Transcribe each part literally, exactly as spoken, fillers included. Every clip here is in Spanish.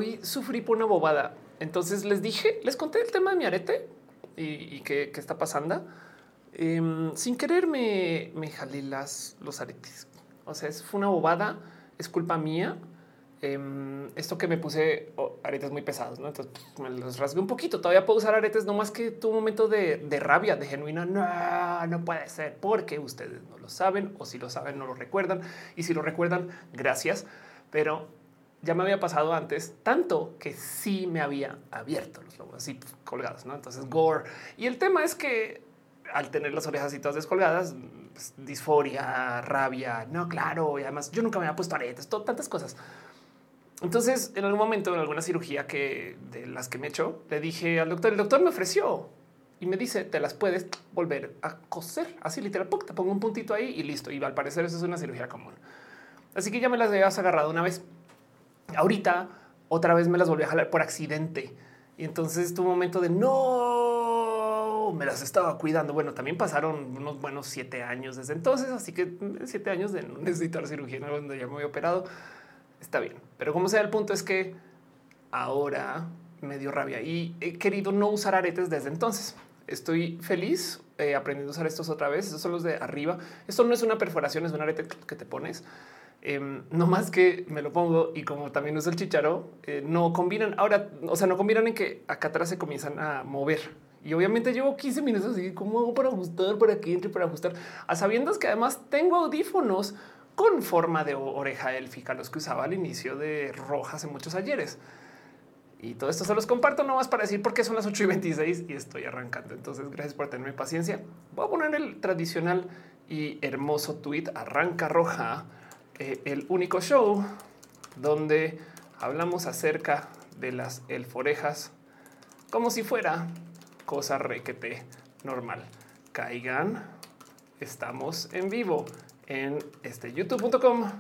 hoy sufrí por una bobada. Entonces les dije, les conté el tema de mi arete y, y qué, qué está pasando. Eh, sin querer me, me jalé las, los aretes. O sea, es, fue una bobada, es culpa mía. Eh, esto que me puse oh, aretes muy pesados, ¿no? Entonces pues, me los rasgué un poquito. Todavía puedo usar aretes, no más que tuve un momento de, de rabia, de genuina. No, no puede ser, porque ustedes no lo saben, o si lo saben, no lo recuerdan. Y si lo recuerdan, gracias. Pero ya me había pasado antes, tanto que sí me había abierto los lobos así pues, colgados, ¿no? Entonces, gore. Y el tema es que al tener las orejas y todas descolgadas, pues, disforia, rabia. No, claro. Y además yo nunca me había puesto aretes, todo, tantas cosas. Entonces, en algún momento, en alguna cirugía que de las que me he hecho, le dije al doctor, el doctor me ofreció y me dice, te las puedes volver a coser. Así literal, te pongo un puntito ahí y listo. Y al parecer eso es una cirugía común. Así que ya me las habías agarrado una vez. Ahorita otra vez me las volví a jalar por accidente. Y entonces tuvo un momento de no, me las estaba cuidando. Bueno, también pasaron unos buenos siete años desde entonces. Así que siete años de no necesitar cirugía, ¿no? Donde ya me había operado. Está bien, pero como sea, el punto es que ahora me dio rabia y he querido no usar aretes desde entonces. Estoy feliz eh, aprendiendo a usar estos otra vez. Estos son los de arriba. Esto no es una perforación, es un arete que te pones. Eh, no más que me lo pongo y como también uso el chicharo, eh, no combinan ahora. O sea, no combinan en que acá atrás se comienzan a mover. Y obviamente llevo quince minutos así como hago para ajustar, para que entre, para ajustar, a sabiendas que además tengo audífonos con forma de oreja élfica, los que usaba al inicio de Roja hace muchos ayeres. Y todo esto se los comparto nomás para decir por qué son las ocho y veintiséis y estoy arrancando. Entonces, gracias por tenerme paciencia. Voy a poner el tradicional y hermoso tweet Arranca Roja, eh, el único show donde hablamos acerca de las elforejas como si fuera cosa requete normal. Caigan, estamos en vivo en este youtube punto com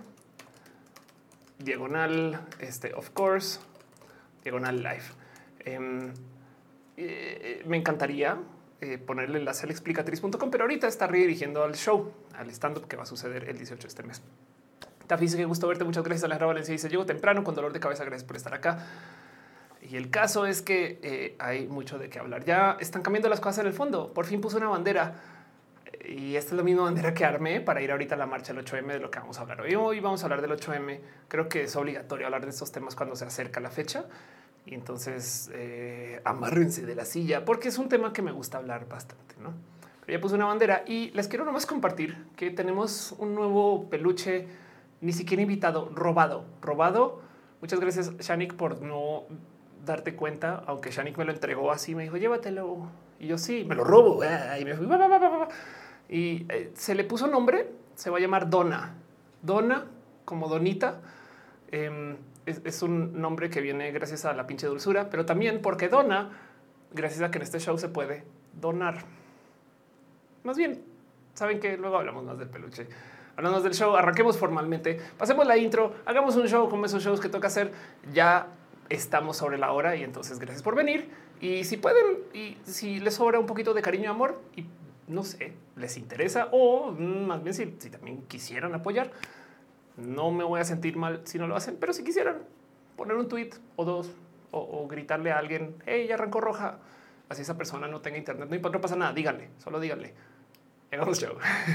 diagonal este of course diagonal live. Eh, eh, me encantaría eh, ponerle enlace al explicatriz punto com, pero ahorita está redirigiendo al show, al stand up que va a suceder el dieciocho de este mes. Tafi dice que gusto verte. Muchas gracias. Alejandra Valencia dice llego temprano con dolor de cabeza. Gracias por estar acá. Y el caso es que eh, hay mucho de qué hablar. Ya están cambiando las cosas en el fondo. Por fin puso una bandera. Y esta es la misma bandera que armé para ir ahorita a la marcha del ocho eme de lo que vamos a hablar hoy. Hoy vamos a hablar del ocho eme. Creo que es obligatorio hablar de estos temas cuando se acerca la fecha. Y entonces eh, amárrense de la silla porque es un tema que me gusta hablar bastante, ¿no? Pero ya puse una bandera y les quiero nomás compartir que tenemos un nuevo peluche, ni siquiera invitado, robado, robado. Muchas gracias, Shanik, por no darte cuenta, aunque Shanik me lo entregó así, me dijo, llévatelo. Y yo sí, me lo robo. Y me fui. Y eh, se le puso nombre, se va a llamar Donna. Donna, como Donita. Eh, es, es un nombre que viene gracias a la pinche dulzura, pero también porque dona, gracias a que en este show se puede donar. Más bien, saben que luego hablamos más del peluche. Hablamos del show, arranquemos formalmente, pasemos la intro, hagamos un show como esos shows que toca hacer. Ya estamos sobre la hora y entonces gracias por venir. Y si pueden, y si les sobra un poquito de cariño y amor y no sé, les interesa o más bien si, si también quisieran apoyar, no me voy a sentir mal si no lo hacen, pero si quisieran poner un tweet o dos o, o gritarle a alguien, hey, ya arrancó Roja, así esa persona no tenga internet, no importa, no pasa nada, díganle, solo díganle. Hagamos show.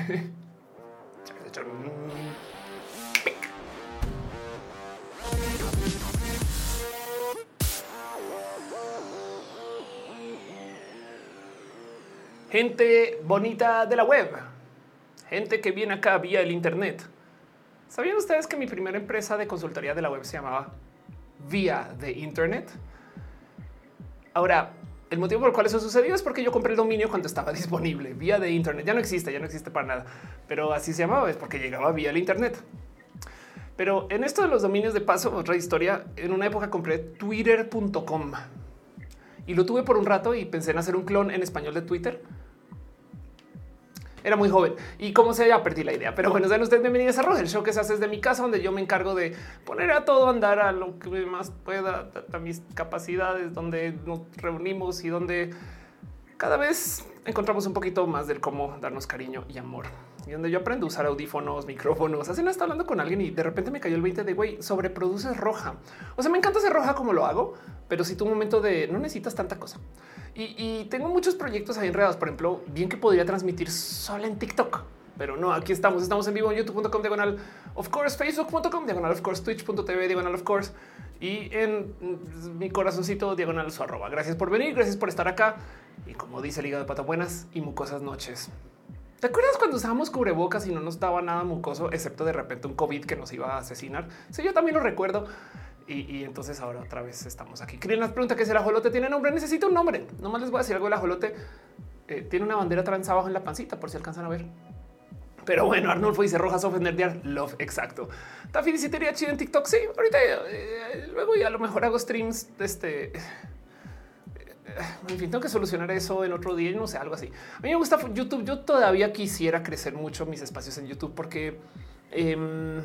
Gente bonita de la web, gente que viene acá vía el internet. ¿Sabían ustedes que mi primera empresa de consultoría de la web se llamaba Vía de Internet? Ahora, el motivo por el cual eso sucedió es porque yo compré el dominio cuando estaba disponible. Vía de Internet ya no existe, ya no existe para nada, pero así se llamaba, es porque llegaba vía el Internet. Pero en esto de los dominios, de paso, otra historia, en una época compré twitter punto com y lo tuve por un rato y pensé en hacer un clon en español de Twitter. Era muy joven y como se ya perdí la idea. Pero bueno, sean ustedes bienvenidos a Roja, el show que se hace desde mi casa, donde yo me encargo de poner a todo andar a lo que más pueda, a mis capacidades, donde nos reunimos y donde cada vez encontramos un poquito más del cómo darnos cariño y amor. y donde yo aprendo a usar audífonos, micrófonos. Hace no estaba hablando con alguien y de repente me cayó el veinte de güey, sobreproduces roja. O sea, me encanta hacer roja como lo hago, pero si tu momento de no necesitas tanta cosa. Y, y tengo muchos proyectos ahí enredados. Por ejemplo, bien que podría transmitir solo en TikTok, pero no, aquí estamos. Estamos en vivo en youtube punto com diagonal of course, facebook punto com diagonal of course, twitch punto tv diagonal of course y en mi corazoncito diagonal su arroba. Gracias por venir, gracias por estar acá. Y como dice el hígado de pata, buenas y mucosas noches. ¿Te acuerdas cuando usábamos cubrebocas y no nos daba nada mucoso, excepto de repente un COVID que nos iba a asesinar? Sí, yo también lo recuerdo. Y, y entonces ahora otra vez estamos aquí. Krillin nos pregunta que si el ajolote tiene nombre. Necesita un nombre. Nomás les voy a decir algo. El ajolote eh, tiene una bandera trans abajo en la pancita, por si alcanzan a ver. Pero bueno, Arnulfo dice rojas of nerdear love. Exacto. Taffy dice teoría chido en TikTok. Sí, ahorita eh, luego ya a lo mejor hago streams de este. En fin, tengo que solucionar eso en otro día y no sé, algo así. A mí me gusta YouTube. Yo todavía quisiera crecer mucho mis espacios en YouTube porque eh,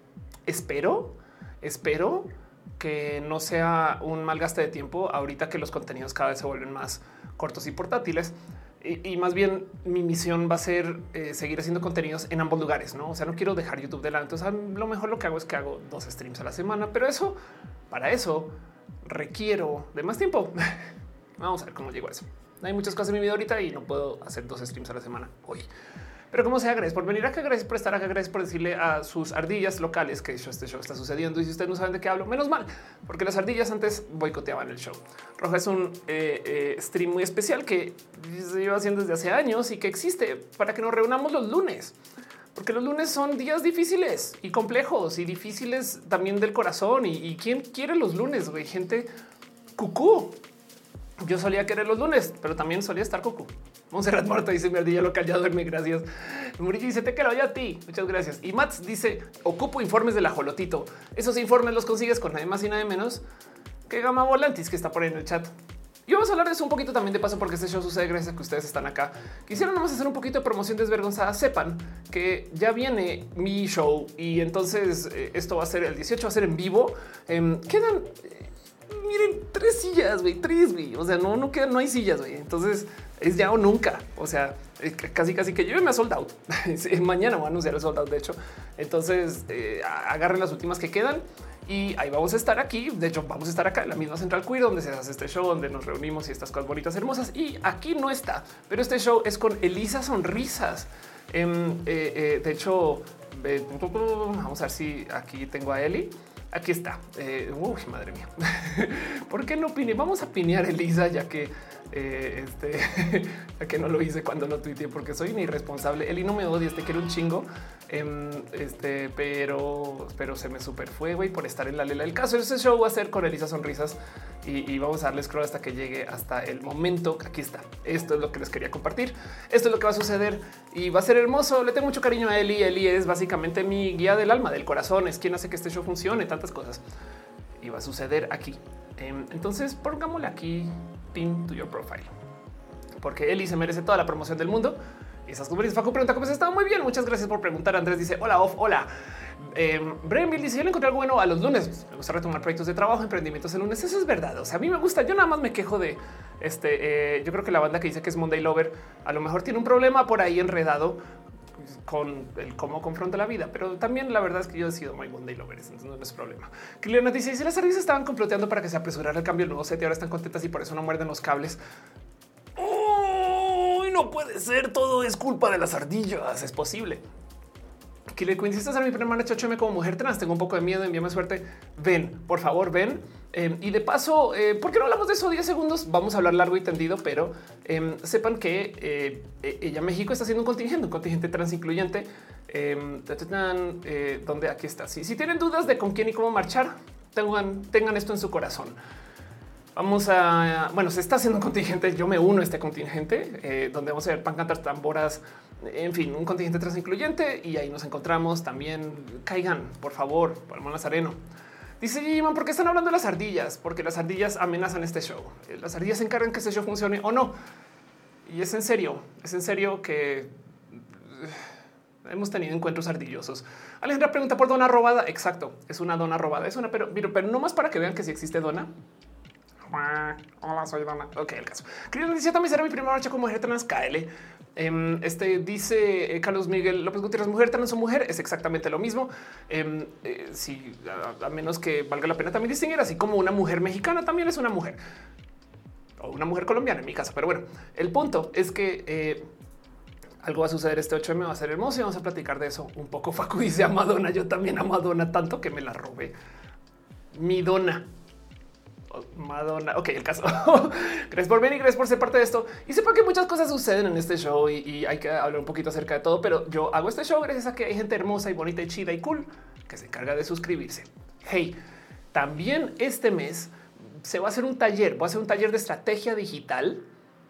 espero, espero que no sea un mal gasto de tiempo ahorita que los contenidos cada vez se vuelven más cortos y portátiles. Y, y más bien mi misión va a ser eh, seguir haciendo contenidos en ambos lugares, ¿no? O sea, no quiero dejar YouTube de lado. Entonces, a lo mejor lo que hago es que hago dos streams a la semana, pero eso, para eso, requiero de más tiempo. Vamos a ver cómo llego a eso. Hay muchas cosas en mi vida ahorita y no puedo hacer dos streams a la semana hoy. Pero como sea, gracias por venir acá, gracias por estar acá, gracias por decirle a sus ardillas locales que este show está sucediendo. Y si ustedes no saben de qué hablo, menos mal, porque las ardillas antes boicoteaban el show. Roja es un eh, eh, stream muy especial que se lleva haciendo desde hace años y que existe para que nos reunamos los lunes. Porque los lunes son días difíciles y complejos y difíciles también del corazón. Y, y quién quiere los lunes, güey, gente cucú. Yo solía querer los lunes, pero también solía estar cucú. Monserrat Morta dice mi ardilla local ya duerme. Gracias. Murillo dice te quiero yo a ti. Muchas gracias. Y Mats dice ocupo informes del ajolotito. Esos informes los consigues con nadie más y nadie menos que Gama Volantis, que está por ahí en el chat. Y vamos a hablar de eso un poquito también de paso, porque este show sucede gracias a que ustedes están acá. Quisiera nomás hacer un poquito de promoción desvergonzada. Sepan que ya viene mi show y entonces eh, esto va a ser el dieciocho, va a ser en vivo. Eh, quedan, eh, miren, tres sillas, güey, tres, güey. O sea, no, no quedan, no hay sillas, güey. Entonces es ya o nunca. O sea, eh, casi, casi que llévenme a sold out. Mañana voy a anunciar el sold out, de hecho. Entonces eh, agarren las últimas que quedan. Y ahí vamos a estar aquí. De hecho, vamos a estar acá en la misma Central Queer, donde se hace este show, donde nos reunimos y estas cosas bonitas, hermosas. Y aquí no está, pero este show es con Elisa Sonrisas. Eh, eh, eh, de hecho, eh, vamos a ver si aquí tengo a Eli. Aquí está. Eh, uy, madre mía. ¿Por qué no opine? Vamos a pinear Elisa, ya que eh, este, ya que no lo hice cuando lo tuiteé, porque soy un irresponsable. Eli no me odias, te quiero un chingo. Eh, este, pero, pero se me super fue, güey, por estar en la lela. El caso de ese show va a ser con Elisa Sonrisas y, y vamos a darle scroll hasta que llegue hasta el momento. Aquí está. Esto es lo que les quería compartir. Esto es lo que va a suceder y va a ser hermoso. Le tengo mucho cariño a Eli. Eli es básicamente mi guía del alma, del corazón. Es quien hace que este show funcione, tantas cosas. Y va a suceder aquí. Entonces pongámosle aquí pin to your profile, porque Eli se merece toda la promoción del mundo. Y esas cosas. Facu pregunta cómo se está. Muy bien, muchas gracias por preguntar. Andrés dice hola, off, hola. Eh, Bremil dice yo le encontré algo bueno a los lunes. Me gusta retomar proyectos de trabajo, emprendimientos el lunes. Eso es verdad. O sea, a mí me gusta. Yo nada más me quejo de este. Eh, yo creo que la banda que dice que es Monday Lover a lo mejor tiene un problema por ahí enredado con el cómo confronta la vida, pero también la verdad es que yo he sido muy Monday Lovers, entonces no es problema. Kiliana dice si las ardillas estaban comploteando para que se apresurara el cambio del nuevo set y ahora están contentas y por eso no muerden los cables. Oh, no puede ser, todo es culpa de las ardillas. Es posible. Killer Queen, si estás en mi primera noche ocho M como mujer trans, tengo un poco de miedo, envíame suerte. Ven, por favor, ven. Eh, y de paso, eh, ¿por qué no hablamos de eso diez segundos? Vamos a hablar largo y tendido, pero eh, sepan que eh, ella México está haciendo un contingente, un contingente trans incluyente. Eh, eh, donde aquí está. Si, si tienen dudas de con quién y cómo marchar, tengan, tengan esto en su corazón. Vamos a, bueno, se está haciendo un contingente. Yo me uno a este contingente eh, donde vamos a ver pancartas, tamboras, en fin, un contingente trans incluyente y ahí nos encontramos. También caigan, por favor, Palma Nazareno. Dice Jiman, ¿por qué están hablando de las ardillas? Porque las ardillas amenazan este show. Las ardillas se encargan que este show funcione o no. Y es en serio, es en serio que hemos tenido encuentros ardillosos. Alejandra pregunta por dona robada. Exacto, es una dona robada. Es una, pero, pero, pero no más para que vean que si existe dona. Hola, soy Dona. Ok, el caso. Cristian dice también será mi primera noche como mujer trans. K L. Este dice eh, Carlos Miguel López Gutiérrez, mujer trans o mujer es exactamente lo mismo. Eh, eh, si a, a menos que valga la pena también distinguir, así como una mujer mexicana también es una mujer o una mujer colombiana en mi caso. Pero bueno, el punto es que eh, algo va a suceder este ocho eme, va a ser hermoso y vamos a platicar de eso un poco. Facu dice a Madonna, yo también a Madonna tanto que me la robé. Mi dona. Madonna. Ok, el caso. Gracias por venir y gracias por ser parte de esto. Y sepa que muchas cosas suceden en este show y, y hay que hablar un poquito acerca de todo, pero yo hago este show gracias a que hay gente hermosa y bonita y chida y cool que se encarga de suscribirse. Hey, también este mes se va a hacer un taller. Voy a hacer un taller de estrategia digital.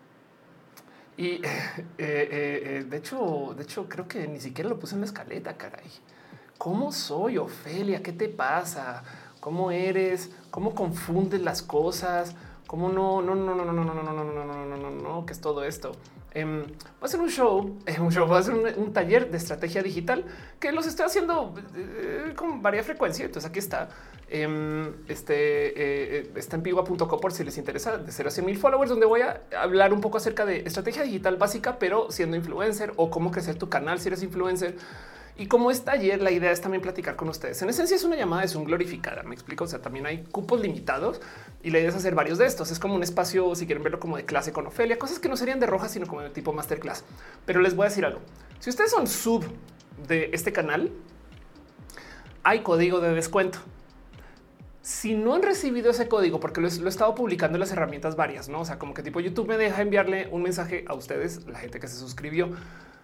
Y eh, eh, eh, de hecho, de hecho, creo que ni siquiera lo puse en la escaleta, caray. ¿Cómo soy, Ofelia? ¿Qué te pasa? ¿Cómo eres? ¿Cómo confundes las cosas? ¿Cómo no? No, no, no, no, no, no, no, no, no, no, no, no, no, no, ¿qué es todo esto? Eh, voy a hacer un show, eh, un show, voy a hacer un, un taller de estrategia digital que los estoy haciendo eh, con varia frecuencia. Entonces aquí está. Eh, este eh, está en pigua punto co por si les interesa, de cero a cien mil followers, donde voy a hablar un poco acerca de estrategia digital básica, pero siendo influencer, o cómo crecer tu canal si eres influencer. Y como es taller, la idea es también platicar con ustedes. En esencia es una llamada de Zoom glorificada. Me explico. O sea, también hay cupos limitados y la idea es hacer varios de estos. Es como un espacio, si quieren verlo, como de clase con Ofelia, cosas que no serían de roja, sino como de tipo masterclass. Pero les voy a decir algo. Si ustedes son sub de este canal, hay código de descuento. Si no han recibido ese código, porque lo he, lo he estado publicando en las herramientas varias, no? O sea, como que tipo YouTube me deja enviarle un mensaje a ustedes, la gente que se suscribió.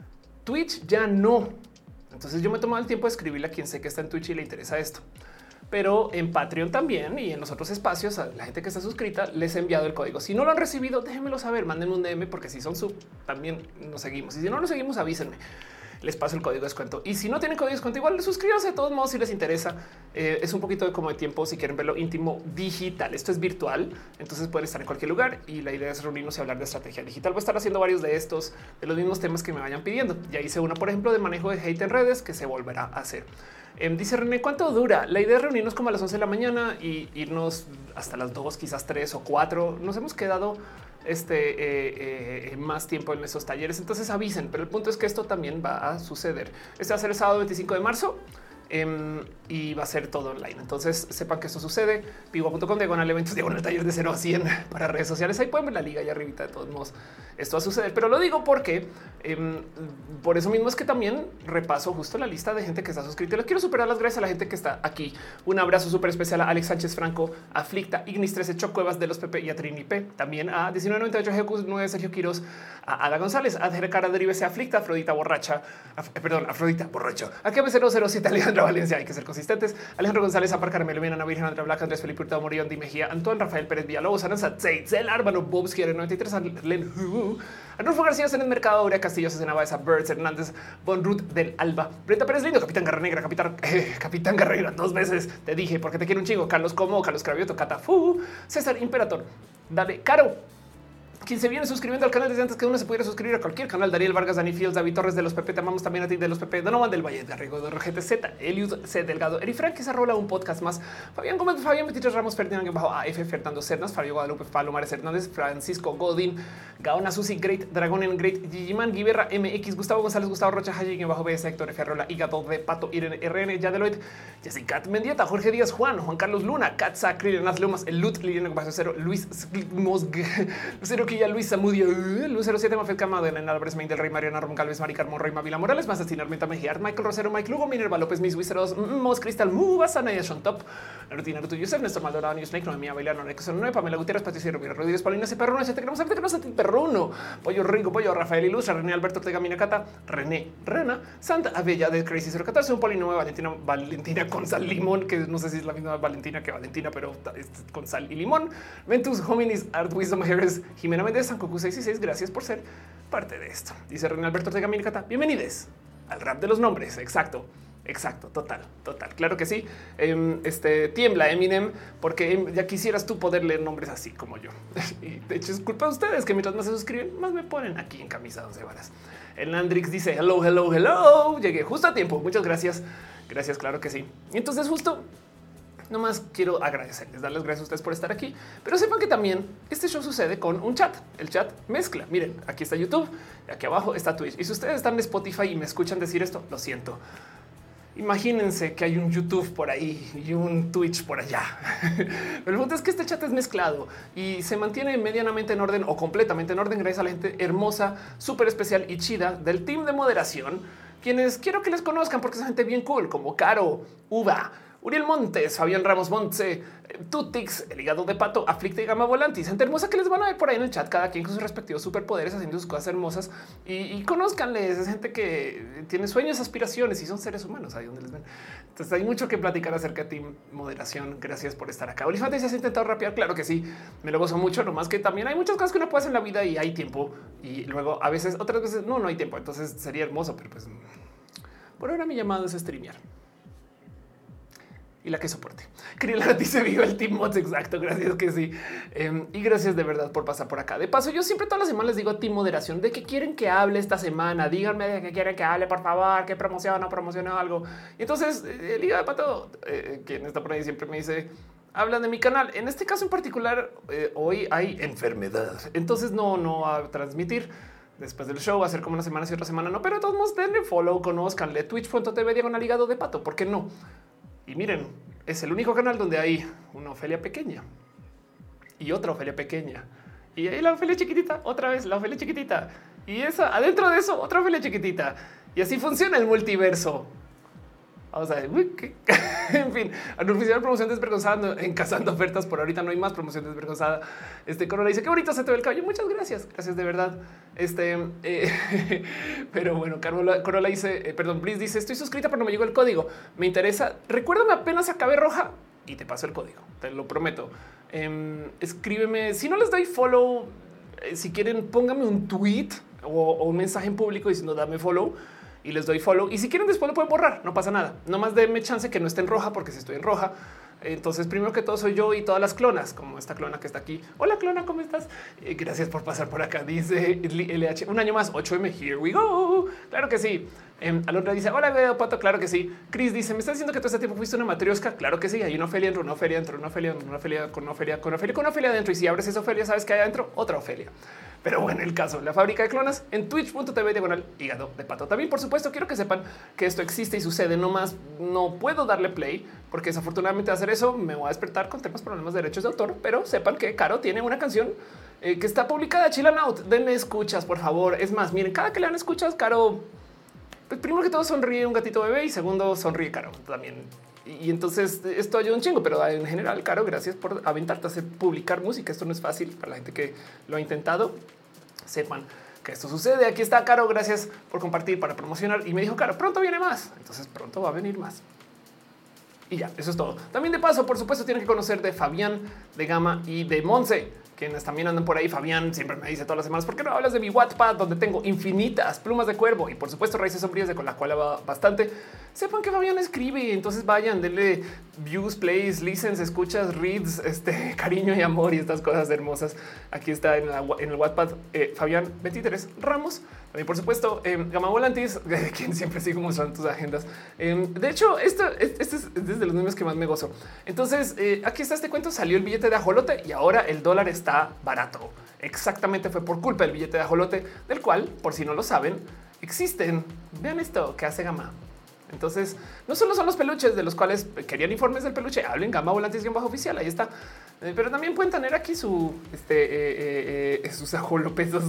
Twitch ya no. Entonces yo me he tomado el tiempo de escribirle a quien sé que está en Twitch y le interesa esto. Pero en Patreon también y en los otros espacios, a la gente que está suscrita les he enviado el código. Si no lo han recibido, déjenmelo saber, mándenme un D M, porque si son sub también nos seguimos. Y si no nos seguimos, avísenme. Les paso el código de descuento. Y si no tienen código de descuento, igual suscríbanse de todos modos si les interesa. Eh, es un poquito de como de tiempo si quieren verlo íntimo digital. Esto es virtual, entonces pueden estar en cualquier lugar y la idea es reunirnos y hablar de estrategia digital. Voy a estar haciendo varios de estos, de los mismos temas que me vayan pidiendo. Ya hice uno, por ejemplo, de manejo de hate en redes que se volverá a hacer. Eh, dice René, ¿cuánto dura? La idea es reunirnos como a las once de la mañana y irnos hasta las dos, quizás tres o cuatro. Nos hemos quedado este eh, eh, más tiempo en esos talleres. Entonces avisen, pero el punto es que esto también va a suceder. Este va a ser el sábado veinticinco de marzo. Um, y va a ser todo online. Entonces sepan que esto sucede. Pigua punto com diagonal eventos diagonal taller de cero a cien para redes sociales. Ahí pueden ver la liga y arribita. De todos modos, esto va a suceder, pero lo digo porque um, por eso mismo es que también repaso justo la lista de gente que está suscrita. Les quiero superar las gracias a la gente que está aquí. Un abrazo súper especial a Alex Sánchez Franco, a Flicta, Ignis trece, Chocuevas de los Pepe y a Trini P. También a diecinueve noventa y ocho, G Q nueve, Sergio Quiroz, a Ada González, a Jercara Derivese, a Flicta, Afrodita Borracha, a, perdón, Afrodita Borracho, a K B cero cero siete, Alejandra Valencia, hay que ser consistentes. Alejandro González, Apar Carmelo, Ana Virgen, Andrea Blanca, Andrés Felipe Hurtado, Morillo, Andy Mejía, Antoine Rafael Pérez Villalobos, Aranza Tzeit, Zel Árbano, Bobs, Quiere noventa y tres, Len Hu, Arnulfo García, en el Mercado, Aurea Castillo, Cesena Baeza, Birds Hernández, Von Ruth del Alba, Brenda Pérez Lindo, Capitán Garra Negra, Capitán, eh, Capitán Guerrero, dos veces te dije porque te quiero un chingo. Carlos Como, Carlos Cravioto, Catafu, César Imperator, dale, Caro, quien se viene suscribiendo al canal desde antes que uno se pudiera suscribir a cualquier canal. Dariel Vargas, Dani Fields, David Torres de los Pepe, te amamos también a ti de los Pepe, Donovan del Valle, de Arrigo de R G T Z, Eliud C. Delgado, Eri Frank, que se rola un podcast más, Fabián Gómez, Fabián Petitres Ramos, Ferdinand bajo A F, Fernando Cernas, Fabio Guadalupe, Palomares Hernández, Francisco Godín, Gaona Susi, Great Dragon en Great, Gigiman, Guiberra, M X, Gustavo González, Gustavo Rocha, Haji, bajo B S, Héctor F. Arrola, Hígado de Pato, Irene R N, Yadeloid, Jessica Mendieta, Jorge Díaz, Juan, Juan Carlos Luna, Katza, Krilinas Lumas, El Lut, Liliana Bajo Cero, Luis Mosg, Lucero Quilla, Luis Zamudio, Lucero siete, Mafet Camado, Elena Álvarez, Main del Rey, Mariana Ron Galvez, Mari Carmo, Rey Mavila Morales, más Asesinar Menta Mejía, Michael Rosero, Mike Lugo, Minerva López, Miss Wiseros, Mos Cristal, Muba, Sanaya, Sean Top, Rutina Ruto, Yusef, Néstor Maldonado, News Snake, Noemia Bailano, Nexon nueve, Pamela Gutiérrez, Patricia Rubira, Rodríguez, Paulina, C. Perruno, S. Tecramos, F. Tecramos, Perruno, Pollo Rico, Pollo, Rafael Ilustra, René Alberto Ortega, Minacata, René Rena, Santa Avella de Crazy cero catorce, un Polino, Valentina, Valentina con sal limón, que no sé si es la misma Valentina que Valentina, pero es con sal y limón. Ventus Hominis, Art Wisdom Harris, Jimena Méndez, Sankoku sesenta y seis, gracias por ser parte de esto. Dice René Alberto Ortega, Minacata, bienvenides al rap de los nombres. Exacto. Exacto, total, total. Claro que sí. Eh, este tiembla Eminem, porque ya quisieras tú poder leer nombres así como yo. Y de hecho es culpa de ustedes que mientras más se suscriben, más me ponen aquí en camisa once varas. El Nandrix dice hello, hello, hello. Llegué justo a tiempo. Muchas gracias. Gracias, claro que sí. Y entonces justo No más quiero agradecerles, darles gracias a ustedes por estar aquí, pero sepan que también este show sucede con un chat. El chat mezcla. Miren, aquí está YouTube, aquí abajo está Twitch. Y si ustedes están en Spotify y me escuchan decir esto, lo siento. Imagínense que hay un YouTube por ahí y un Twitch por allá. Pero el punto es que este chat es mezclado y se mantiene medianamente en orden o completamente en orden gracias a la gente hermosa, súper especial y chida del team de moderación, quienes quiero que les conozcan porque es gente bien cool, como Caro, Uva, Uriel Montes, Fabián Ramos Montse, Tutix, El Hígado de Pato, Aflicta y Gama Volantis. Gente hermosa que les van a ver por ahí en el chat, cada quien con sus respectivos superpoderes haciendo sus cosas hermosas y, y conózcanles. Es gente que tiene sueños, aspiraciones y son seres humanos ahí donde les ven. Entonces hay mucho que platicar acerca de ti, moderación. Gracias por estar acá. Olifante, ¿se has intentado rapear? Claro que sí, me lo gozo mucho, nomás que también hay muchas cosas que uno puede hacer en la vida y hay tiempo y luego a veces, otras veces no, no hay tiempo. Entonces sería hermoso, pero pues por ahora mi llamado es streamear. Y la que soporte. Kriela dice viva el Team Mods. Exacto. Gracias que sí. Eh, y gracias de verdad por pasar por acá. De paso, yo siempre todas las semanas les digo a Team Moderación de qué quieren que hable esta semana. Díganme de qué quieren que hable, por favor, que promociona, promociona algo. Y entonces el Hígado de Pato, eh, quien está por ahí siempre me dice, hablan de mi canal. En este caso en particular, eh, hoy hay enfermedad. Entonces no, no va a transmitir. Después del show va a ser como una semana y otra semana no, pero de todos modos denle follow, conozcanle twitch punto tv diagonal Hígado de Pato. ¿Por qué no? Y miren, es el único canal donde hay una Ofelia pequeña y otra Ofelia pequeña y ahí la Ofelia chiquitita, otra vez la Ofelia chiquitita y esa adentro de eso otra Ofelia chiquitita y así funciona el multiverso. Vamos a ver, uy, ¿qué? En fin, anunciar promoción desvergonzada en Cazando Ofertas. Por ahorita no hay más promoción desvergonzada. Este Corona dice qué bonito se te ve el cabello. Muchas gracias. Gracias de verdad. Este, eh, pero bueno, Carola, Corolla dice, eh, perdón, Bliss dice estoy suscrita, pero no me llegó el código. Me interesa. Recuérdame apenas acabé roja y te paso el código. Te lo prometo. Eh, escríbeme. Si no les doy follow, eh, si quieren, póngame un tweet o, o un mensaje en público diciendo dame follow. Y les doy follow. Y si quieren después lo pueden borrar, no pasa nada. Nomás denme chance que no esté en roja porque si estoy en roja, entonces primero que todo soy yo y todas las clonas, como esta clona que está aquí. Hola clona, ¿cómo estás? Eh, gracias por pasar por acá. Dice L H, un año más, ocho M, here we go. Claro que sí. Eh, Alondra dice, hola veo Pato, claro que sí. Chris dice, ¿me estás diciendo que todo este tiempo fuiste una matriosca? Claro que sí, hay una Ofelia dentro, una Ofelia dentro, una Ofelia, una Ofelia con una Ofelia, con una Ofelia, con una Ofelia dentro. Y si abres esa Ofelia, sabes que hay adentro otra Ofelia. Pero bueno, el caso, la fábrica de clonas en twitch punto tv diagonal Hígado de Pato. También, por supuesto, quiero que sepan que esto existe y sucede. No más no puedo darle play porque desafortunadamente hacer eso me voy a despertar con temas problemas de derechos de autor. Pero sepan que Caro tiene una canción eh, que está publicada, Chill Out. Denle escuchas, por favor. Es más, miren, cada que le dan escuchas, Caro, pues primero que todo sonríe un gatito bebé y segundo sonríe Caro también. Y entonces esto ayuda un chingo, pero en general, Caro, gracias por aventarte a hacer publicar música. Esto no es fácil para la gente que lo ha intentado. Sepan que esto sucede. Aquí está Caro. Gracias por compartir para promocionar. Y me dijo, Caro, pronto viene más. Entonces pronto va a venir más. Y ya, eso es todo. También de paso, por supuesto, tienen que conocer de Fabián, de Gama y de Monse, quienes también andan por ahí. Fabián siempre me dice todas las semanas, ¿por qué no hablas de mi Wattpad, donde tengo infinitas plumas de cuervo y por supuesto raíces sombrías de con la cual va bastante? Sepan que Fabián escribe, entonces vayan, denle views, plays, listens, escuchas, reads, este cariño y amor y estas cosas hermosas. Aquí está en, la, en el Wattpad eh, Fabián veintitrés Ramos. También, por supuesto, eh, Gama Volantis, eh, quien siempre sigue mostrando tus agendas. Eh, de hecho, esto, este es, es de los memes que más me gozo. Entonces, eh, aquí está este cuento. Salió el billete de ajolote y ahora el dólar está barato. Exactamente fue por culpa del billete de ajolote, del cual, por si no lo saben, existen. Vean esto que hace Gama. Entonces, no solo son los peluches de los cuales querían informes del peluche, hablen Gama Volantis y bajo oficial. Ahí está. Eh, pero también pueden tener aquí su este, eh, eh, eh, sus ajolopesos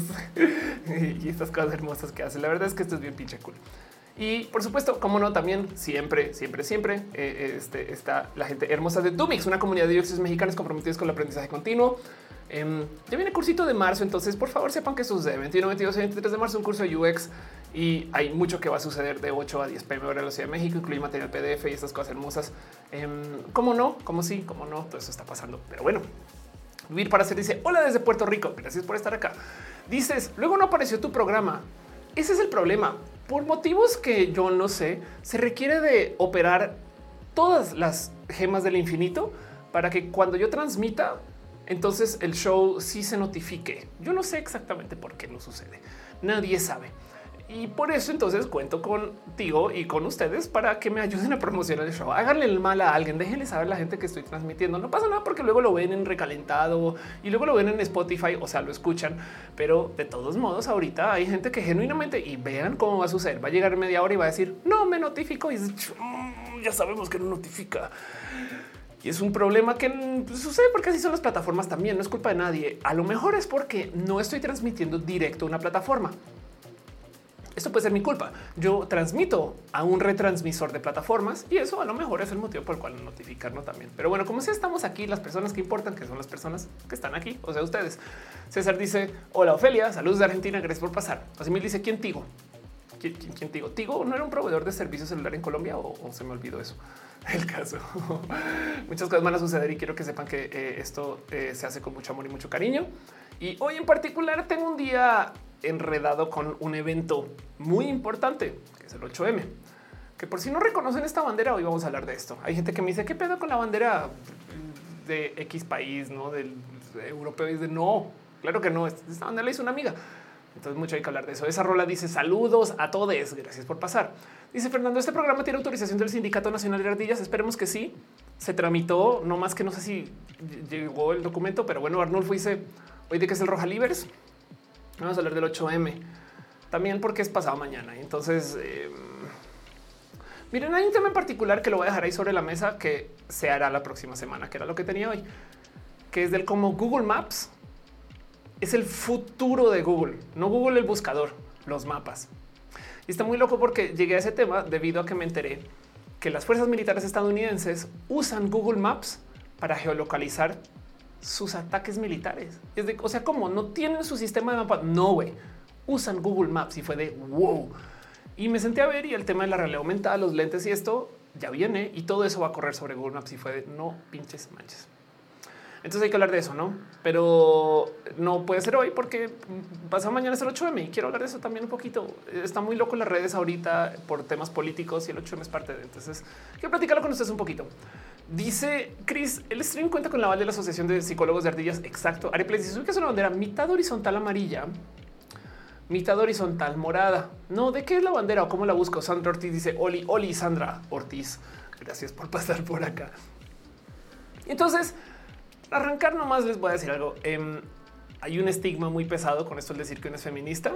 y estas cosas hermosas que hacen. La verdad es que esto es bien pinche cool. Y por supuesto, como no, también siempre, siempre, siempre eh, este, está la gente hermosa de Dumix, una comunidad de U X mexicanos comprometidos con el aprendizaje continuo. Eh, ya viene el cursito de marzo, entonces por favor sepan que sucede veintiuno, veintidós y veintitrés de marzo un curso de U X y hay mucho que va a suceder de ocho a diez p m hora en la Ciudad de México, incluye material P D F y estas cosas hermosas. Eh, ¿Cómo no? ¿Cómo sí? ¿Cómo no? Todo eso está pasando. Pero bueno, Vivir para Hacer dice hola desde Puerto Rico. Gracias por estar acá. Dices luego no apareció tu programa. Ese es el problema. Por motivos que yo no sé, se requiere de operar todas las gemas del infinito para que cuando yo transmita, entonces el show sí se notifique. Yo no sé exactamente por qué no sucede. Nadie sabe. Y por eso entonces cuento contigo y con ustedes para que me ayuden a promocionar el show. Háganle el mal a alguien, déjenle saber a la gente que estoy transmitiendo. No pasa nada porque luego lo ven en recalentado y luego lo ven en Spotify, o sea, lo escuchan. Pero de todos modos, ahorita hay gente que genuinamente, y vean cómo va a suceder, va a llegar media hora y va a decir, no, me notificó. Y dice, ya sabemos que no notifica. Y es un problema que sucede porque así son las plataformas también. No es culpa de nadie. A lo mejor es porque no estoy transmitiendo directo a una plataforma. Esto puede ser mi culpa. Yo transmito a un retransmisor de plataformas y eso a lo mejor es el motivo por el cual notificarnos también. Pero bueno, como si estamos aquí, las personas que importan, que son las personas que están aquí, o sea, ustedes. César dice, hola Ofelia, saludos de Argentina, gracias por pasar. Así me dice, ¿quién Tigo? ¿Quién, quién, quién Tigo? ¿Tigo no era un proveedor de servicio celular en Colombia o, o se me olvidó eso? El caso. Muchas cosas van a suceder y quiero que sepan que eh, esto eh, se hace con mucho amor y mucho cariño. Y hoy en particular tengo un día enredado con un evento muy importante, que es el ocho eme, que por si no reconocen esta bandera, hoy vamos a hablar de esto. Hay gente que me dice, ¿qué pedo con la bandera de X país, no del europeo? Y dice, no, claro que no, esta bandera la hizo una amiga. Entonces mucho hay que hablar de eso. Esa rola dice saludos a todos, gracias por pasar. Dice Fernando, este programa tiene autorización del Sindicato Nacional de Ardillas. Esperemos que sí. Se tramitó, no más que no sé si llegó el documento, pero bueno, Arnulfo dice, hoy de qué es el Roja Libres. Vamos a hablar del ocho eme también porque es pasado mañana. Entonces, eh, miren, hay un tema en particular que lo voy a dejar ahí sobre la mesa que se hará la próxima semana, que era lo que tenía hoy, que es del cómo Google Maps es el futuro de Google, no Google el buscador, los mapas. Y está muy loco porque llegué a ese tema debido a que me enteré que las fuerzas militares estadounidenses usan Google Maps para geolocalizar sus ataques militares. Es de, o sea, como no tienen su sistema de mapa, no güey, usan Google Maps y fue de wow. Y me senté a ver y el tema de la realidad aumentada, los lentes y esto ya viene y todo eso va a correr sobre Google Maps y fue de no pinches manches. Entonces hay que hablar de eso, no? Pero no puede ser hoy porque pasado mañana es el ocho eme y quiero hablar de eso también un poquito. Está muy loco en las redes ahorita por temas políticos y el ocho eme es parte de. Entonces quiero platicarlo con ustedes un poquito. Dice Chris, el stream cuenta con la aval de la Asociación de Psicólogos de Ardillas. Exacto. Ariple dice que es una bandera mitad horizontal amarilla, mitad horizontal morada. No, ¿de qué es la bandera o cómo la busco? Sandra Ortiz dice Oli, Oli, Sandra Ortiz. Gracias por pasar por acá. Entonces, para arrancar nomás les voy a decir algo. Eh, hay un estigma muy pesado con esto, el decir que uno es feminista.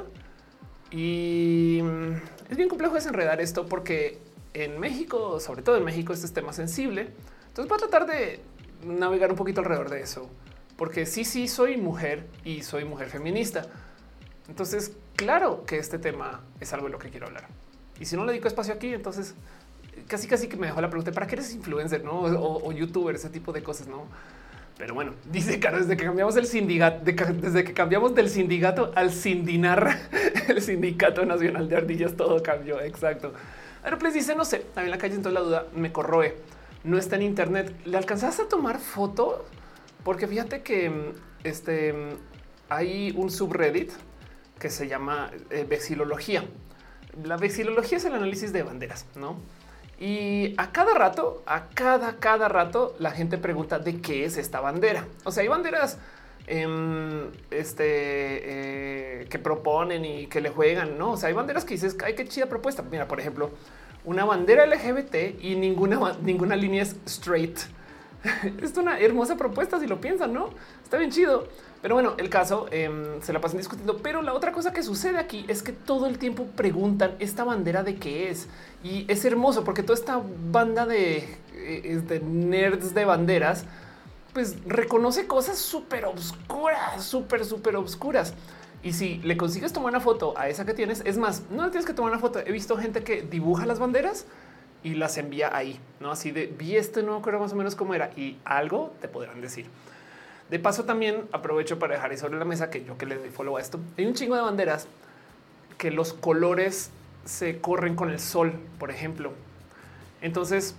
Y es bien complejo desenredar esto porque en México, sobre todo en México, este es tema sensible. Entonces voy a tratar de navegar un poquito alrededor de eso, porque sí, sí, soy mujer y soy mujer feminista. Entonces, claro que este tema es algo de lo que quiero hablar. Y si no le dedico espacio aquí, entonces casi, casi que me dejó la pregunta, ¿para qué eres influencer, no? O, o youtuber, ese tipo de cosas, no? Pero bueno, dice Caro, desde que cambiamos el sindicato, de, desde que cambiamos del sindicato al sindinar, el Sindicato Nacional de Ardillas, todo cambió. Exacto. Aeroples dice, no sé, también la calle, entonces la duda me corroe. No está en internet. ¿Le alcanzaste a tomar foto? Porque fíjate que este, hay un subreddit que se llama eh, vexilología. La vexilología es el análisis de banderas, ¿no? Y a cada rato, a cada, cada rato, la gente pregunta de qué es esta bandera. O sea, hay banderas eh, este, eh, que proponen y que le juegan, ¿no? O sea, hay banderas que dices, ay, qué chida propuesta. Mira, por ejemplo, una bandera L G B T y ninguna, ninguna línea es straight. Es una hermosa propuesta si lo piensan, ¿no? Está bien chido. Pero bueno, el caso eh, se la pasan discutiendo. Pero la otra cosa que sucede aquí es que todo el tiempo preguntan esta bandera de qué es. Y es hermoso porque toda esta banda de, eh, de nerds de banderas, pues reconoce cosas súper obscuras, súper, súper obscuras. Y si le consigues tomar una foto a esa que tienes, es más, no tienes que tomar una foto. He visto gente que dibuja las banderas y las envía ahí, no así de vi esto, no creo más o menos cómo era y algo te podrán decir. De paso, también aprovecho para dejar ahí sobre la mesa que yo que le doy follow a esto. Hay un chingo de banderas que los colores se corren con el sol, por ejemplo. Entonces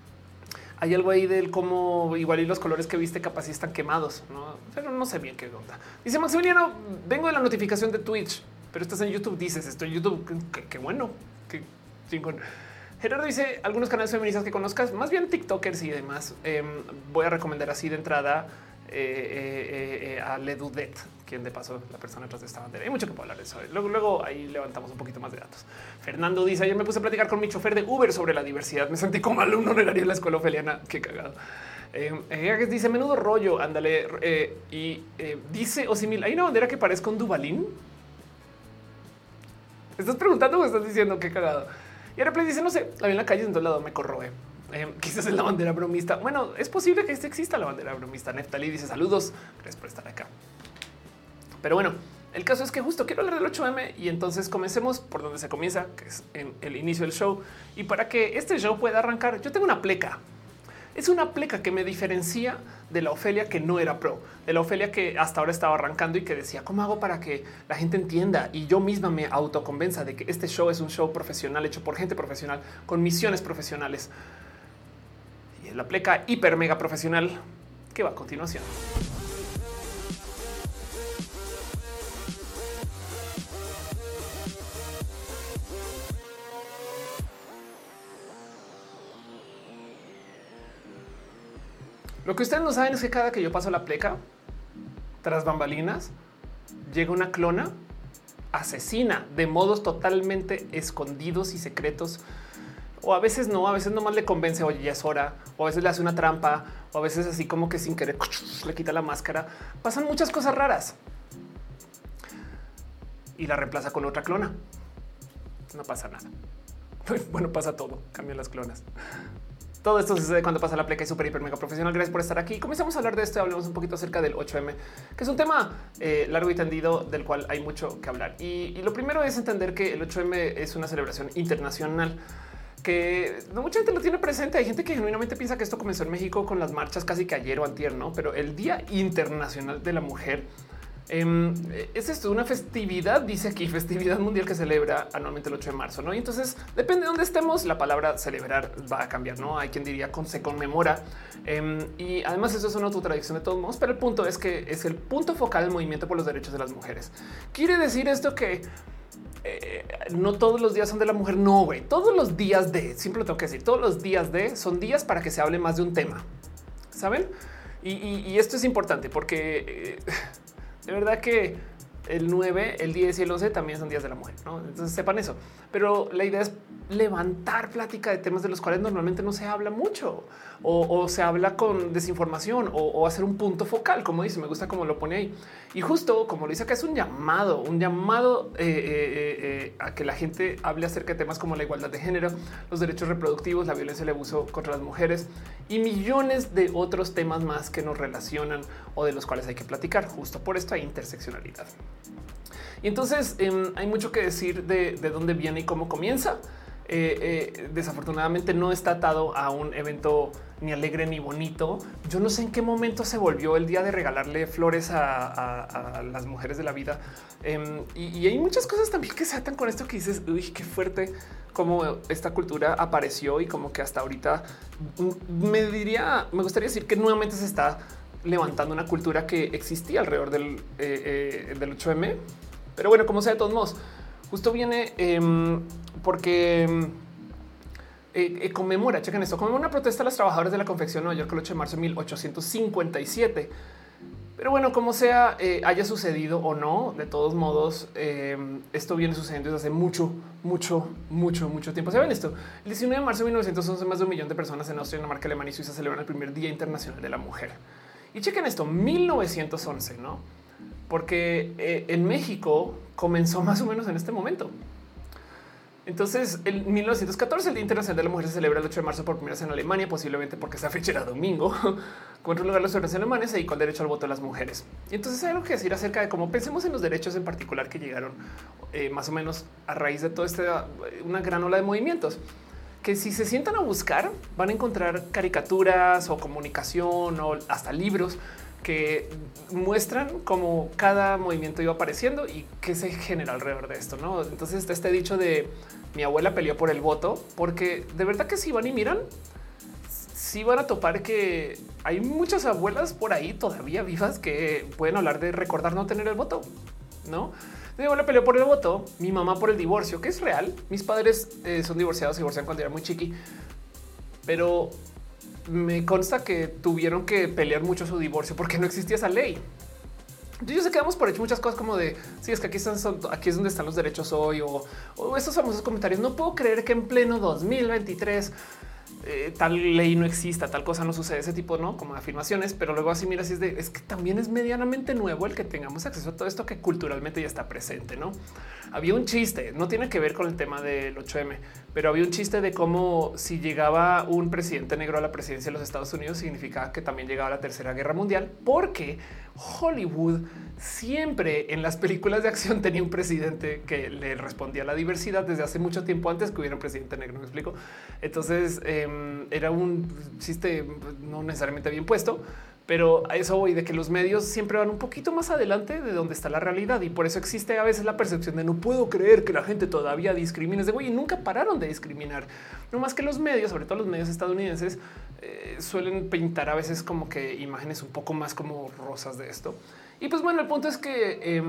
hay algo ahí del cómo igual y los colores que viste capaz sí están quemados, no, pero no sé bien qué onda. Dice Maximiliano, vengo de la notificación de Twitch, pero estás en YouTube. Dices estoy en YouTube. Qué, qué bueno, qué chingón. Gerardo dice algunos canales feministas que conozcas, más bien TikTokers y demás. Eh, voy a recomendar así de entrada eh, eh, eh, a Ledudet, quien de paso la persona detrás de esta bandera. Hay mucho que puedo hablar de eso. Luego, luego ahí levantamos un poquito más de datos. Fernando dice: ayer me puse a platicar con mi chofer de Uber sobre la diversidad. Me sentí como alumno honorario en la escuela ofeliana. Qué cagado. Eh, eh, dice menudo rollo. Ándale. Eh, y eh, dice Osimil: hay una bandera que parezca un Dubalín. ¿Estás preguntando o estás diciendo? Qué cagado. Y ahora dice: no sé, la vi en la calle, en todo lado me corroe. Eh, quizás es la bandera bromista. Bueno, es posible que este exista la bandera bromista. Neftali dice: saludos, gracias por estar acá. Pero bueno, el caso es que justo quiero hablar del ocho eme y entonces comencemos por donde se comienza, que es en el inicio del show. Y para que este show pueda arrancar, yo tengo una pleca. Es una pleca que me diferencia de la Ofelia que no era pro, de la Ofelia que hasta ahora estaba arrancando y que decía: ¿cómo hago para que la gente entienda y yo misma me autoconvenza de que este show es un show profesional hecho por gente profesional con misiones profesionales? Y es la pleca hiper mega profesional que va a continuación. Lo que ustedes no saben es que cada que yo paso la pleca, tras bambalinas, llega una clona asesina de modos totalmente escondidos y secretos. O a veces no, a veces nomás le convence: oye, ya es hora. O a veces le hace una trampa. O a veces así como que sin querer le quita la máscara. Pasan muchas cosas raras. Y la reemplaza con otra clona. No pasa nada. Bueno, pasa todo. Cambian las clonas. Todo esto sucede cuando pasa la pleca y super hiper mega profesional. Gracias por estar aquí. Comenzamos a hablar de esto y hablamos un poquito acerca del ocho eme, que es un tema eh, largo y tendido del cual hay mucho que hablar. Y, y lo primero es entender que el ocho eme es una celebración internacional que no mucha gente lo tiene presente. Hay gente que genuinamente piensa que esto comenzó en México con las marchas casi que ayer o antier, ¿no? Pero el Día Internacional de la Mujer Um, es esto, una festividad, dice aquí, festividad mundial que celebra anualmente el ocho de marzo, ¿no? Y entonces, depende de dónde estemos, la palabra celebrar va a cambiar, ¿no? Hay quien diría con se conmemora. Um, y además eso es una autotradición de todos modos, pero el punto es que es el punto focal del movimiento por los derechos de las mujeres. Quiere decir esto que eh, no todos los días son de la mujer, no, güey. Todos los días de, siempre lo tengo que decir, todos los días de son días para que se hable más de un tema, ¿saben? Y, y, y esto es importante porque... Eh, de verdad que el nueve, el diez y el once también son días de la mujer, ¿no? Entonces sepan eso. Pero la idea es levantar plática de temas de los cuales normalmente no se habla mucho o, o se habla con desinformación o, o hacer un punto focal, como dice, me gusta cómo lo pone ahí. Y justo como lo dice acá, es un llamado, un llamado eh, eh, eh, a que la gente hable acerca de temas como la igualdad de género, los derechos reproductivos, la violencia y el abuso contra las mujeres y millones de otros temas más que nos relacionan o de los cuales hay que platicar. Justo por esto hay interseccionalidad. Y entonces eh, hay mucho que decir de, de dónde viene y cómo comienza. Eh, eh, desafortunadamente no está atado a un evento ni alegre ni bonito. Yo no sé en qué momento se volvió el día de regalarle flores a, a, a las mujeres de la vida. Eh, y, y hay muchas cosas también que se atan con esto que dices, uy, qué fuerte cómo esta cultura apareció y como que hasta ahorita me diría, me gustaría decir que nuevamente se está levantando una cultura que existía alrededor del, eh, eh, del ocho eme. Pero bueno, como sea, de todos modos, justo viene eh, porque eh, eh, conmemora, chequen esto, conmemora una protesta a las trabajadoras de la confección en Nueva York el ocho de marzo de mil ochocientos cincuenta y siete. Pero bueno, como sea, eh, haya sucedido o no, de todos modos, eh, esto viene sucediendo desde hace mucho, mucho, mucho, mucho tiempo. ¿Saben esto? El diecinueve de marzo de mil novecientos once, más de un millón de personas en Austria, Dinamarca, Alemania y Suiza celebran el primer Día Internacional de la Mujer. Y chequen esto, mil novecientos once, ¿no? Porque eh, en México comenzó más o menos en este momento. Entonces, en mil novecientos catorce, el Día Internacional de la Mujer se celebra el ocho de marzo por primera vez en Alemania, posiblemente porque esa fecha era domingo. Con otro lugar, los ciudadanos alemanes se dedicó al derecho al voto de las mujeres. Y entonces hay algo que decir acerca de cómo pensemos en los derechos en particular que llegaron eh, más o menos a raíz de toda esta una gran ola de movimientos. Que si se sientan a buscar, van a encontrar caricaturas o comunicación o hasta libros que muestran cómo cada movimiento iba apareciendo y qué se genera alrededor de esto, ¿no? Entonces está este dicho de mi abuela peleó por el voto, porque de verdad que si van y miran, sí van a topar que hay muchas abuelas por ahí todavía vivas que pueden hablar de recordar no tener el voto, ¿no? Mi abuela peleó por el voto, mi mamá por el divorcio, que es real. Mis padres eh, son divorciados, se divorciaron cuando era muy chiqui, pero me consta que tuvieron que pelear mucho su divorcio porque no existía esa ley. Yo sé que damos por hecho muchas cosas como de sí, es que aquí están, son, aquí es donde están los derechos hoy o, o esos famosos comentarios. No puedo creer que en pleno dos mil veintitrés eh, tal ley no exista, tal cosa no sucede, ese tipo, no como afirmaciones, pero luego así mira, si es de es que también es medianamente nuevo el que tengamos acceso a todo esto que culturalmente ya está presente. No había un chiste, no tiene que ver con el tema del ocho eme, pero había un chiste de cómo si llegaba un presidente negro a la presidencia de los Estados Unidos significaba que también llegaba la Tercera Guerra Mundial, porque Hollywood siempre en las películas de acción tenía un presidente que le respondía a la diversidad desde hace mucho tiempo antes que hubiera un presidente negro. Me explico. Entonces eh, era un chiste no necesariamente bien puesto, pero a eso voy de que los medios siempre van un poquito más adelante de donde está la realidad y por eso existe a veces la percepción de no puedo creer que la gente todavía discrimina. Es de güey, y nunca pararon de discriminar. No más que los medios, sobre todo los medios estadounidenses, eh, suelen pintar a veces como que imágenes un poco más como rosas de esto. Y pues bueno, el punto es que eh,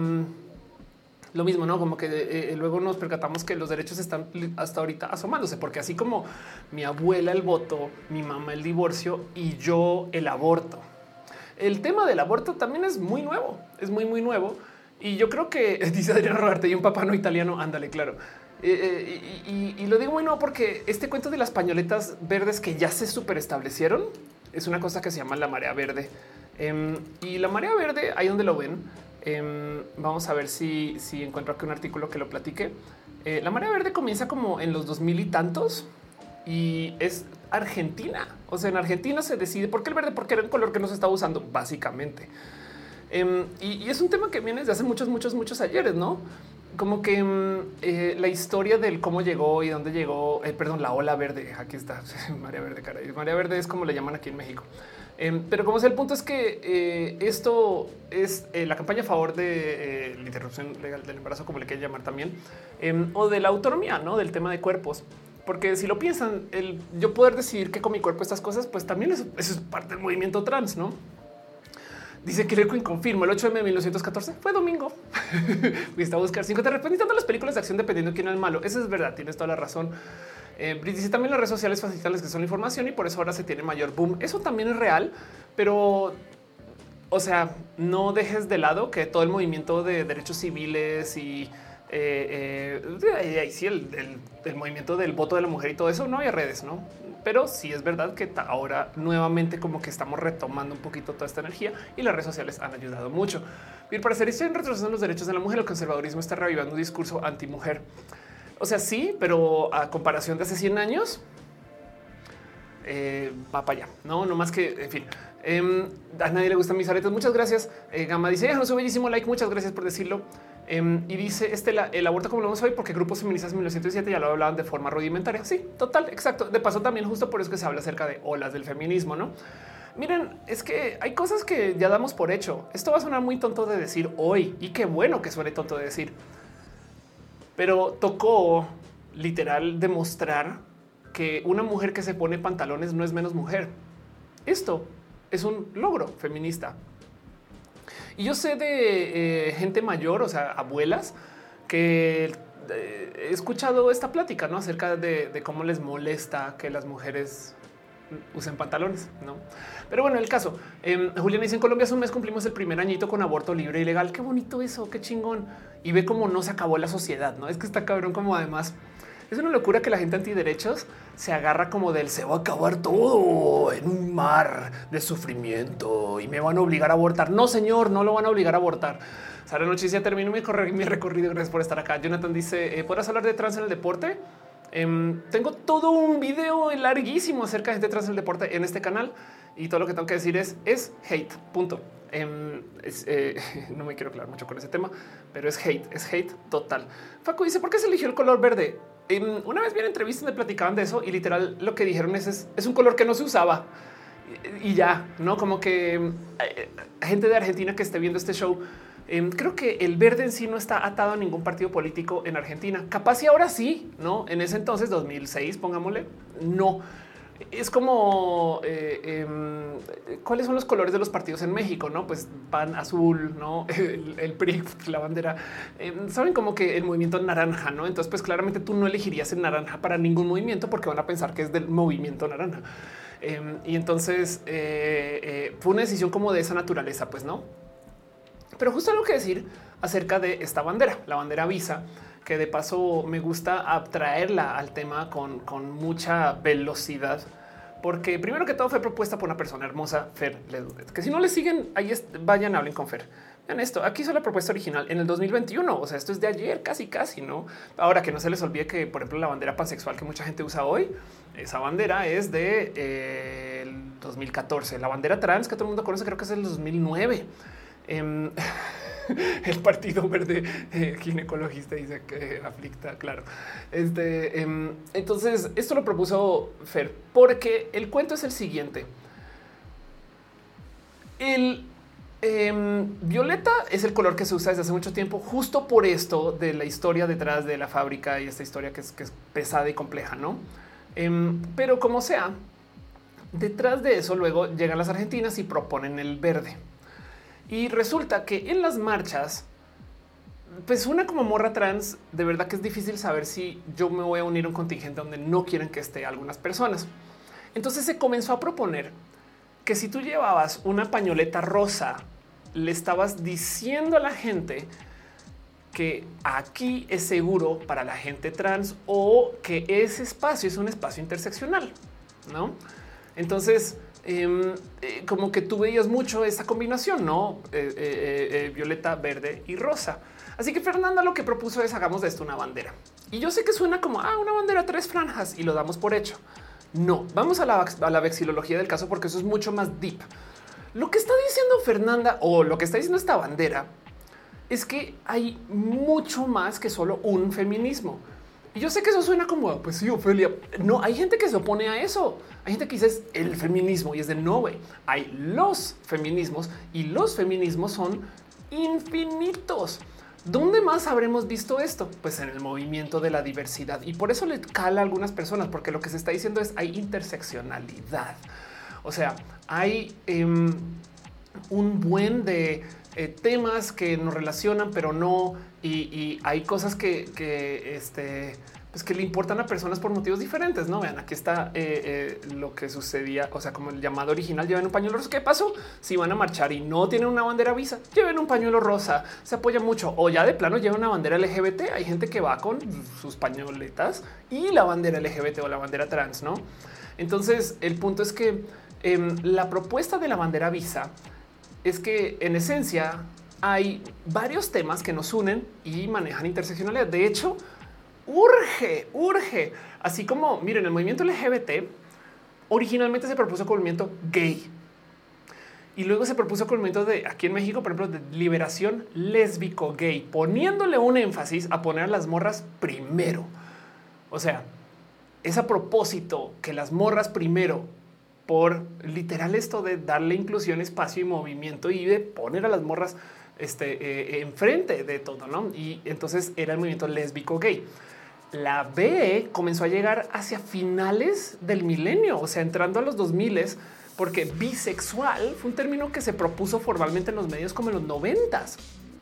lo mismo, no como que eh, luego nos percatamos que los derechos están hasta ahorita asomándose, porque así como mi abuela el voto, mi mamá el divorcio y yo el aborto. El tema del aborto también es muy nuevo, es muy, muy nuevo. Y yo creo que dice Adriano Rodarte y un papá no italiano. Ándale, claro. Eh, eh, y, y, y lo digo muy nuevo porque este cuento de las pañoletas verdes que ya se superestablecieron es una cosa que se llama la marea verde. Eh, y la marea verde, ahí donde lo ven, eh, vamos a ver si, si encuentro aquí un artículo que lo platique. Eh, la marea verde comienza como en los dos mil y tantos y es Argentina. O sea, en Argentina se decide por qué el verde, porque era un color que no se estaba usando básicamente. Um, y, y es un tema que viene desde hace muchos, muchos, muchos ayeres, no? Como que um, eh, la historia del cómo llegó y dónde llegó, eh, perdón, la ola verde. Aquí está María Verde, caray. María Verde es como le llaman aquí en México. Um, pero como sea, el punto es que eh, esto es eh, la campaña a favor de eh, la interrupción legal del embarazo, como le quieren llamar también, um, o de la autonomía, no del tema de cuerpos. Porque si lo piensan, el yo poder decidir que con mi cuerpo estas cosas, pues también eso, eso es parte del movimiento trans, ¿no? Dice que Queen confirmó el ocho eme de mil novecientos catorce fue domingo. Fuiste a buscar cinco. Te arrepentí tanto las películas de acción dependiendo de quién era el malo. Eso es verdad. Tienes toda la razón. Eh, dice también las redes sociales facilitan las que son la información y por eso ahora se tiene mayor boom. Eso también es real, pero o sea, no dejes de lado que todo el movimiento de derechos civiles y Eh, eh, ahí sí, el, el, el movimiento del voto de la mujer y todo eso, no había redes, no? Pero sí es verdad que ahora nuevamente como que estamos retomando un poquito toda esta energía y las redes sociales han ayudado mucho. Y al parecer están retrocediendo los derechos de la mujer. El conservadurismo está revivando un discurso antimujer. O sea, sí, pero a comparación de hace cien años, eh, va para allá, no, no más que, en fin. Eh, a nadie le gustan mis aretes. Muchas gracias. Eh, Gama dice: no, su bellísimo like. Muchas gracias por decirlo. Um, y dice este la, el aborto como lo vemos hoy, porque grupos feministas en mil novecientos siete ya lo hablaban de forma rudimentaria. Sí, total, exacto. De paso, también justo por eso que se habla acerca de olas del feminismo. No miren, es que hay cosas que ya damos por hecho. Esto va a sonar muy tonto de decir hoy y qué bueno que suene tonto de decir, pero tocó literal demostrar que una mujer que se pone pantalones no es menos mujer. Esto es un logro feminista. Y yo sé de eh, gente mayor, o sea, abuelas, que eh, he escuchado esta plática, ¿no? Acerca de, de cómo les molesta que las mujeres usen pantalones, ¿no? Pero bueno, el caso. Eh, Juliana dice: en Colombia hace un mes cumplimos el primer añito con aborto libre y legal. Qué bonito eso, qué chingón. Y ve cómo no se acabó la sociedad, ¿no? Es que está cabrón como además... Es una locura que la gente antiderechos se agarra como del se va a acabar todo en un mar de sufrimiento y me van a obligar a abortar. No, señor, no lo van a obligar a abortar. Sara Noche ya termino mi, mi recorrido. Gracias por estar acá. Jonathan dice: ¿podrás hablar de trans en el deporte? Um, tengo todo un video larguísimo acerca de gente trans en el deporte en este canal y todo lo que tengo que decir es es hate. Punto. Um, es, eh, no me quiero aclarar mucho con ese tema, pero es hate, es hate total. Facu dice: ¿por qué se eligió el color verde? Um, una vez vi en entrevistas me platicaban de eso y literal lo que dijeron es, es, es un color que no se usaba y, y ya, no como que eh, gente de Argentina que esté viendo este show. Eh, creo que el verde en sí no está atado a ningún partido político en Argentina. Capaz y ahora sí, no en ese entonces, dos mil seis, pongámosle, no. Es como eh, eh, cuáles son los colores de los partidos en México, no? Pues pan azul, no el, el P R I, la bandera. Eh, saben como que el movimiento naranja, no? Entonces, pues claramente tú no elegirías el naranja para ningún movimiento porque van a pensar que es del movimiento naranja. Eh, y entonces eh, eh, fue una decisión como de esa naturaleza, pues no. Pero justo algo que decir acerca de esta bandera, la bandera Visa, que de paso me gusta abstraerla al tema con, con mucha velocidad, porque primero que todo fue propuesta por una persona hermosa, Fer Ledudet, que si no le siguen, ahí es, vayan, hablen con Fer. Vean esto, aquí hizo la propuesta original en el dos mil veintiuno, o sea, esto es de ayer, casi, casi, ¿no? Ahora que no se les olvide que, por ejemplo, la bandera pansexual que mucha gente usa hoy, esa bandera es de eh, el dos mil catorce. La bandera trans que todo el mundo conoce creo que es del dos mil nueve. Eh, el Partido Verde eh, ginecologista dice que aflicta, claro. Este, eh, entonces, esto lo propuso Fer, porque el cuento es el siguiente. El eh, violeta es el color que se usa desde hace mucho tiempo, justo por esto de la historia detrás de la fábrica y esta historia que es, que es pesada y compleja, ¿no? Eh, pero como sea, detrás de eso luego llegan las argentinas y proponen el verde. Y resulta que en las marchas, pues una como morra trans, de verdad que es difícil saber si yo me voy a unir a un contingente donde no quieren que esté algunas personas. Entonces se comenzó a proponer que si tú llevabas una pañoleta rosa, le estabas diciendo a la gente que aquí es seguro para la gente trans o que ese espacio es un espacio interseccional, ¿no? Entonces, Eh, eh, como que tú veías mucho esa combinación, no eh, eh, eh, violeta, verde y rosa. Así que Fernanda lo que propuso es hagamos de esto una bandera. Y yo sé que suena como ah, una bandera, tres franjas y lo damos por hecho. No, vamos a la, a la vexilología del caso, porque eso es mucho más deep. Lo que está diciendo Fernanda o lo que está diciendo esta bandera es que hay mucho más que solo un feminismo. Y yo sé que eso suena como, pues sí, Ofelia. No, hay gente que se opone a eso. Hay gente que dice es el feminismo y es de no, güey. Hay los feminismos y los feminismos son infinitos. ¿Dónde más habremos visto esto? Pues en el movimiento de la diversidad. Y por eso le cala a algunas personas, porque lo que se está diciendo es hay interseccionalidad. O sea, hay eh, un buen de eh, temas que nos relacionan, pero no. Y, y hay cosas que, que, este, pues que le importan a personas por motivos diferentes. No vean, aquí está eh, eh, lo que sucedía. O sea, como el llamado original, lleven un pañuelo rosa. ¿Qué pasó? Si van a marchar y no tienen una bandera Visa, lleven un pañuelo rosa. Se apoya mucho. O ya de plano lleven una bandera L G B T. Hay gente que va con sus pañoletas y la bandera L G B T o la bandera trans, no? Entonces, el punto es que eh, la propuesta de la bandera Visa es que en esencia hay varios temas que nos unen y manejan interseccionalidad. De hecho, urge, urge. Así como, miren, el movimiento L G B T originalmente se propuso como movimiento gay. Y luego se propuso como movimiento de, aquí en México, por ejemplo, de liberación lésbico gay, poniéndole un énfasis a poner a las morras primero. O sea, es a propósito que las morras primero, por literal esto de darle inclusión, espacio y movimiento y de poner a las morras este, eh, enfrente de todo, ¿no? Y entonces era el movimiento lésbico gay. La B comenzó a llegar hacia finales del milenio, o sea, entrando a los dos miles, porque bisexual fue un término que se propuso formalmente en los medios como en los noventas.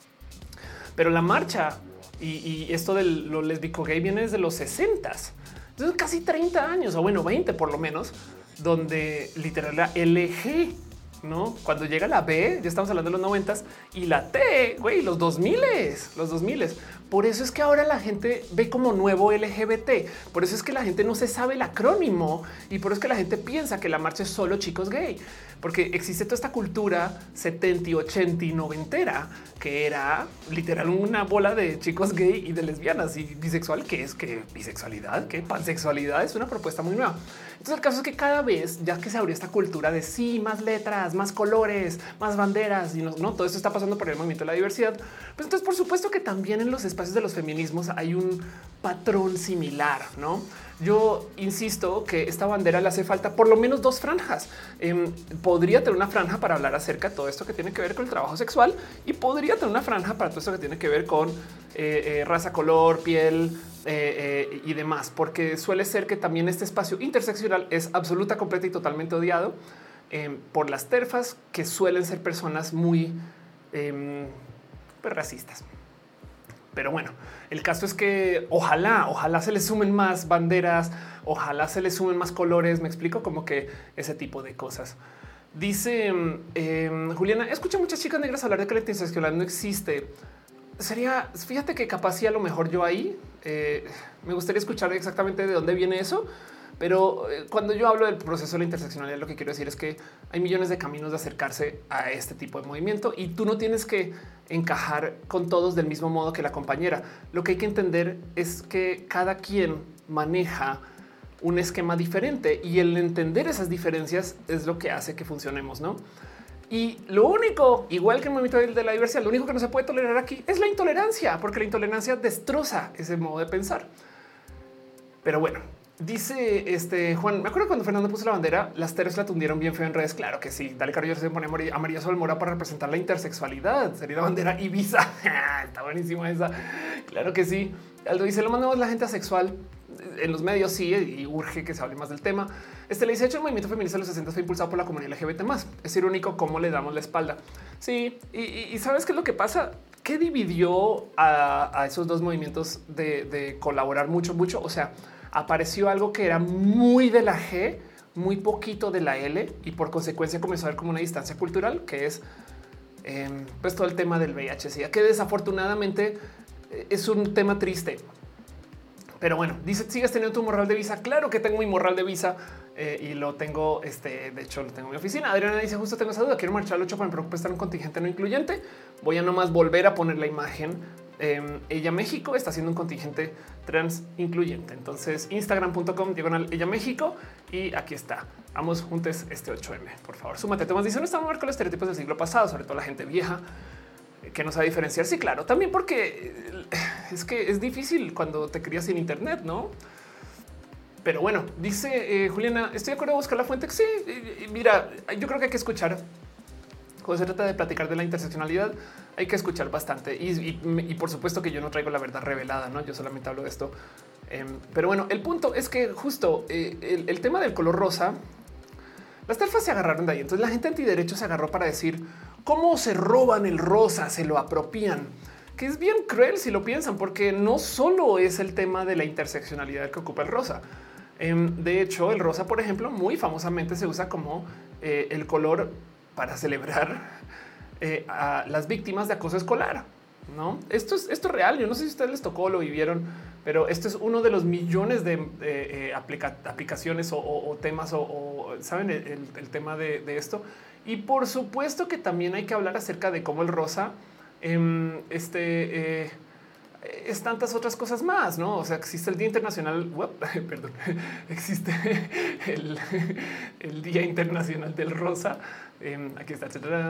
Pero la marcha y, y esto de lo lésbico gay viene desde los sesentas. Entonces casi treinta años, o bueno, veinte por lo menos, donde literal la L G, ¿no? Cuando llega la B, ya estamos hablando de los noventas, y la T, güey, los dos miles, los dos miles. Por eso es que ahora la gente ve como nuevo L G B T. Por eso es que la gente no se sabe el acrónimo y por eso es que la gente piensa que la marcha es solo chicos gay, porque existe toda esta cultura setenta, ochenta y noventera que era literal una bola de chicos gay y de lesbianas y bisexual, que es que bisexualidad, que pansexualidad es una propuesta muy nueva. Entonces el caso es que cada vez ya que se abrió esta cultura de sí, más letras, más colores, más banderas y no, no todo esto está pasando por el movimiento de la diversidad. Pues entonces por supuesto que también en los espacios de los feminismos hay un patrón similar, ¿no? Yo insisto que esta bandera le hace falta por lo menos dos franjas. Eh, podría tener una franja para hablar acerca de todo esto que tiene que ver con el trabajo sexual y podría tener una franja para todo esto que tiene que ver con eh, eh, raza, color, piel eh, eh, y demás, porque suele ser que también este espacio interseccional es absoluta, completa y totalmente odiado eh, por las terfas que suelen ser personas muy eh, pues, racistas. Pero bueno, el caso es que ojalá, ojalá se le sumen más banderas, ojalá se le sumen más colores. Me explico, como que ese tipo de cosas. Dice eh, Juliana, escucho muchas chicas negras hablar de que la interseccionalidad no existe. Sería, fíjate que capaz sí a lo mejor yo ahí eh, me gustaría escuchar exactamente de dónde viene eso. Pero eh, cuando yo hablo del proceso de la interseccionalidad, lo que quiero decir es que hay millones de caminos de acercarse a este tipo de movimiento y tú no tienes que encajar con todos del mismo modo que la compañera. Lo que hay que entender es que cada quien maneja un esquema diferente y el entender esas diferencias es lo que hace que funcionemos, ¿no? Y lo único, igual que el movimiento de la diversidad, lo único que no se puede tolerar aquí es la intolerancia, porque la intolerancia destroza ese modo de pensar. Pero bueno, dice este Juan, me acuerdo cuando Fernando puso la bandera, las teres la tundieron bien feo en redes. Claro que sí. Dale Carrillo se pone amarilla sobre mora para representar la intersexualidad. Sería la bandera Ibiza. Está buenísima esa. Claro que sí. Aldo dice, lo mandamos la gente asexual en los medios. Sí, y urge que se hable más del tema. Este le dice, hecho el movimiento feminista de los sesenta fue impulsado por la comunidad L G B T más. Es irónico cómo le damos la espalda. Sí. Y, y, y sabes qué es lo que pasa? ¿Qué dividió a, a esos dos movimientos de, de colaborar mucho, mucho? O sea, apareció algo que era muy de la G, muy poquito de la L y por consecuencia comenzó a haber como una distancia cultural que es eh, pues todo el tema del V I H, que desafortunadamente eh, es un tema triste. Pero bueno, dice, ¿sigues teniendo tu morral de visa? Claro que tengo mi morral de visa eh, y lo tengo, este, de hecho lo tengo en mi oficina. Adriana dice, justo tengo esa duda, quiero marchar al ocho para estar un contingente no incluyente. Voy a nomás volver a poner la imagen. Eh, ella México está haciendo un contingente trans incluyente. Entonces instagram punto com diagonal ella México y aquí está. Vamos juntos este ocho eme. Por favor, súmate. Tomás dice, no estamos con los estereotipos del siglo pasado, sobre todo la gente vieja que no sabe diferenciar. Sí, claro, también porque es que es difícil cuando te crías sin internet, ¿no? Pero bueno, dice eh, Juliana, estoy de acuerdo a buscar la fuente. Sí, mira, yo creo que hay que escuchar. Cuando se trata de platicar de la interseccionalidad, hay que escuchar bastante. Y, y, y por supuesto que yo no traigo la verdad revelada, ¿no? Yo solamente hablo de esto. Eh, pero bueno, el punto es que justo eh, el, el tema del color rosa, las terfas se agarraron de ahí. Entonces la gente antiderecho se agarró para decir cómo se roban el rosa, se lo apropian, que es bien cruel si lo piensan, porque no solo es el tema de la interseccionalidad que ocupa el rosa. Eh, de hecho, el rosa, por ejemplo, muy famosamente se usa como eh, el color para celebrar eh, a las víctimas de acoso escolar. No, esto es esto es real. Yo no sé si a ustedes les tocó o lo vivieron, pero esto es uno de los millones de eh, eh, aplica aplicaciones o, o, o temas o, o saben el, el, el tema de, de esto. Y por supuesto que también hay que hablar acerca de cómo el rosa eh, este, eh, es tantas otras cosas más, ¿no? O sea, existe el Día Internacional, uop, perdón, existe el, el Día Internacional del Rosa. Eh, aquí está, etcétera.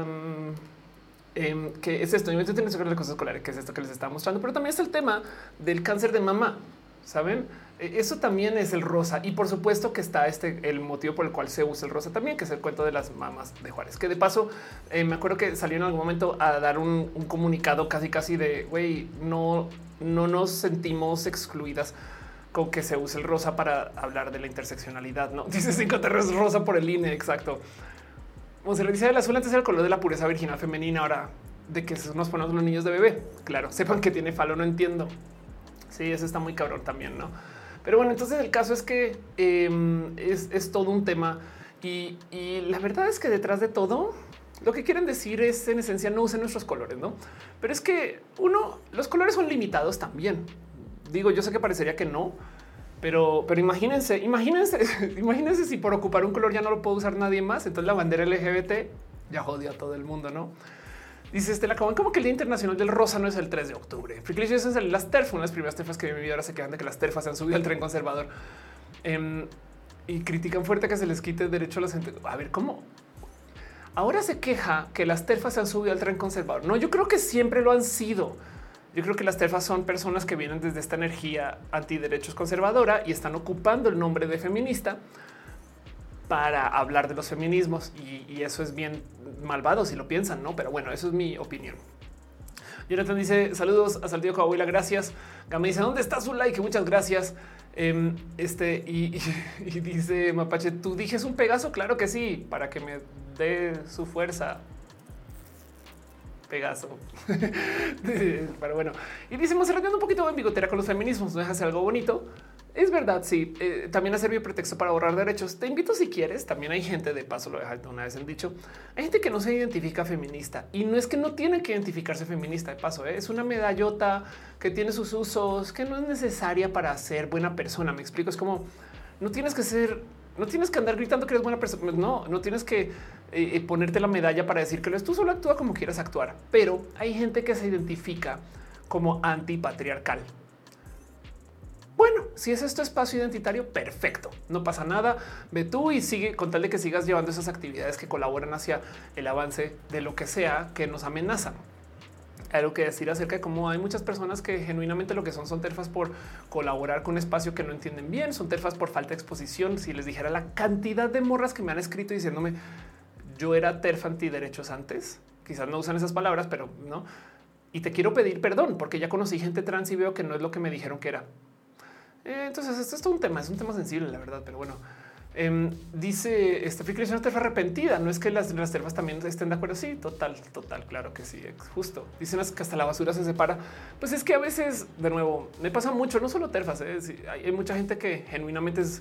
Eh, que es esto, yo tengo sobre las cosas escolares, que es esto que les estaba mostrando, pero también está el tema del cáncer de mama. Saben, eso también es el rosa. Y por supuesto que está este el motivo por el cual se usa el rosa también, que es el cuento de las mamas de Juárez, que de paso eh, me acuerdo que salió en algún momento a dar un, un comunicado casi casi de güey, no, no nos sentimos excluidas con que se use el rosa para hablar de la interseccionalidad. No dice cinco terrenos rosa por el I N E. Exacto. Como se le dice, el azul antes era el color de la pureza virginal femenina. Ahora de que nos ponemos los niños de bebé. Claro, sepan que tiene falo. No entiendo. Sí, eso está muy cabrón también, no? Pero bueno, entonces el caso es que eh, es, es todo un tema y, y la verdad es que detrás de todo lo que quieren decir es en esencia no usen nuestros colores, no? Pero es que uno, los colores son limitados también. Digo, yo sé que parecería que no, pero, pero imagínense, imagínense, imagínense si por ocupar un color ya no lo puede usar nadie más. Entonces la bandera L G B T ya jodió a todo el mundo, no? Dice Estela Cabán, como que el Día Internacional del Rosa no es el tres de octubre. Las TERF, una de las primeras TERFas que vi en mi vida, ahora se quejan de que las TERFas se han subido al tren conservador eh, y critican fuerte que se les quite el derecho a la gente. A ver, ¿cómo? Ahora se queja que las TERFas se han subido al tren conservador. No, yo creo que siempre lo han sido. Yo creo que las TERFas son personas que vienen desde esta energía antiderechos conservadora y están ocupando el nombre de feminista para hablar de los feminismos y, y eso es bien malvado si lo piensan, no? Pero bueno, eso es mi opinión. Jonathan dice saludos a Saltillo Coahuila, gracias. Gama dice ¿dónde está su like? Muchas gracias. Eh, este y, y, y dice Mapache, tú dijes un Pegaso, claro que sí, para que me dé su fuerza. Pegaso. Pero bueno, y dice Monserrat un poquito en bigotera con los feminismos, no deja hacer algo bonito. Es verdad, sí. Eh, también ha servido pretexto para ahorrar derechos. Te invito si quieres. También hay gente, de paso lo deja una vez en dicho, hay gente que no se identifica feminista y no es que no tiene que identificarse feminista. De paso, ¿eh? Es una medallota que tiene sus usos, que no es necesaria para ser buena persona. Me explico. Es como no tienes que ser, no tienes que andar gritando que eres buena persona. No, no tienes que eh, ponerte la medalla para decir que lo es. Tú solo actúa como quieras actuar, pero hay gente que se identifica como antipatriarcal. Bueno, si ese es tu espacio identitario, perfecto, no pasa nada. Ve tú y sigue con tal de que sigas llevando esas actividades que colaboran hacia el avance de lo que sea que nos amenaza. Hay algo que decir acerca de cómo hay muchas personas que genuinamente lo que son son terfas por colaborar con un espacio que no entienden bien, son terfas por falta de exposición. Si les dijera la cantidad de morras que me han escrito diciéndome yo era terfa antiderechos antes, quizás no usan esas palabras, pero no. Y te quiero pedir perdón porque ya conocí gente trans y veo que no es lo que me dijeron que era. Entonces, esto es todo un tema, es un tema sensible, la verdad, pero bueno. Eh, dice este Friki es una terfa arrepentida. No es que las, las terfas también estén de acuerdo. Sí, total, total, claro que sí, justo. Dicen que hasta la basura se separa. Pues es que a veces, de nuevo, me pasa mucho, no solo terfas. ¿eh? Sí, hay, hay mucha gente que genuinamente es,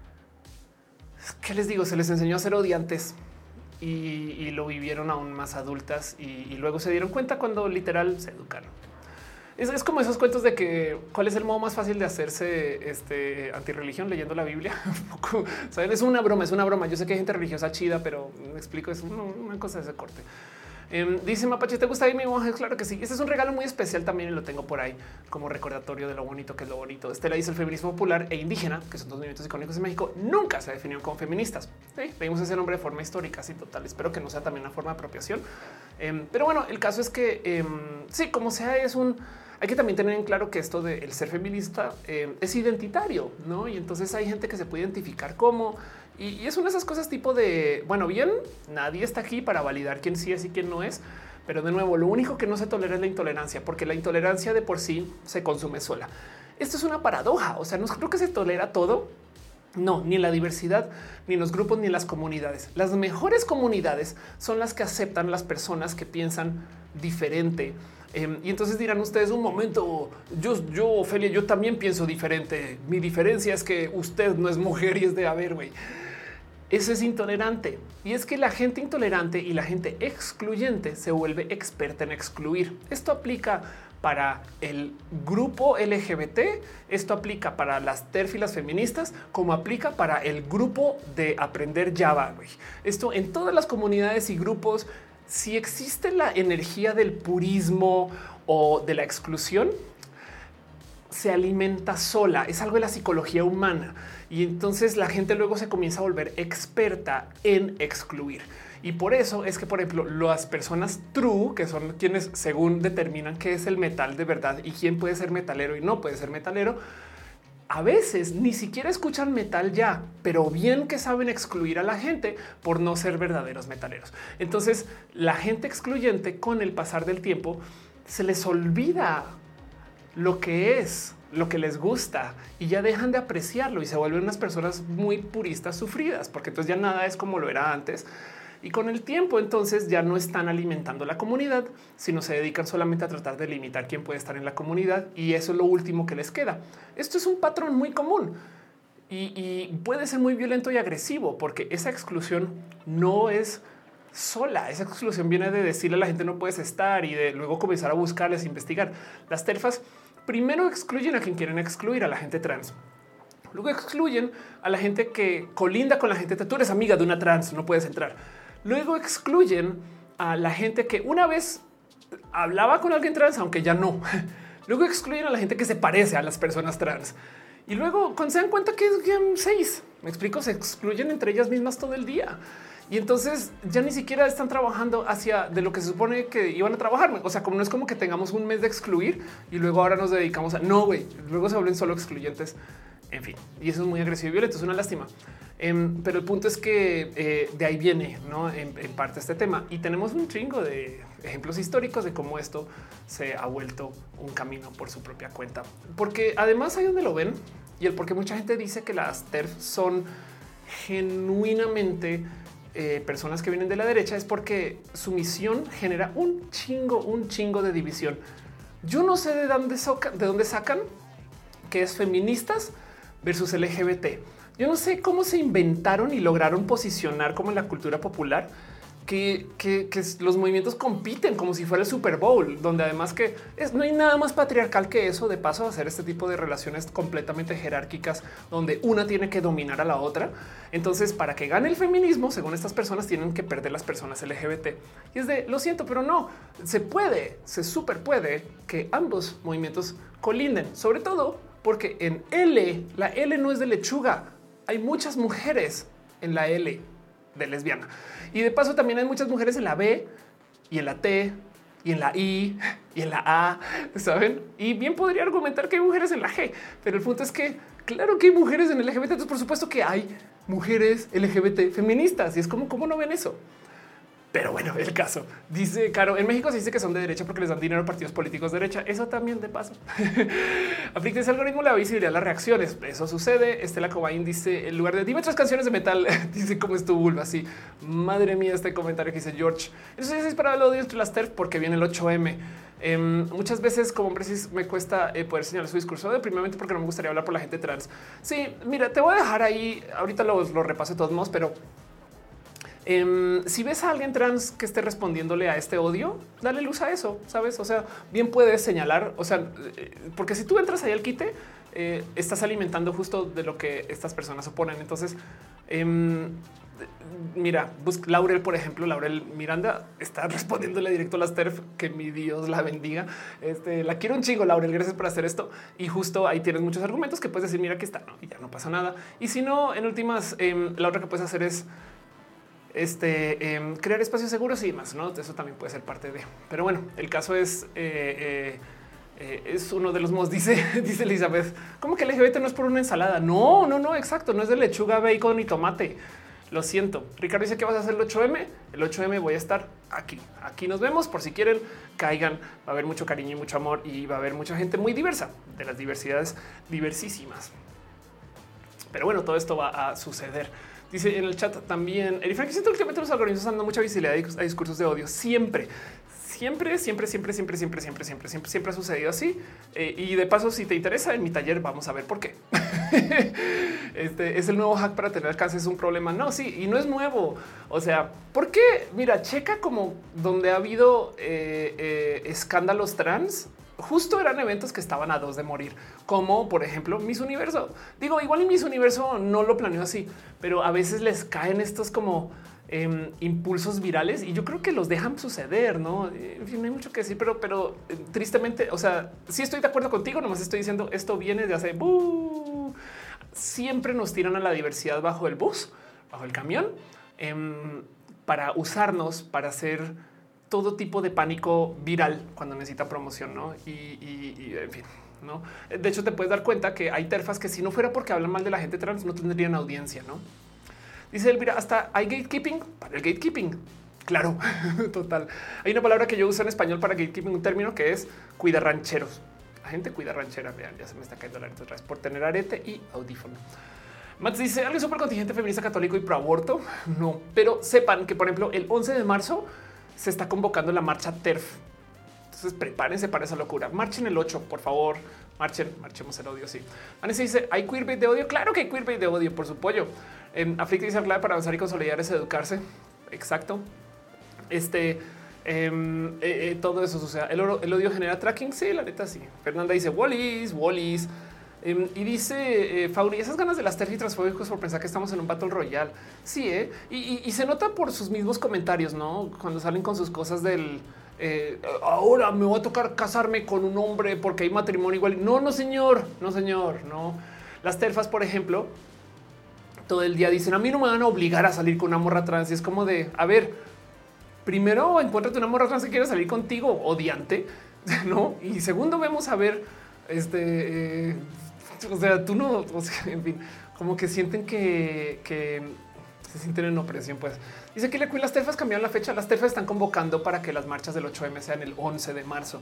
¿qué les digo? Se les enseñó a ser odiantes y, y lo vivieron aún más adultas y, y luego se dieron cuenta cuando literal se educaron. Es, es como esos cuentos de que cuál es el modo más fácil de hacerse este antirreligión leyendo la Biblia. ¿Saben? Es una broma, es una broma. Yo sé que hay gente religiosa chida, pero me explico, es una, una cosa de ese corte. Eh, dice Mapache, ¿te gusta ahí mi monje? Claro que sí. Este es un regalo muy especial también y lo tengo por ahí como recordatorio de lo bonito que es lo bonito. Estela dice el feminismo popular e indígena, que son dos movimientos icónicos en México, nunca se definieron como feministas. Sí, leímos ese nombre de forma histórica, sí, total. Espero que no sea también una forma de apropiación. Eh, pero bueno, el caso es que eh, sí, como sea, es un... Hay que también tener en claro que esto de el ser feminista eh, es identitario, ¿no? Y entonces hay gente que se puede identificar como... Y, y es una de esas cosas tipo de, bueno, bien, nadie está aquí para validar quién sí es y quién no es. Pero de nuevo, lo único que no se tolera es la intolerancia, porque la intolerancia de por sí se consume sola. Esto es una paradoja, o sea, no creo que se tolera todo. No, ni en la diversidad, ni en los grupos, ni en las comunidades. Las mejores comunidades son las que aceptan las personas que piensan diferente. Eh, y entonces dirán ustedes un momento, yo, yo, Ofelia, yo también pienso diferente. Mi diferencia es que usted no es mujer y es de, a ver, güey, eso es intolerante. Y es que la gente intolerante y la gente excluyente se vuelve experta en excluir. Esto aplica para el grupo L G B T, esto aplica para las térfilas feministas, como aplica para el grupo de aprender Java. Güey. Esto en todas las comunidades y grupos. Si existe la energía del purismo o de la exclusión, se alimenta sola. Es algo de la psicología humana. Y entonces la gente luego se comienza a volver experta en excluir. Y por eso es que, por ejemplo, las personas true, que son quienes según determinan qué es el metal de verdad y quién puede ser metalero y no puede ser metalero, a veces ni siquiera escuchan metal ya, pero bien que saben excluir a la gente por no ser verdaderos metaleros. Entonces la gente excluyente con el pasar del tiempo se les olvida lo que es, lo que les gusta y ya dejan de apreciarlo y se vuelven unas personas muy puristas sufridas, porque entonces ya nada es como lo era antes. Y con el tiempo entonces ya no están alimentando la comunidad, sino se dedican solamente a tratar de limitar quién puede estar en la comunidad. Y eso es lo último que les queda. Esto es un patrón muy común y, y puede ser muy violento y agresivo porque esa exclusión no es sola. Esa exclusión viene de decirle a la gente no puedes estar y de luego comenzar a buscarles, investigar. Las terfas primero excluyen a quien quieren excluir, a la gente trans. Luego excluyen a la gente que colinda con la gente. Tú eres amiga de una trans, no puedes entrar. Luego excluyen a la gente que una vez hablaba con alguien trans, aunque ya no. Luego excluyen a la gente que se parece a las personas trans. Y luego cuando se dan cuenta que es seis, me explico, se excluyen entre ellas mismas todo el día. Y entonces ya ni siquiera están trabajando hacia de lo que se supone que iban a trabajar. O sea, como no es como que tengamos un mes de excluir y luego ahora nos dedicamos a no, güey, luego se vuelven solo excluyentes. En fin, y eso es muy agresivo y violento, es una lástima. Um, pero el punto es que eh, de ahí viene, ¿no? En, en parte este tema. Y tenemos un chingo de ejemplos históricos de cómo esto se ha vuelto un camino por su propia cuenta. Porque además hay donde lo ven y el por qué mucha gente dice que las T E R F son genuinamente eh, personas que vienen de la derecha es porque su misión genera un chingo, un chingo de división. Yo no sé de dónde, soca, de dónde sacan que es feministas versus L G B T. Yo no sé cómo se inventaron y lograron posicionar como en la cultura popular que, que, que los movimientos compiten como si fuera el Super Bowl, donde además que es, no hay nada más patriarcal que eso. De paso, hacer este tipo de relaciones completamente jerárquicas donde una tiene que dominar a la otra. Entonces, para que gane el feminismo, según estas personas, tienen que perder las personas L G B T. Y es de lo siento, pero no se puede, se super puede que ambos movimientos colinden, sobre todo porque en L, la L no es de lechuga. Hay muchas mujeres en la L de lesbiana. Y de paso también hay muchas mujeres en la B y en la T y en la I y en la A, ¿saben? Y bien podría argumentar que hay mujeres en la G, pero el punto es que claro que hay mujeres en L G B T, entonces por supuesto que hay mujeres L G B T feministas y es como, ¿cómo no ven eso? Pero bueno, el caso dice Caro, en México se dice que son de derecha porque les dan dinero a partidos políticos de derecha. Eso también de paso. Aplica ese algoritmo, la visibilidad de las reacciones. Eso sucede. Estela Cobain dice en lugar de dime otras canciones de metal, dice cómo es tu vulva. Así madre mía, este comentario que dice George. Eso es para el odio entre las T E R F porque viene el ocho M. Eh, muchas veces como hombre me cuesta eh, poder señalar su discurso de primeramente porque no me gustaría hablar por la gente trans. Sí, mira, te voy a dejar ahí. Ahorita lo, lo repaso de todos modos, pero Um, si ves a alguien trans que esté respondiéndole a este odio, dale luz a eso, sabes? O sea, bien puedes señalar, o sea, porque si tú entras ahí al quite, eh, estás alimentando justo de lo que estas personas oponen. Entonces, um, mira, busca Laurel, por ejemplo, Laurel Miranda está respondiéndole directo a las T E R F. Que mi Dios la bendiga. Este, la quiero un chingo, Laurel. Gracias por hacer esto. Y justo ahí tienes muchos argumentos que puedes decir, mira, aquí está, ¿no? Y ya no pasa nada. Y si no, en últimas, um, la otra que puedes hacer es este eh, crear espacios seguros y demás, ¿no? Eso también puede ser parte de. Pero bueno, el caso es eh, eh, eh, es uno de los modos. Dice, dice Elizabeth, ¿cómo que el L G B T no es por una ensalada? No, no, no, exacto. No es de lechuga, bacon y tomate. Lo siento. Ricardo dice que vas a hacer el ocho M. El ocho M voy a estar aquí. Aquí nos vemos por si quieren caigan. Va a haber mucho cariño y mucho amor y va a haber mucha gente muy diversa, de las diversidades diversísimas. Pero bueno, todo esto va a suceder. Dice en el chat también, Eri Frank, siento que últimamente los algoritmos han dado mucha visibilidad a discursos de odio. Siempre, siempre, siempre, siempre, siempre, siempre, siempre, siempre, siempre, siempre ha sucedido así. Eh, y de paso, si te interesa en mi taller, vamos a ver por qué. Este es el nuevo hack para tener alcance. Es un problema. No, sí, y no es nuevo. O sea, ¿por qué? Mira, checa como donde ha habido eh, eh, escándalos trans. Justo eran eventos que estaban a dos de morir, como por ejemplo Miss Universo. Digo, igual y Miss Universo no lo planeó así, pero a veces les caen estos como eh, impulsos virales y yo creo que los dejan suceder, ¿no? En fin, no hay mucho que decir, pero, pero eh, tristemente, o sea, sí estoy de acuerdo contigo, nomás estoy diciendo esto viene de hace... ¡Buu! Siempre nos tiran a la diversidad bajo el bus, bajo el camión, eh, para usarnos, para hacer todo tipo de pánico viral cuando necesita promoción, ¿no? Y, y, y en fin, ¿no? De hecho, te puedes dar cuenta que hay terfas que si no fuera porque hablan mal de la gente trans no tendrían audiencia, ¿no? Dice Elvira, hasta hay gatekeeping para el gatekeeping. Claro, total. Hay una palabra que yo uso en español para gatekeeping, un término que es cuidar rancheros. La gente cuida ranchera, vean, ya se me está cayendo la arete otra vez por tener arete y audífono. Matt dice, ¿alguien super contingente feminista católico y pro aborto? No, pero sepan que, por ejemplo, el once de marzo se está convocando la marcha T E R F. Entonces prepárense para esa locura. Marchen el ocho, por favor. Marchen, marchemos el odio. Sí. Vanessa dice, ¿hay queerbait de odio? Claro que hay queerbait de odio, por su pollo. En África dice, clave para avanzar y consolidar es educarse. Exacto. Este, eh, eh, eh, todo eso. O sea, el, oro, el odio genera tracking. Sí, la neta, sí. Fernanda dice, Wallis, Wallis. Um, y dice eh, Fauri, esas ganas de las T E R F y transfóbicos por pensar que estamos en un Battle Royale. Sí, ¿eh? y, y, y se nota por sus mismos comentarios, ¿no? Cuando salen con sus cosas del eh, ahora me voy a tocar casarme con un hombre porque hay matrimonio igual. No, no, señor, no, señor, no. Las terfas, por ejemplo, todo el día dicen a mí no me van a obligar a salir con una morra trans. Y es como de a ver, primero encuéntrate una morra trans que quiera salir contigo, odiante, no? Y segundo, vemos a ver este. Eh, O sea, tú no, o sea, en fin, como que sienten que, que se sienten en opresión. Pues dice que las terfas cambiaron la fecha. Las terfas están convocando para que las marchas del ocho M sean el once de marzo.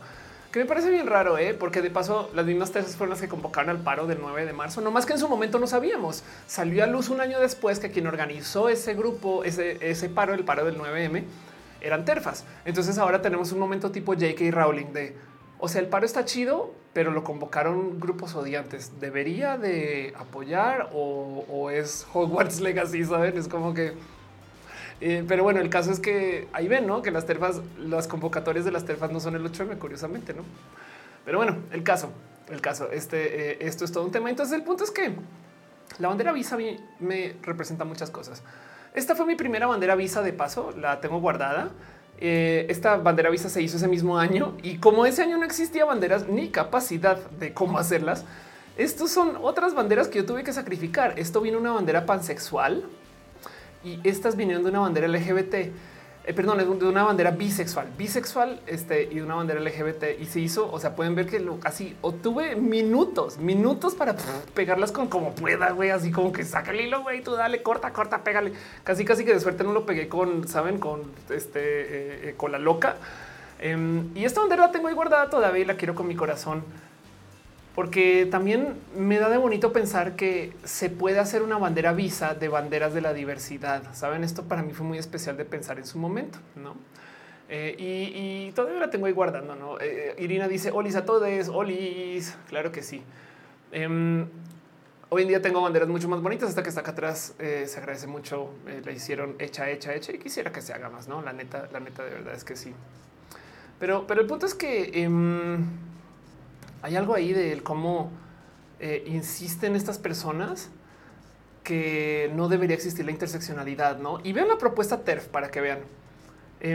Que me parece bien raro, ¿eh? Porque de paso las mismas terfas fueron las que convocaron al paro del nueve de marzo, no más que en su momento no sabíamos. Salió a luz un año después que quien organizó ese grupo, ese, ese paro, el paro del nueve eme, eran terfas. Entonces ahora tenemos un momento tipo J K Rowling de, o sea, el paro está chido, pero lo convocaron grupos odiantes. ¿Debería de apoyar o, o es Hogwarts Legacy? ¿Saben? Es como que... Eh, pero bueno, el caso es que ahí ven, ¿no? Que las terfas, las convocatorias de las terfas no son el ocho eme, curiosamente, ¿no? Pero bueno, el caso, el caso, este, eh, esto es todo un tema. Entonces el punto es que la bandera visa a mí me representa muchas cosas. Esta fue mi primera bandera visa de paso, la tengo guardada. Eh, esta bandera visa se hizo ese mismo año y como ese año no existía banderas ni capacidad de cómo hacerlas, estos son otras banderas que yo tuve que sacrificar. Esto vino una bandera pansexual y estas vinieron de una bandera L G B T, eh, perdón, de una bandera bisexual, bisexual este, y una bandera L G B T. Y se hizo, o sea, pueden ver que lo así obtuve minutos, minutos para pff, pegarlas con como pueda, güey, así como que saca el hilo, güey, tú dale, corta, corta, pégale. Casi, casi que de suerte no lo pegué con, saben, con este, eh, eh, con la loca. Eh, y esta bandera la tengo ahí guardada todavía y la quiero con mi corazón. Porque también me da de bonito pensar que se puede hacer una bandera visa de banderas de la diversidad. Saben, esto para mí fue muy especial de pensar en su momento, no? Eh, y, y todavía la tengo ahí guardando. No, eh, Irina dice olis a todos. Olis. Claro que sí. Eh, hoy en día tengo banderas mucho más bonitas. Hasta que está acá atrás eh, se agradece mucho. Eh, la hicieron hecha, hecha, hecha y quisiera que se haga más. No, la neta, la neta de verdad es que sí. Pero, pero el punto es que eh, hay algo ahí de cómo eh, insisten estas personas que no debería existir la interseccionalidad, ¿no? Y vean la propuesta TERF para que vean. Eh,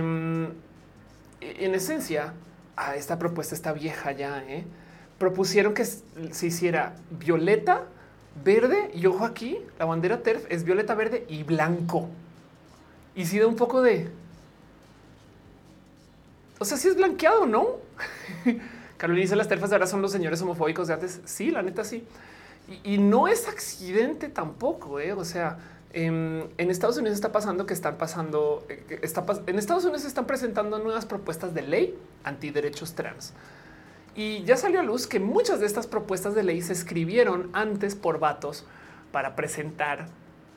en esencia, a esta propuesta está vieja ya, ¿eh? Propusieron que se hiciera violeta, verde y ojo aquí, la bandera TERF es violeta, verde y blanco. Y si da un poco de... O sea, si es blanqueado, ¿no? Carolina dice las terfas de ahora son los señores homofóbicos de antes. Sí, la neta sí. Y, y no es accidente tampoco. ¿eh? O sea, en, en Estados Unidos está pasando que están pasando, está, en Estados Unidos se están presentando nuevas propuestas de ley antiderechos trans. Y ya salió a luz que muchas de estas propuestas de ley se escribieron antes por vatos para presentar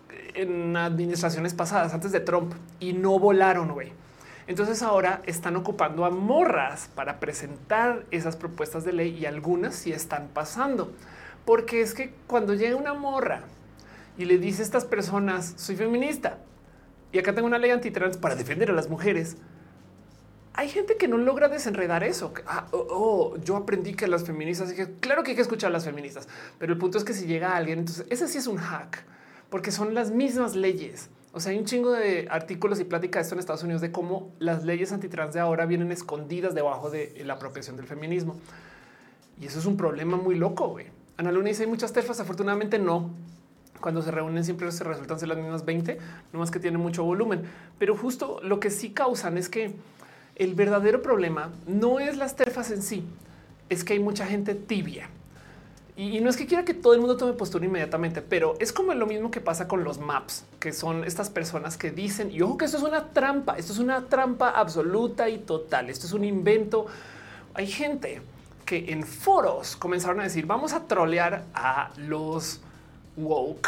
en administraciones pasadas, antes de Trump, y no volaron, güey. Entonces ahora están ocupando a morras para presentar esas propuestas de ley y algunas sí están pasando. Porque es que cuando llega una morra y le dice a estas personas, soy feminista y acá tengo una ley antitrans para defender a las mujeres, hay gente que no logra desenredar eso. Ah, oh, oh, yo aprendí que las feministas, dije, claro que hay que escuchar a las feministas, pero el punto es que si llega alguien, entonces ese sí es un hack, porque son las mismas leyes. O sea, hay un chingo de artículos y plática de esto en Estados Unidos de cómo las leyes antitrans de ahora vienen escondidas debajo de la apropiación del feminismo. Y eso es un problema muy loco, güey. Ana Luna dice, hay muchas terfas, afortunadamente no. Cuando se reúnen siempre se resultan ser las mismas veinte, no más que tienen mucho volumen. Pero justo lo que sí causan es que el verdadero problema no es las terfas en sí, es que hay mucha gente tibia. Y no es que quiera que todo el mundo tome postura inmediatamente, pero es como lo mismo que pasa con los maps, que son estas personas que dicen, y ojo que esto es una trampa, esto es una trampa absoluta y total, esto es un invento. Hay gente que en foros comenzaron a decir, vamos a trolear a los woke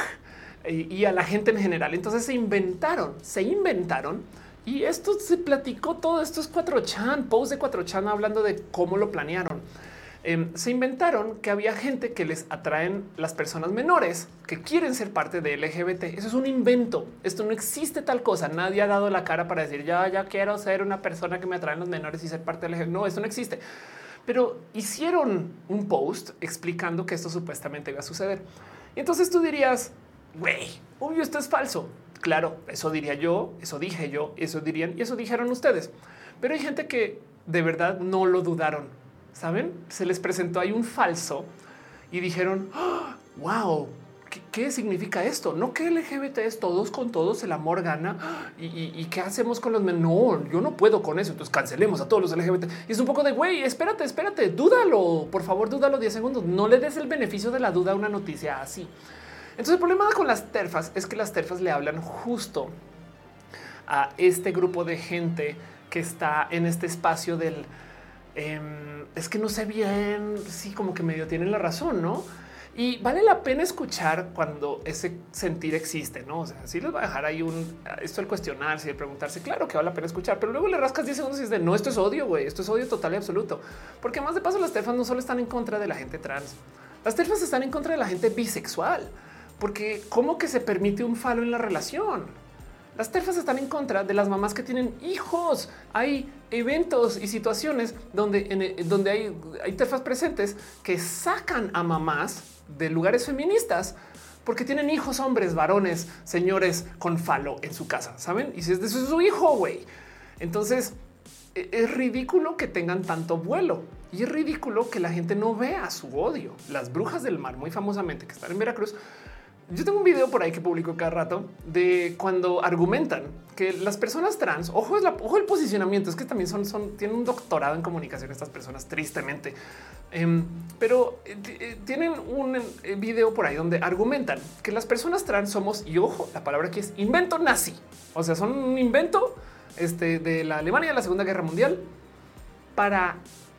y a la gente en general. Entonces se inventaron, se inventaron y esto se platicó todo. Esto es cuatro chan, post de cuatro chan hablando de cómo lo planearon. Eh, se inventaron que había gente que les atraen las personas menores que quieren ser parte de L G B T. Eso es un invento. Esto no existe tal cosa. Nadie ha dado la cara para decir ya, ya quiero ser una persona que me atraen los menores y ser parte de L G B T. No, esto no existe. Pero hicieron un post explicando que esto supuestamente iba a suceder. Y entonces tú dirías, güey, obvio, esto es falso. Claro, eso diría yo, eso dije yo, eso dirían y eso dijeron ustedes. Pero hay gente que de verdad no lo dudaron. Saben, se les presentó ahí un falso y dijeron, oh, wow, ¿qué, ¿qué significa esto? No que L G B T es todos con todos, el amor gana. ¿Y, y, y qué hacemos con los menores? No, yo no puedo con eso. Entonces cancelemos a todos los L G B T. Y es un poco de güey, espérate, espérate, dúdalo. Por favor, dúdalo diez segundos. No le des el beneficio de la duda a una noticia así. Entonces, el problema con las terfas es que las terfas le hablan justo a este grupo de gente que está en este espacio del eh, es que no sé bien, sí, como que medio tienen la razón, ¿no? Y vale la pena escuchar cuando ese sentir existe, ¿no? O sea, sí les va a dejar ahí un, esto el cuestionarse y el preguntarse, claro que vale la pena escuchar, pero luego le rascas diez segundos y es de, no, esto es odio, güey, esto es odio total y absoluto. Porque más de paso las terfas no solo están en contra de la gente trans, las terfas están en contra de la gente bisexual, porque ¿cómo que se permite un falo en la relación? Las terfas están en contra de las mamás que tienen hijos. Hay eventos y situaciones donde, en, donde hay, hay terfas presentes que sacan a mamás de lugares feministas porque tienen hijos, hombres, varones, señores con falo en su casa, ¿saben? Y si es de su, su hijo, güey. Entonces es ridículo que tengan tanto vuelo y es ridículo que la gente no vea su odio. Las brujas del mar, muy famosamente, que están en Veracruz. Yo tengo un video por ahí que publico cada rato de cuando argumentan que las personas trans, ojo, es la, ojo el posicionamiento, es que también son, son, tienen un doctorado en comunicación estas personas, tristemente, eh, pero eh, tienen un eh, video por ahí donde argumentan que las personas trans somos, y ojo, la palabra aquí es invento nazi, o sea, son un invento este, de la Alemania de la Segunda Guerra Mundial para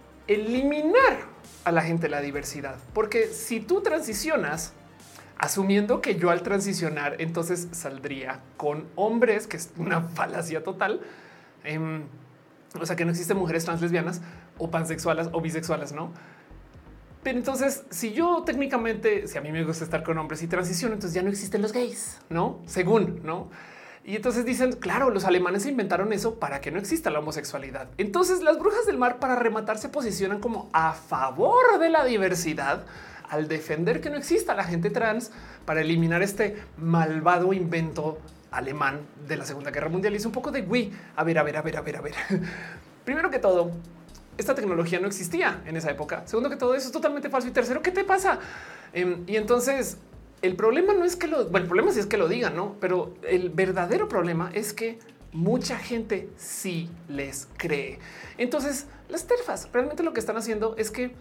eliminar a la gente de la diversidad, porque si tú transicionas, asumiendo que yo al transicionar entonces saldría con hombres, que es una falacia total. Eh, o sea, que no existen mujeres trans lesbianas o pansexuales o bisexuales, ¿no? Pero entonces, si yo técnicamente, si a mí me gusta estar con hombres y transiciono, entonces ya no existen los gays, ¿no? Según, ¿no? Y entonces dicen, claro, los alemanes inventaron eso para que no exista la homosexualidad. Entonces las brujas del mar, para rematar, se posicionan como a favor de la diversidad al defender que no exista la gente trans para eliminar este malvado invento alemán de la Segunda Guerra Mundial. Y es un poco de güey. A ver, a ver, a ver, a ver, a ver. Primero que todo, esta tecnología no existía en esa época. Segundo que todo, eso es totalmente falso. Y tercero, ¿qué te pasa? Eh, y entonces el problema no es que lo, bueno, el problema sí es que lo digan, no, pero el verdadero problema es que mucha gente sí les cree. Entonces las terfas realmente lo que están haciendo es que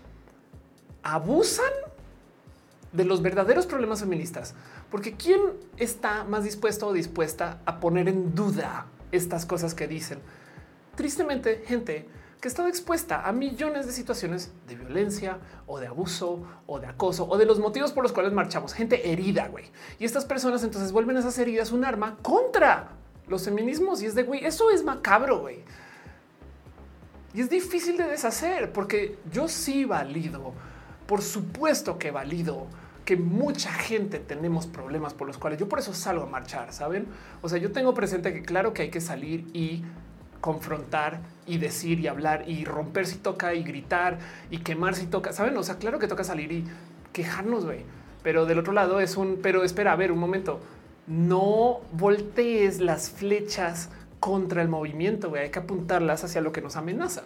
abusan de los verdaderos problemas feministas, porque ¿quién está más dispuesto o dispuesta a poner en duda estas cosas que dicen? Tristemente, gente que ha estado expuesta a millones de situaciones de violencia o de abuso o de acoso o de los motivos por los cuales marchamos, gente herida, güey. Y estas personas entonces vuelven esas heridas un arma contra los feminismos y es de güey, eso es macabro, güey. Y es difícil de deshacer porque yo sí valido, por supuesto que valido que mucha gente tenemos problemas por los cuales yo por eso salgo a marchar, ¿saben? O sea, yo tengo presente que claro que hay que salir y confrontar y decir y hablar y romper si toca y gritar y quemar si toca, ¿saben? O sea, claro que toca salir y quejarnos, güey. Pero del otro lado es un, pero espera, a ver, un momento, no voltees las flechas contra el movimiento, güey. Hay que apuntarlas hacia lo que nos amenaza.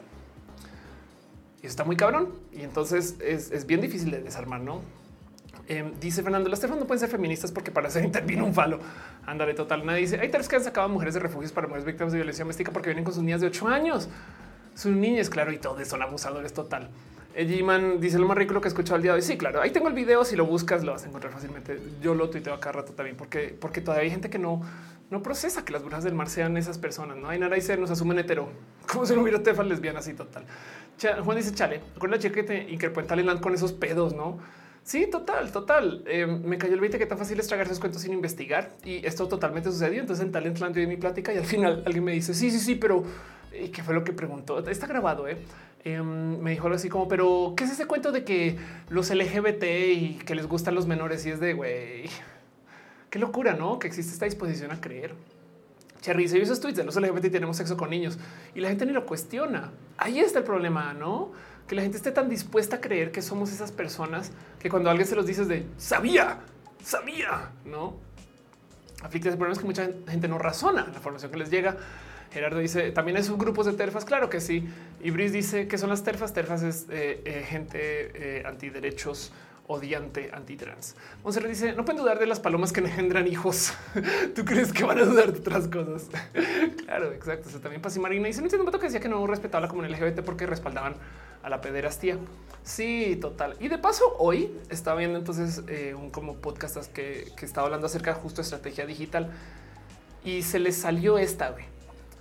Y está muy cabrón. Y entonces es, es bien difícil de desarmar, ¿no? Eh, dice Fernando, las terfas no pueden ser feministas porque para hacer intervino un falo. Ándale, total. Nadie dice, hay terfas que han sacado a mujeres de refugios para mujeres víctimas de violencia doméstica porque vienen con sus niñas de ocho años. Sus niñas, claro, y todos son abusadores total. G-Man dice lo más ridículo que he escuchado al día de hoy. Sí, claro, ahí tengo el video. Si lo buscas, lo vas a encontrar fácilmente. Yo lo tuiteo a cada rato también porque, porque todavía hay gente que no, no procesa que las brujas del mar sean esas personas. No hay nada y se nos asumen hetero, como si no hubiera terfas lesbianas y total. Juan dice, chale, recuerda la chica que te increpó en Talentland con esos pedos, ¿no? Sí, total, total. Eh, me cayó el veinte que tan fácil es tragar esos cuentos sin investigar y esto totalmente sucedió. Entonces en Talentland yo di mi plática y al final alguien me dice sí, sí, sí, pero ¿y qué fue lo que preguntó? Está grabado. ¿eh? Eh, me dijo algo así como, pero ¿qué es ese cuento de que los L G B T y que les gustan los menores? Y es de güey, qué locura, ¿no? Que existe esta disposición a creer. Cherry dice esos tweets de los L G B T tenemos sexo con niños y la gente ni lo cuestiona. Ahí está el problema, ¿no? Que la gente esté tan dispuesta a creer que somos esas personas que cuando alguien se los dice de sabía, sabía, no aflicta. El problema es que mucha gente no razona la información que les llega. Gerardo dice también hay subgrupos de terfas. Claro que sí. Y Brice dice que son las terfas. Terfas es eh, eh, gente eh, antiderechos, odiante, antitrans. Monserrat dice no pueden dudar de las palomas que engendran hijos. ¿Tú crees que van a dudar de otras cosas? Claro, exacto. O sea, también Pasi Marina dice no entiendo un que decía que no respetaba la comunidad L G B T porque respaldaban a la pederastía. Sí, total. Y de paso, hoy estaba viendo entonces eh, un como podcast que, que estaba hablando acerca de justo estrategia digital y se les salió esta, güey.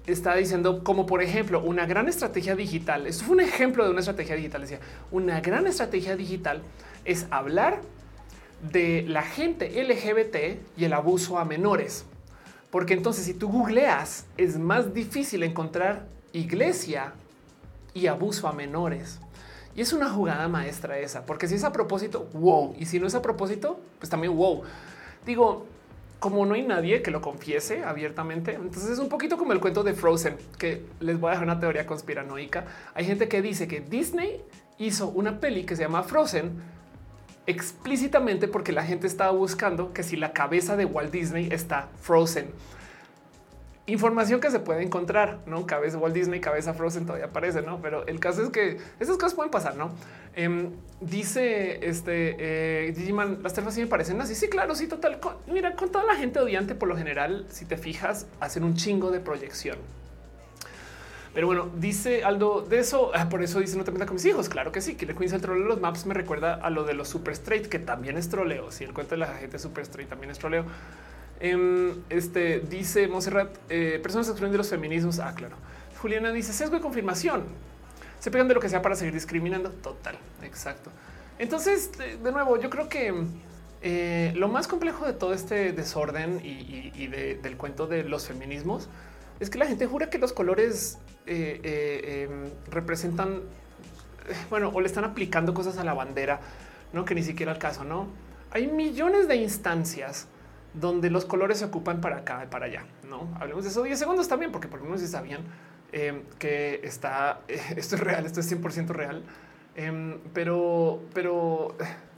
está diciendo como por ejemplo una gran estrategia digital. Esto fue un ejemplo de una estrategia digital. Decía una gran estrategia digital es hablar de la gente L G B T y el abuso a menores, porque entonces si tú googleas es más difícil encontrar iglesia y abuso a menores. Y es una jugada maestra esa, porque si es a propósito, wow, y si no es a propósito, pues también wow. Digo, como no hay nadie que lo confiese abiertamente, entonces es un poquito como el cuento de Frozen, que les voy a dejar una teoría conspiranoica. Hay gente que dice que Disney hizo una peli que se llama Frozen explícitamente porque la gente estaba buscando que si la cabeza de Walt Disney está Frozen. Información que se puede encontrar, no cabeza Walt Disney, cabeza Frozen todavía aparece, no? Pero el caso es que esas cosas pueden pasar, no? Eh, dice este eh, Digiman, las terfas sí me parecen así. Sí, claro, sí, total. Con, mira, con toda la gente odiante, por lo general, si te fijas, hacen un chingo de proyección. Pero bueno, dice Aldo de eso. Ah, por eso dice no te metas con mis hijos. Claro que sí. Que le Queens el troleo de los maps me recuerda a lo de los super straight, que también es troleo. Si el cuento de la gente super straight también es troleo. Este dice Monserrat, eh, personas excluyendo los feminismos. Ah, claro. Juliana dice sesgo de confirmación. Se pegan de lo que sea para seguir discriminando. Total. Exacto. Entonces, de, de nuevo, yo creo que eh, lo más complejo de todo este desorden y, y, y de, del cuento de los feminismos es que la gente jura que los colores eh, eh, eh, representan, bueno, o le están aplicando cosas a la bandera, no que ni siquiera el caso. No hay millones de instancias donde los colores se ocupan para acá y para allá. No hablemos de eso diez segundos también, porque por lo menos si sabían eh, que está eh, esto es real, esto es cien por ciento real. Eh, pero, pero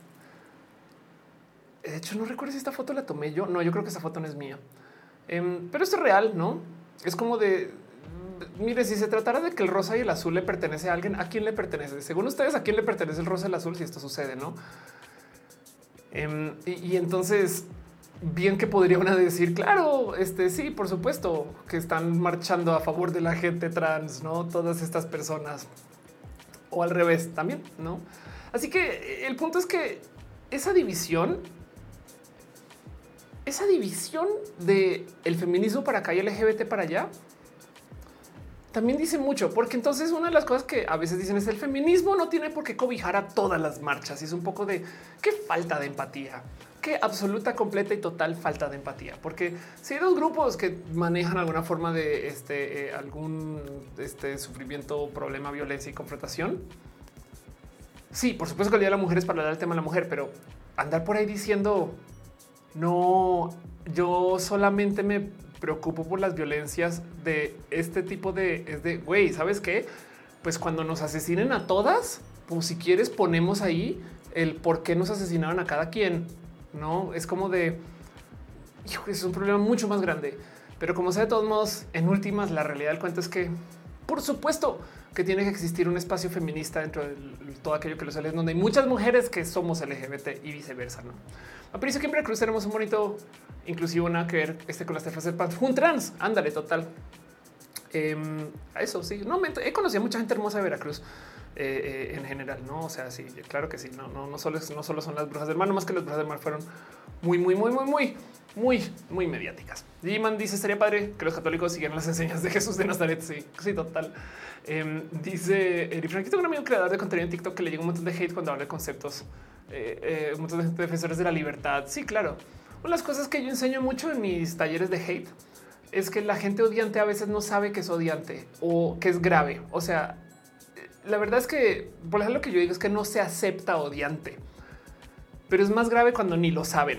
de hecho, no recuerdo si esta foto la tomé yo. No, yo creo que esa foto no es mía, eh, pero esto es real, no? Es como de mire, si se tratara de que el rosa y el azul le pertenece a alguien, ¿a quién le pertenece? Según ustedes, ¿a quién le pertenece el rosa y el azul si esto sucede? No? Eh, y, y entonces, bien que podría una decir, claro, este sí, por supuesto que están marchando a favor de la gente trans, no todas estas personas o al revés también, no? Así que el punto es que esa división, esa división de el feminismo para acá y el L G B T para allá, también dice mucho, porque entonces una de las cosas que a veces dicen es el feminismo no tiene por qué cobijar a todas las marchas y es un poco de qué falta de empatía. Qué absoluta, completa y total falta de empatía, porque si hay dos grupos que manejan alguna forma de este, eh, algún este, sufrimiento, problema, violencia y confrontación. Sí, por supuesto que el Día de la Mujer es para hablar del tema de la mujer, pero andar por ahí diciendo no, yo solamente me preocupo por las violencias de este tipo de es de güey, ¿sabes qué? Pues cuando nos asesinen a todas, pues si quieres ponemos ahí el por qué nos asesinaron a cada quien. No es como de hijo, es un problema mucho más grande, pero como sea, de todos modos, en últimas, la realidad del cuento es que, por supuesto, que tiene que existir un espacio feminista dentro de todo aquello que lo sale, donde hay muchas mujeres que somos L G B T y viceversa. No, pero eso que en Veracruz tenemos un bonito inclusivo, nada que ver este con las terfas del pan, un trans. Ándale, total. Eh, a eso sí, no me he conocido a mucha gente hermosa de Veracruz. Eh, eh, en general, no? O sea, sí, claro que sí. No, no, no solo, no solo son las brujas del mar, no más que las brujas del mar fueron muy, muy, muy, muy, muy, muy, muy mediáticas. G-Man dice: estaría padre que los católicos siguieran las enseñanzas de Jesús de Nazaret. Sí, sí, total. Eh, dice Eri Frank: tengo un amigo creador de contenido en TikTok que le llega un montón de hate cuando habla de conceptos, eh, eh, un montón de defensores de la libertad. Sí, claro. Una de las cosas que yo enseño mucho en mis talleres de hate es que la gente odiante a veces no sabe que es odiante o que es grave. O sea, la verdad es que por ejemplo, lo que yo digo es que no se acepta odiante, pero es más grave cuando ni lo saben.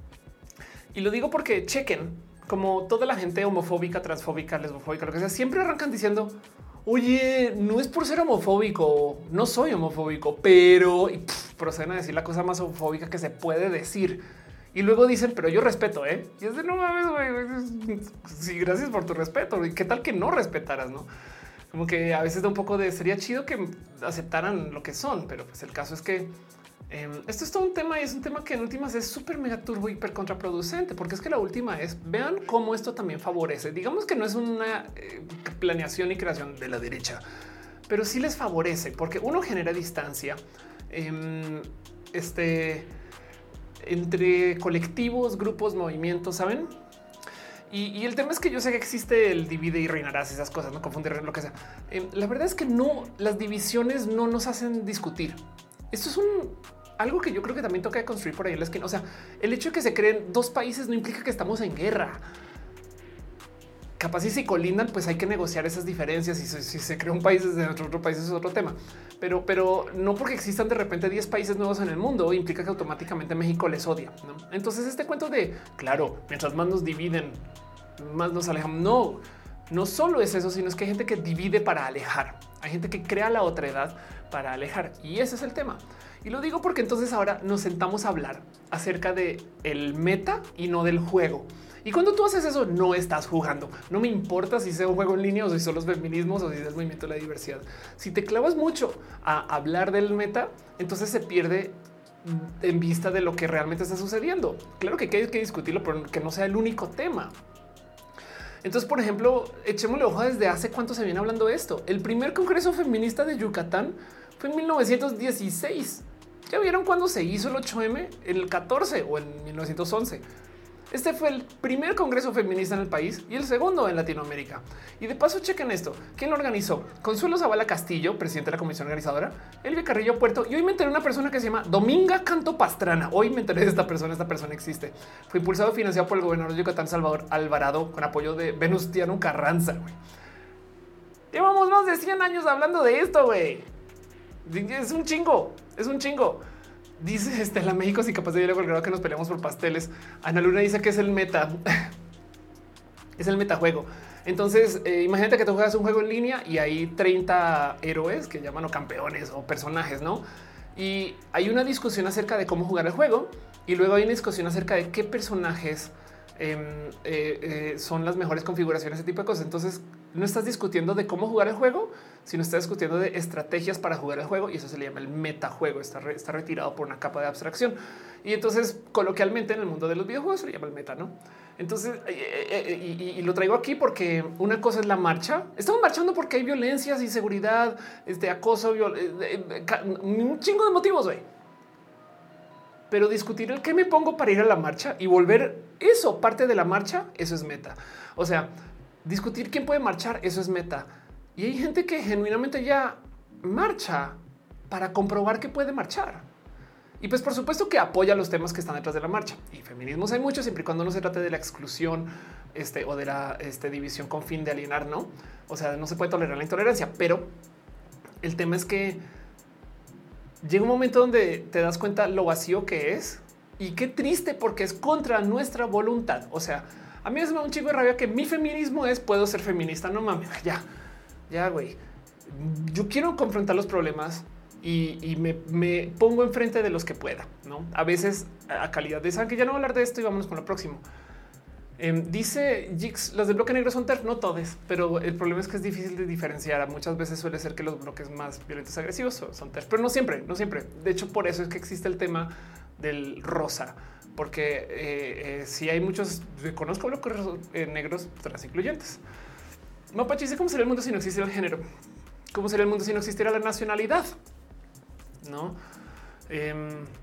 Y lo digo porque chequen como toda la gente homofóbica, transfóbica, lesbofóbica, lo que sea, siempre arrancan diciendo: oye, no es por ser homofóbico, no soy homofóbico, pero y pff, proceden a decir la cosa más homofóbica que se puede decir. Y luego dicen, pero yo respeto, ¿eh? Y es de no mames, güey. Sí, gracias por tu respeto. ¿Y qué tal que no respetaras, no? Como que a veces da un poco de sería chido que aceptaran lo que son, pero pues el caso es que eh, esto es todo un tema y es un tema que en últimas es súper mega turbo, hiper contraproducente, porque es que la última es vean cómo esto también favorece. Digamos que no es una eh, planeación y creación de la derecha, pero sí les favorece porque uno genera distancia eh, este, entre colectivos, grupos, movimientos, ¿saben? Y, y el tema es que yo sé que existe el divide y reinarás, esas cosas, no confundir lo que sea. Eh, la verdad es que no, las divisiones no nos hacen discutir. Esto es un algo que yo creo que también toca de construir por ahí en la esquina. O sea, el hecho de que se creen dos países no implica que estamos en guerra. Capaz si se colindan, pues hay que negociar esas diferencias. Y si, si se crea un país desde otro, otro país es otro tema. Pero, pero no porque existan de repente diez países nuevos en el mundo implica que automáticamente México les odia, ¿no? Entonces este cuento de, claro, mientras más nos dividen, más nos alejamos. No, no solo es eso, sino es que hay gente que divide para alejar. Hay gente que crea la otra edad para alejar. Y ese es el tema. Y lo digo porque entonces ahora nos sentamos a hablar acerca de el meta y no del juego. Y cuando tú haces eso, no estás jugando. No me importa si sea un juego en línea o si son los feminismos o si es el movimiento de la diversidad. Si te clavas mucho a hablar del meta, entonces se pierde en vista de lo que realmente está sucediendo. Claro que hay que discutirlo, pero que no sea el único tema. Entonces, por ejemplo, echémosle ojo desde hace cuánto se viene hablando de esto. El primer congreso feminista de Yucatán fue en mil novecientos dieciséis. ¿Ya vieron cuándo se hizo el ocho eme? En el catorce o en mil novecientos once. Este fue el primer congreso feminista en el país y el segundo en Latinoamérica. Y de paso, chequen esto. ¿Quién lo organizó? Consuelo Zavala Castillo, presidente de la comisión organizadora, Elvia Carrillo Puerto. Y hoy me enteré de una persona que se llama Dominga Canto Pastrana. Hoy me enteré de esta persona. Esta persona existe. Fue impulsado y financiado por el gobernador de Yucatán, Salvador Alvarado, con apoyo de Venustiano Carranza. Güey. Llevamos más de cien años hablando de esto, güey. Es un chingo, es un chingo. Dice Estela México, si capaz de ir al grado que nos peleamos por pasteles. Ana Luna dice que es el meta. Es el metajuego. Entonces, eh, imagínate que tú juegas un juego en línea y hay treinta héroes que llaman o campeones o personajes, ¿no? Y hay una discusión acerca de cómo jugar el juego y luego hay una discusión acerca de qué personajes eh, eh, eh, son las mejores configuraciones, ese tipo de cosas. Entonces, no estás discutiendo de cómo jugar el juego, sino estás discutiendo de estrategias para jugar el juego y eso se le llama el metajuego. Está, re, está retirado por una capa de abstracción y entonces coloquialmente en el mundo de los videojuegos se le llama el meta, ¿no? Entonces, eh, eh, y, y lo traigo aquí porque una cosa es la marcha. Estamos marchando porque hay violencias, inseguridad, este acoso, viol eh, eh, un chingo de motivos, güey. Pero discutir el qué me pongo para ir a la marcha y volver eso parte de la marcha, eso es meta. O sea, discutir quién puede marchar, eso es meta. Y hay gente que genuinamente ya marcha para comprobar que puede marchar. Y pues por supuesto que apoya los temas que están detrás de la marcha. Y feminismos hay muchos, siempre y cuando no se trate de la exclusión este, o de la este, división con fin de alienar, ¿no? O sea, no se puede tolerar la intolerancia. Pero el tema es que llega un momento donde te das cuenta lo vacío que es y qué triste porque es contra nuestra voluntad. O sea, a mí es un chico de rabia que mi feminismo es puedo ser feminista. No mames, ya, ya, güey. Yo quiero confrontar los problemas y, y me, me pongo enfrente de los que pueda, ¿no? A veces a calidad de sangre. Ya no voy a hablar de esto y vámonos con lo próximo. Eh, dice Jix, las de bloque negro son T E R F, no todas, pero el problema es que es difícil de diferenciar. Muchas veces suele ser que los bloques más violentos agresivos son, son T E R F, pero no siempre, no siempre. De hecho, por eso es que existe el tema del rosa, porque eh, eh, si hay muchos, conozco bloques eh, negros trans incluyentes. Mapache dice cómo sería el mundo si no existiera el género, cómo sería el mundo si no existiera la nacionalidad, no? Eh,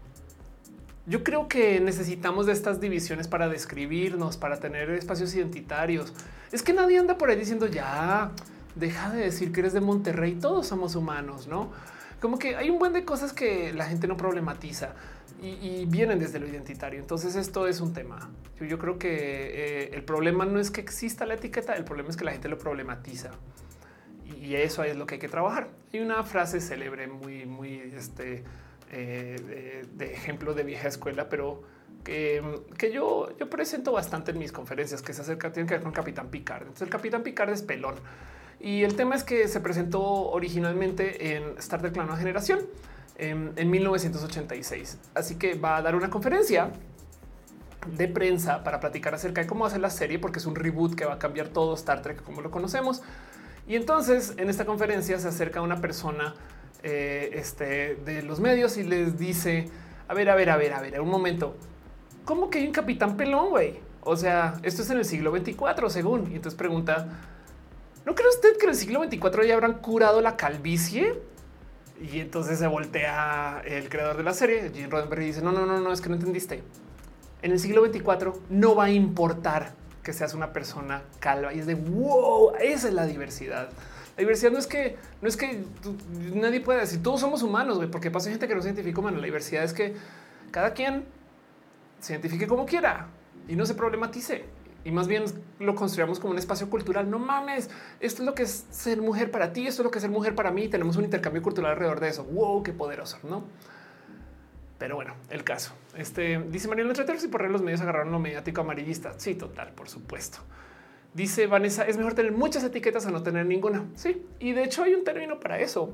Yo creo que necesitamos de estas divisiones para describirnos, para tener espacios identitarios. Es que nadie anda por ahí diciendo ya, deja de decir que eres de Monterrey, todos somos humanos, ¿no? Como que hay un buen de cosas que la gente no problematiza y, y vienen desde lo identitario. Entonces esto es un tema. Yo, yo creo que eh, el problema no es que exista la etiqueta, el problema es que la gente lo problematiza. Y eso es lo que hay que trabajar. Hay una frase célebre muy, muy, este... Eh, de, de ejemplo de vieja escuela, pero que, que yo, yo presento bastante en mis conferencias, que se acerca, tiene que ver con Capitán Picard. Entonces el Capitán Picard es pelón. Y el tema es que se presentó originalmente en Star Trek La Nueva Generación en, en mil novecientos ochenta y seis. Así que va a dar una conferencia de prensa para platicar acerca de cómo hacer la serie, porque es un reboot que va a cambiar todo Star Trek como lo conocemos. Y entonces en esta conferencia se acerca una persona Eh, este, de los medios y les dice, a ver, a ver, a ver, a ver, un momento, ¿cómo que hay un capitán pelón, güey? O sea, esto es en el siglo veinticuatro, según. Y entonces pregunta, ¿no cree usted que en el siglo veinticuatro ya habrán curado la calvicie? Y entonces se voltea el creador de la serie, Gene Roddenberry, y dice, no, no, no, no, es que no entendiste. En el siglo veinticuatro no va a importar que seas una persona calva y es de wow, esa es la diversidad. La diversidad no es que no es que tú, nadie pueda decir todos somos humanos, güey, porque pasa gente que no se identifica humano. La diversidad es que cada quien se identifique como quiera y no se problematice. Y más bien lo construyamos como un espacio cultural. No mames, esto es lo que es ser mujer para ti, esto es lo que es ser mujer para mí. Tenemos un intercambio cultural alrededor de eso. Wow, qué poderoso, ¿no? Pero bueno, el caso. Este dice Mariana Treteros y por los medios agarraron lo mediático amarillista. Sí, total, por supuesto. Dice Vanessa, es mejor tener muchas etiquetas a no tener ninguna. Sí, y de hecho hay un término para eso.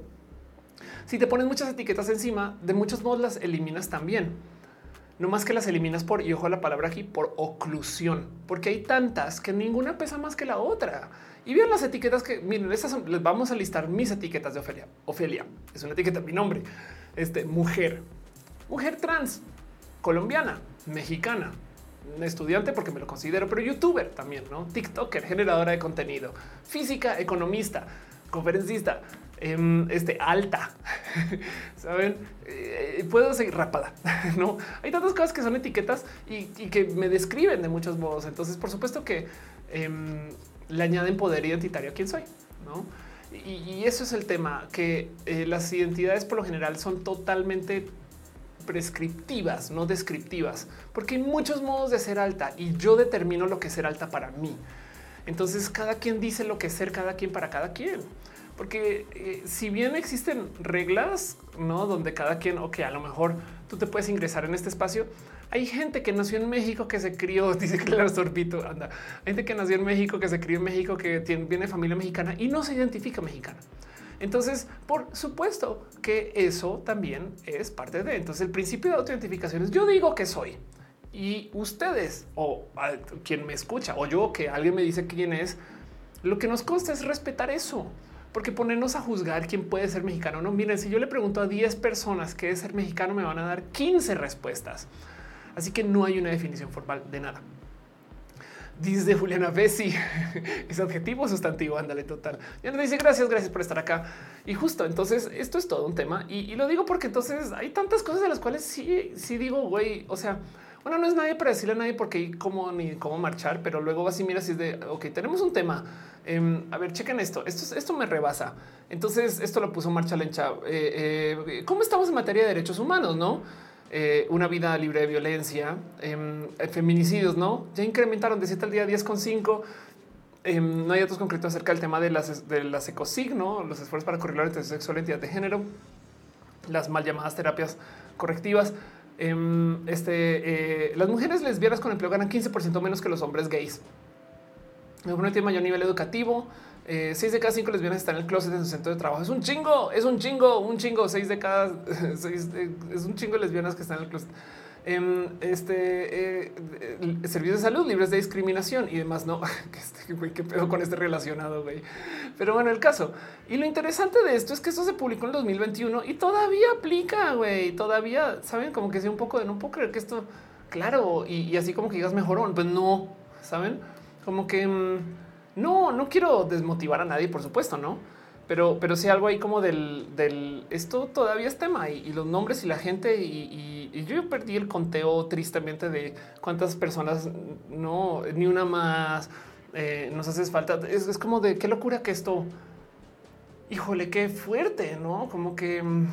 Si te pones muchas etiquetas encima, de muchos modos las eliminas también. No más que las eliminas por, y ojo a la palabra aquí, por oclusión, porque hay tantas que ninguna pesa más que la otra. Y vean las etiquetas que, miren, estas son, les vamos a listar mis etiquetas de Ofelia. Ofelia es una etiqueta, mi nombre. Este, mujer, mujer trans, colombiana, mexicana, estudiante porque me lo considero, pero youtuber también, ¿no? TikToker, generadora de contenido, física, economista, conferencista, este alta, saben, eh, puedo seguir rapada, no hay tantas cosas que son etiquetas y, y que me describen de muchos modos. Entonces, por supuesto que eh, le añaden poder identitario a quién soy, no? Y, y eso es el tema, que eh, las identidades por lo general son totalmente prescriptivas, no descriptivas, porque hay muchos modos de ser alta y yo determino lo que es ser alta para mí. Entonces, cada quien dice lo que es ser cada quien para cada quien. Porque eh, si bien existen reglas, no donde cada quien, ok, a lo mejor tú te puedes ingresar en este espacio. Hay gente que nació en México, que se crió, dice Clara Sorbito, anda. Hay gente que nació en México, que se crió en México, que tiene, viene de familia mexicana y no se identifica mexicana. Entonces, por supuesto que eso también es parte de. Entonces, el principio de autoidentificación es yo digo que soy y ustedes o a, quien me escucha o yo que alguien me dice quién es. Lo que nos consta es respetar eso. Porque ponernos a juzgar quién puede ser mexicano o no. Miren, si yo le pregunto a diez personas qué es ser mexicano, me van a dar quince respuestas. Así que no hay una definición formal de nada. Dice Juliana Bessi, es adjetivo sustantivo. Ándale, total. Ya nos dice gracias, gracias por estar acá. Y justo entonces, esto es todo un tema y, y lo digo porque entonces hay tantas cosas de las cuales sí, sí digo, güey, o sea, bueno, no es nadie para decirle a nadie por qué, cómo ni cómo marchar, pero luego vas y miras y es de ok, tenemos un tema. Eh, a ver, chequen esto. Esto, esto me rebasa. Entonces, esto lo puso Marcha Lencha. Eh, eh, ¿Cómo estamos en materia de derechos humanos? No, eh, una vida libre de violencia, eh, feminicidios, no ya incrementaron de siete al día diez con cinco. Eh, no hay datos concretos acerca del tema de las de las ECOSIG, no los esfuerzos para corregir la orientación sexual, identidad de género, las mal llamadas terapias correctivas. Eh, este, eh, las mujeres lesbianas con empleo ganan quince por ciento menos que los hombres gays. No tiene mayor nivel educativo. Eh, seis de cada cinco lesbianas están en el closet en su centro de trabajo. Es un chingo, es un chingo, un chingo. Seis de cada seis de, es un chingo de lesbianas que están en el closet. Eh, este eh, eh, servicios de salud libres de discriminación y demás. No, que este güey, qué pedo con este relacionado, güey. Pero bueno, el caso y lo interesante de esto es que esto se publicó en el dos mil veintiuno y todavía aplica, güey. Todavía saben como que sea un poco de no puedo creer que esto, claro, y, y así como que digas mejorón, pues no saben. Como que mmm, no, no quiero desmotivar a nadie, por supuesto, no, pero, pero sí algo ahí como del, del esto todavía es tema y, y los nombres y la gente. Y, y, y yo perdí el conteo tristemente de cuántas personas no, ni una más eh, nos hace falta. Es, es como de qué locura que esto, híjole, qué fuerte, no? Como que mmm,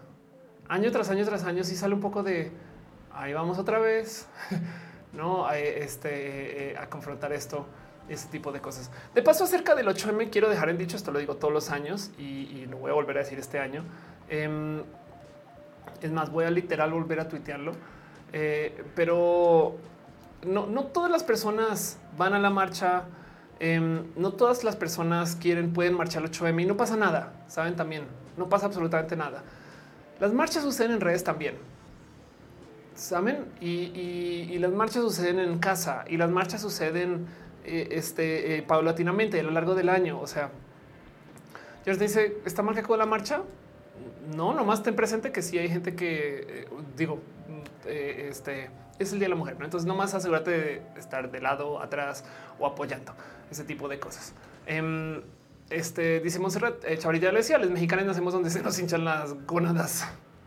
año tras año tras año sí sale un poco de ahí vamos otra vez. No, este, eh, a confrontar esto, ese tipo de cosas. De paso, acerca del ocho eme, quiero dejar en dicho, esto lo digo todos los años y, y lo voy a volver a decir este año. Eh, es más, voy a literal volver a tuitearlo, eh, pero no, no todas las personas van a la marcha. Eh, no todas las personas quieren, pueden marchar el ocho eme y no pasa nada. Saben, también no pasa absolutamente nada. Las marchas suceden en redes también. Saben, y, y, y las marchas suceden en casa y las marchas suceden eh, este, eh, paulatinamente a lo largo del año. O sea, ya dice, ¿está mal que acude la marcha? No, nomás ten presente que sí hay gente que, eh, digo, eh, este es el Día de la Mujer, ¿no? Entonces nomás asegúrate de estar de lado, atrás o apoyando ese tipo de cosas. Eh, este, dice Monserrat, eh, Chavarilla le decía, los mexicanos nacemos donde se nos hinchan las gónadas.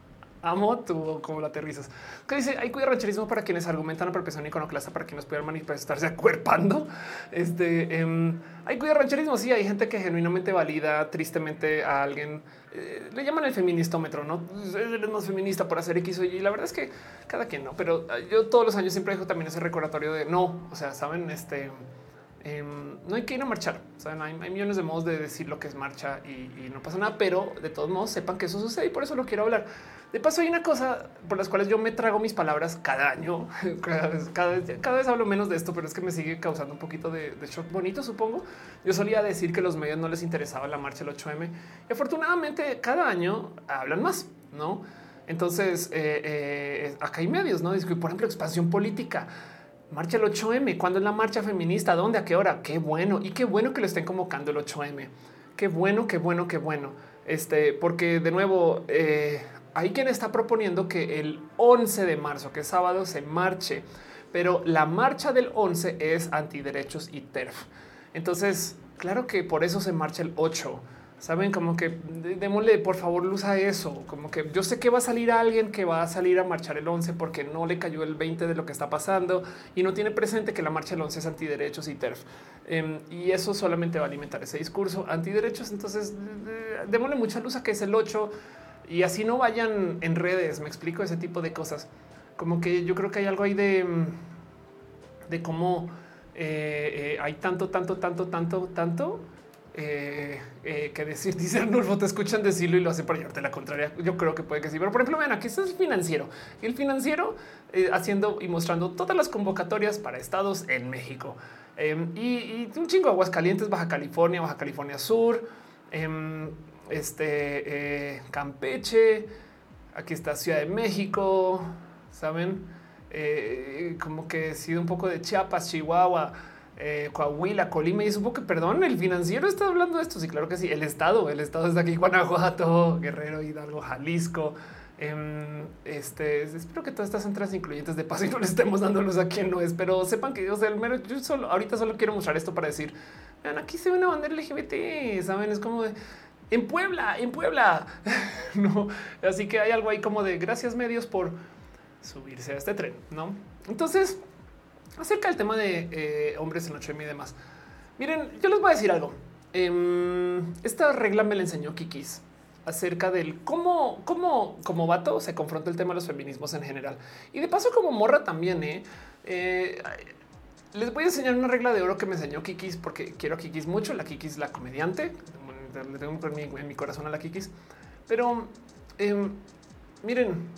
Amo tú como lo aterrizas. Que dice hay cuida rancherismo para quienes argumentan apropiación iconoclasta para quienes puedan manifestarse acuerpando. Este eh, hay cuida rancherismo. Sí, hay gente que genuinamente valida tristemente a alguien. Eh, le llaman el feministómetro, no es más feminista por hacer X o Y. Y la verdad es que cada quien no, pero yo todos los años siempre dejo también ese recordatorio de no. O sea, saben, este eh, no hay que ir a marchar. Saben, hay, hay millones de modos de decir lo que es marcha y, y no pasa nada, pero de todos modos sepan que eso sucede y por eso lo quiero hablar. De paso, hay una cosa por las cuales yo me trago mis palabras cada año. Cada vez, cada vez, cada vez hablo menos de esto, pero es que me sigue causando un poquito de, de shock bonito, supongo. Yo solía decir que los medios no les interesaba la marcha del ocho eme y afortunadamente cada año hablan más, ¿no? Entonces, eh, eh, acá hay medios, ¿no? Dice que, por ejemplo, expansión política. Marcha el ocho eme. ¿Cuándo es la marcha feminista? ¿Dónde? ¿A qué hora? Qué bueno. Y qué bueno que lo estén convocando el ocho eme. Qué bueno, qué bueno, qué bueno. Este, porque de nuevo, eh, hay quien está proponiendo que el once de marzo, que es sábado, se marche, pero la marcha del once es antiderechos y T E R F. Entonces, claro que por eso se marcha el ocho. Saben, como que démosle por favor luz a eso. Como que yo sé que va a salir alguien que va a salir a marchar el once porque no le cayó el veinte de lo que está pasando y no tiene presente que la marcha del once es antiderechos y T E R F. Eh, y eso solamente va a alimentar ese discurso antiderechos. Entonces, démosle mucha luz a que es el ocho y así no vayan en redes. Me explico ese tipo de cosas. Como que yo creo que hay algo ahí de, de cómo eh, eh, hay tanto, tanto, tanto, tanto, tanto. Eh, eh, que decir, dice Arnulfo, te escuchan decirlo y lo hace para llevarte la contraria. Yo creo que puede que sí, pero por ejemplo, vean, aquí está el financiero y el financiero eh, haciendo y mostrando todas las convocatorias para estados en México eh, y, y un chingo de Aguascalientes, Baja California, Baja California Sur, eh, este eh, Campeche, aquí está Ciudad de México, saben, eh, como que ha sido un poco de Chiapas, Chihuahua. Eh, Coahuila, Colima y supongo que, perdón, el financiero está hablando de esto. Sí, claro que sí. El estado, el estado está aquí, Guanajuato, Guerrero, Hidalgo, Jalisco. Eh, este, espero que todas estas entradas incluyentes de paso y no le estemos dando luz a quien no es, pero sepan que o sea, el mero, yo solo ahorita solo quiero mostrar esto para decir, vean, aquí se ve una bandera L G B T, saben, es como de en Puebla, en Puebla. No, así que hay algo ahí como de gracias medios por subirse a este tren, no? Entonces, acerca del tema de eh, hombres en ocho eme y demás. Miren, yo les voy a decir algo. Eh, esta regla me la enseñó Kikis acerca del cómo, cómo como vato se confronta el tema de los feminismos en general. Y de paso como morra también, ¿eh? Eh, les voy a enseñar una regla de oro que me enseñó Kikis porque quiero a Kikis mucho. La Kikis, la comediante. Le tengo en mi, en mi corazón a la Kikis. Pero eh, miren,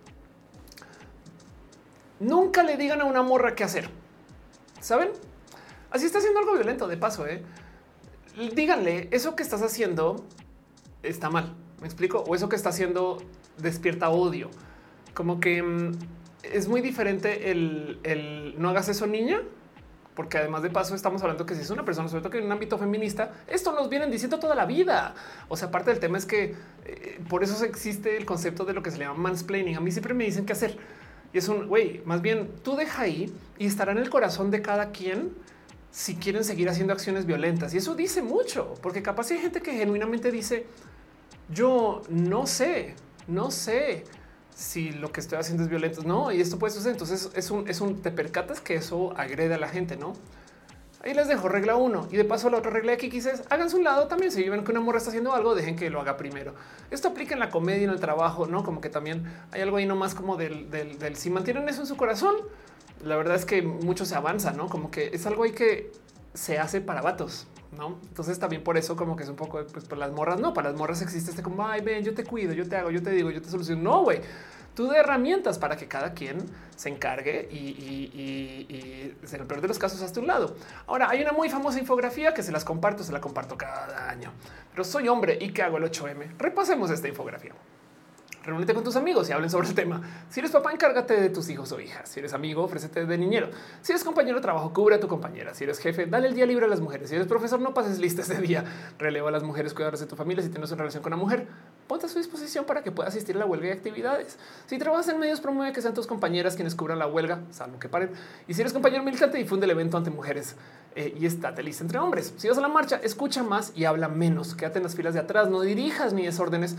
nunca le digan a una morra qué hacer. ¿Saben? Así está haciendo algo violento de paso. ¿eh? Díganle, eso que estás haciendo está mal. ¿Me explico? O eso que está haciendo despierta odio. Como que mmm, es muy diferente el, el no hagas eso, niña. Porque además de paso estamos hablando que si es una persona, sobre todo que en un ámbito feminista, esto nos vienen diciendo toda la vida. O sea, parte del tema es que eh, por eso existe el concepto de lo que se llama mansplaining. A mí siempre me dicen qué hacer. Y es un güey, más bien tú deja ahí y estará en el corazón de cada quien si quieren seguir haciendo acciones violentas. Y eso dice mucho, porque capaz hay gente que genuinamente dice yo no sé, no sé si lo que estoy haciendo es violento. No, y esto puede suceder. Entonces es un, es un te percatas que eso agrede a la gente, no? Ahí les dejo regla uno. Y de paso la otra regla de Kiki es háganse un lado también. Si ven que una morra está haciendo algo, dejen que lo haga primero. Esto aplica en la comedia, en el trabajo, no como que también hay algo ahí nomás como del, del, del si mantienen eso en su corazón. La verdad es que mucho se avanza, no como que es algo ahí que se hace para vatos, no? Entonces también por eso como que es un poco pues para las morras. No, para las morras existe este como ay, ven, yo te cuido, yo te hago, yo te digo, yo te soluciono. No, güey. Tú de herramientas para que cada quien se encargue y, y, y, y en el peor de los casos hasta un lado. Ahora hay una muy famosa infografía que se las comparto, se la comparto cada año, pero soy hombre y qué hago el ocho eme. Repasemos esta infografía. Reúnete con tus amigos y hablen sobre el tema. Si eres papá, encárgate de tus hijos o hijas. Si eres amigo, ofrécete de niñero. Si eres compañero de trabajo, cubre a tu compañera. Si eres jefe, dale el día libre a las mujeres. Si eres profesor, no pases lista ese día. Releva a las mujeres cuidadoras de tu familia. Si tienes una relación con una mujer, ponte a su disposición para que pueda asistir a la huelga y actividades. Si trabajas en medios, promueve que sean tus compañeras quienes cubran la huelga, salvo que paren. Y si eres compañero militante, difunde el evento ante mujeres eh, y estate lista entre hombres. Si vas a la marcha, escucha más y habla menos. Quédate en las filas de atrás, no dirijas ni desórdenes.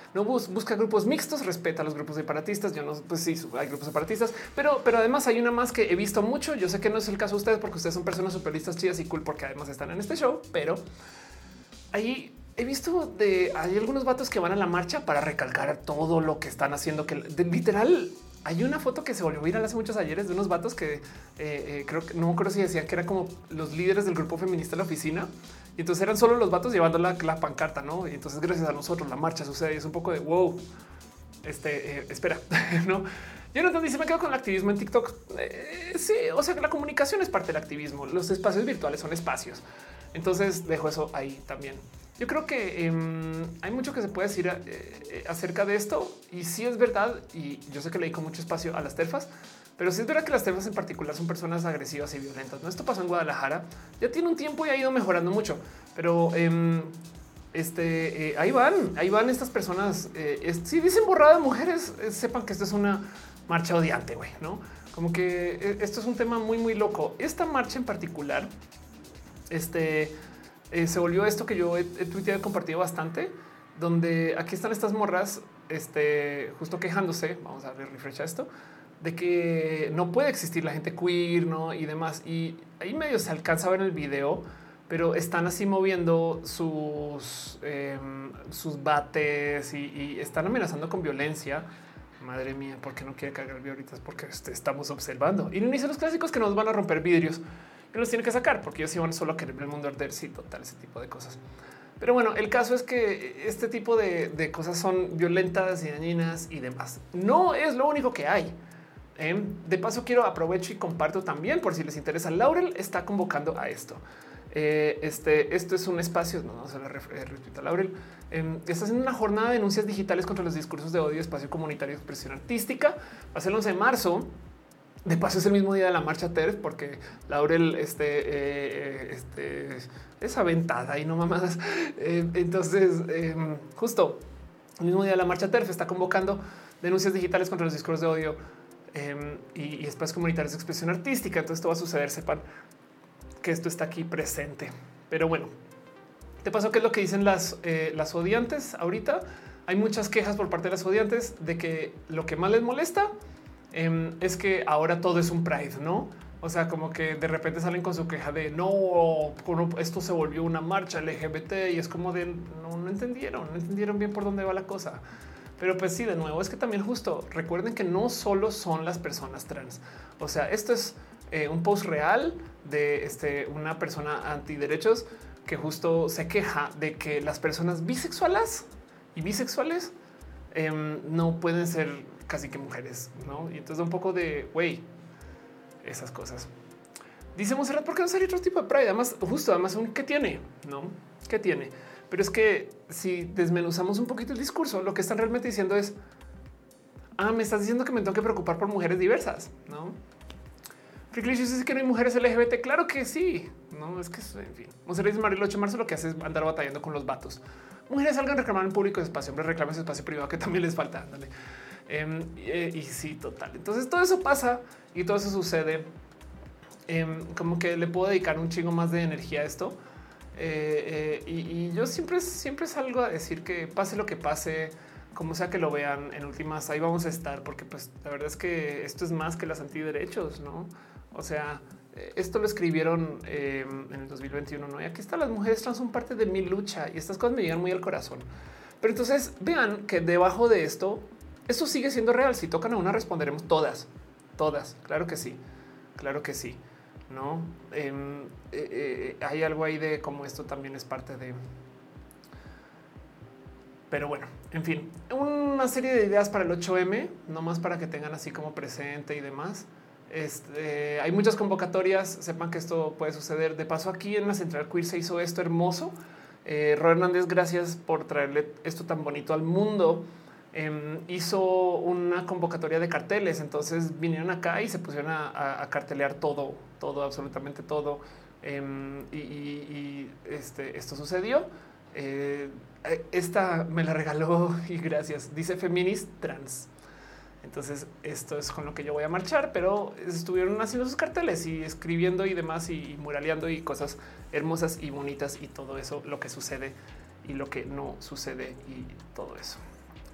no bus, busca grupos mixtos, respeta a los grupos separatistas. Yo no, pues sí, hay grupos separatistas, pero, pero además hay una más que he visto mucho. Yo sé que no es el caso de ustedes porque ustedes son personas superlistas chidas y cool porque además están en este show, pero ahí he visto de hay algunos vatos que van a la marcha para recalcar todo lo que están haciendo, que de, literal hay una foto que se volvió viral hace muchos ayeres de unos vatos que eh, eh, creo que no creo si decían que eran como los líderes del grupo feminista de la oficina. Y entonces eran solo los vatos llevando la, la pancarta, ¿no? Y entonces gracias a nosotros la marcha sucede y es un poco de wow, este, eh, espera, ¿no? Jonathan dice, me quedo con el activismo en TikTok. Eh, sí, o sea que la comunicación es parte del activismo. Los espacios virtuales son espacios. Entonces dejo eso ahí también. Yo creo que eh, hay mucho que se puede decir eh, acerca de esto y sí es verdad. Y yo sé que le dedico mucho espacio a las terfas, pero sí es verdad que las terfas en particular son personas agresivas y violentas. ¿No? Esto pasó en Guadalajara, ya tiene un tiempo y ha ido mejorando mucho, pero eh, este, eh, ahí van, ahí van estas personas. Eh, es, si dicen borrada de mujeres, eh, sepan que esto es una marcha odiante, güey, ¿no? Como que eh, esto es un tema muy, muy loco. Esta marcha en particular, este... Eh, se volvió esto que yo he, he tuiteado y compartido bastante, donde aquí están estas morras, este, justo quejándose, vamos a ver, refresh a esto, de que no puede existir la gente queer, ¿no? Y demás. Y ahí medio se alcanza a ver en el video, pero están así moviendo sus, eh, sus bates y, y están amenazando con violencia. Madre mía, ¿por qué no quiere cargar el video ahorita? Es porque este, estamos observando. Y no dicen los clásicos que nos van a romper vidrios. Que los tiene que sacar porque ellos iban solo a querer el mundo arder. Sí, total, ese tipo de cosas. Pero bueno, el caso es que este tipo de, de cosas son violentas y dañinas y demás. No es lo único que hay. ¿eh? De paso, quiero aprovecho y comparto también por si les interesa. Laurel está convocando a esto. Eh, este, esto es un espacio, no, no se le repito a Laurel. Eh, está haciendo una jornada de denuncias digitales contra los discursos de odio, espacio comunitario, expresión artística. Va a ser el once de marzo. De paso es el mismo día de la marcha TERF porque Laurel este, eh, este, es aventada y no mamadas. Eh, entonces, eh, justo el mismo día de la marcha TERF está convocando denuncias digitales contra los discursos de odio eh, y, y espacios comunitarios de expresión artística. Entonces esto va a suceder, sepan que esto está aquí presente. Pero bueno, te paso qué es lo que dicen las, eh, las odiantes ahorita. Hay muchas quejas por parte de las odiantes de que lo que más les molesta Um, es que ahora todo es un pride, ¿no? O sea, como que de repente salen con su queja de no, esto se volvió una marcha L G B T y es como de no, no entendieron, no entendieron bien por dónde va la cosa. Pero pues sí, de nuevo, es que también justo recuerden que no solo son las personas trans. O sea, esto es eh, un post real de este, una persona antiderechos que justo se queja de que las personas bisexuales y bisexuales eh, no pueden ser casi que mujeres, ¿no? Y entonces da un poco de, güey, esas cosas. Dice Monserrat, ¿por qué no sería otro tipo de pride? Además, justo, además, ¿qué tiene? ¿No? ¿Qué tiene? Pero es que si desmenuzamos un poquito el discurso, lo que están realmente diciendo es, ah, me estás diciendo que me tengo que preocupar por mujeres diversas, ¿no? Freaklicious dice que no hay mujeres L G B T. Claro que sí. No, es que, en fin. Monserrat dice, el ocho de marzo lo que hace es andar batallando con los vatos. Mujeres salgan a reclamar en público espacio, hombres reclaman ese espacio privado que también les falta. Ándale. Um, y, y sí, total. Entonces todo eso pasa y todo eso sucede. Um, como que le puedo dedicar un chingo más de energía a esto. Eh, eh, y, y yo siempre, siempre salgo a decir que pase lo que pase, como sea que lo vean, en últimas ahí vamos a estar, porque pues la verdad es que esto es más que las antiderechos, ¿no? O sea, esto lo escribieron eh, en el dos mil veintiuno, ¿no? Y aquí está, las mujeres trans son parte de mi lucha y estas cosas me llegan muy al corazón. Pero entonces vean que debajo de esto, esto sigue siendo real. Si tocan a una, responderemos todas, todas. Claro que sí, claro que sí. No eh, eh, eh, hay algo ahí de cómo esto también es parte de. Pero bueno, en fin, una serie de ideas para el ocho eme, no más para que tengan así como presente y demás. Este, eh, hay muchas convocatorias. Sepan que esto puede suceder. De paso, aquí en la Central Queer se hizo esto hermoso. Eh, Ro Hernández, gracias por traerle esto tan bonito al mundo. Eh, hizo una convocatoria de carteles, entonces vinieron acá y se pusieron a, a, a cartelear todo, todo, absolutamente todo. Eh, y, y, y este, esto sucedió. Eh, esta me la regaló y gracias. Dice Feminist Trans. Entonces esto es con lo que yo voy a marchar, pero estuvieron haciendo sus carteles y escribiendo y demás y, y muraleando y cosas hermosas y bonitas y todo eso, lo que sucede y lo que no sucede y todo eso.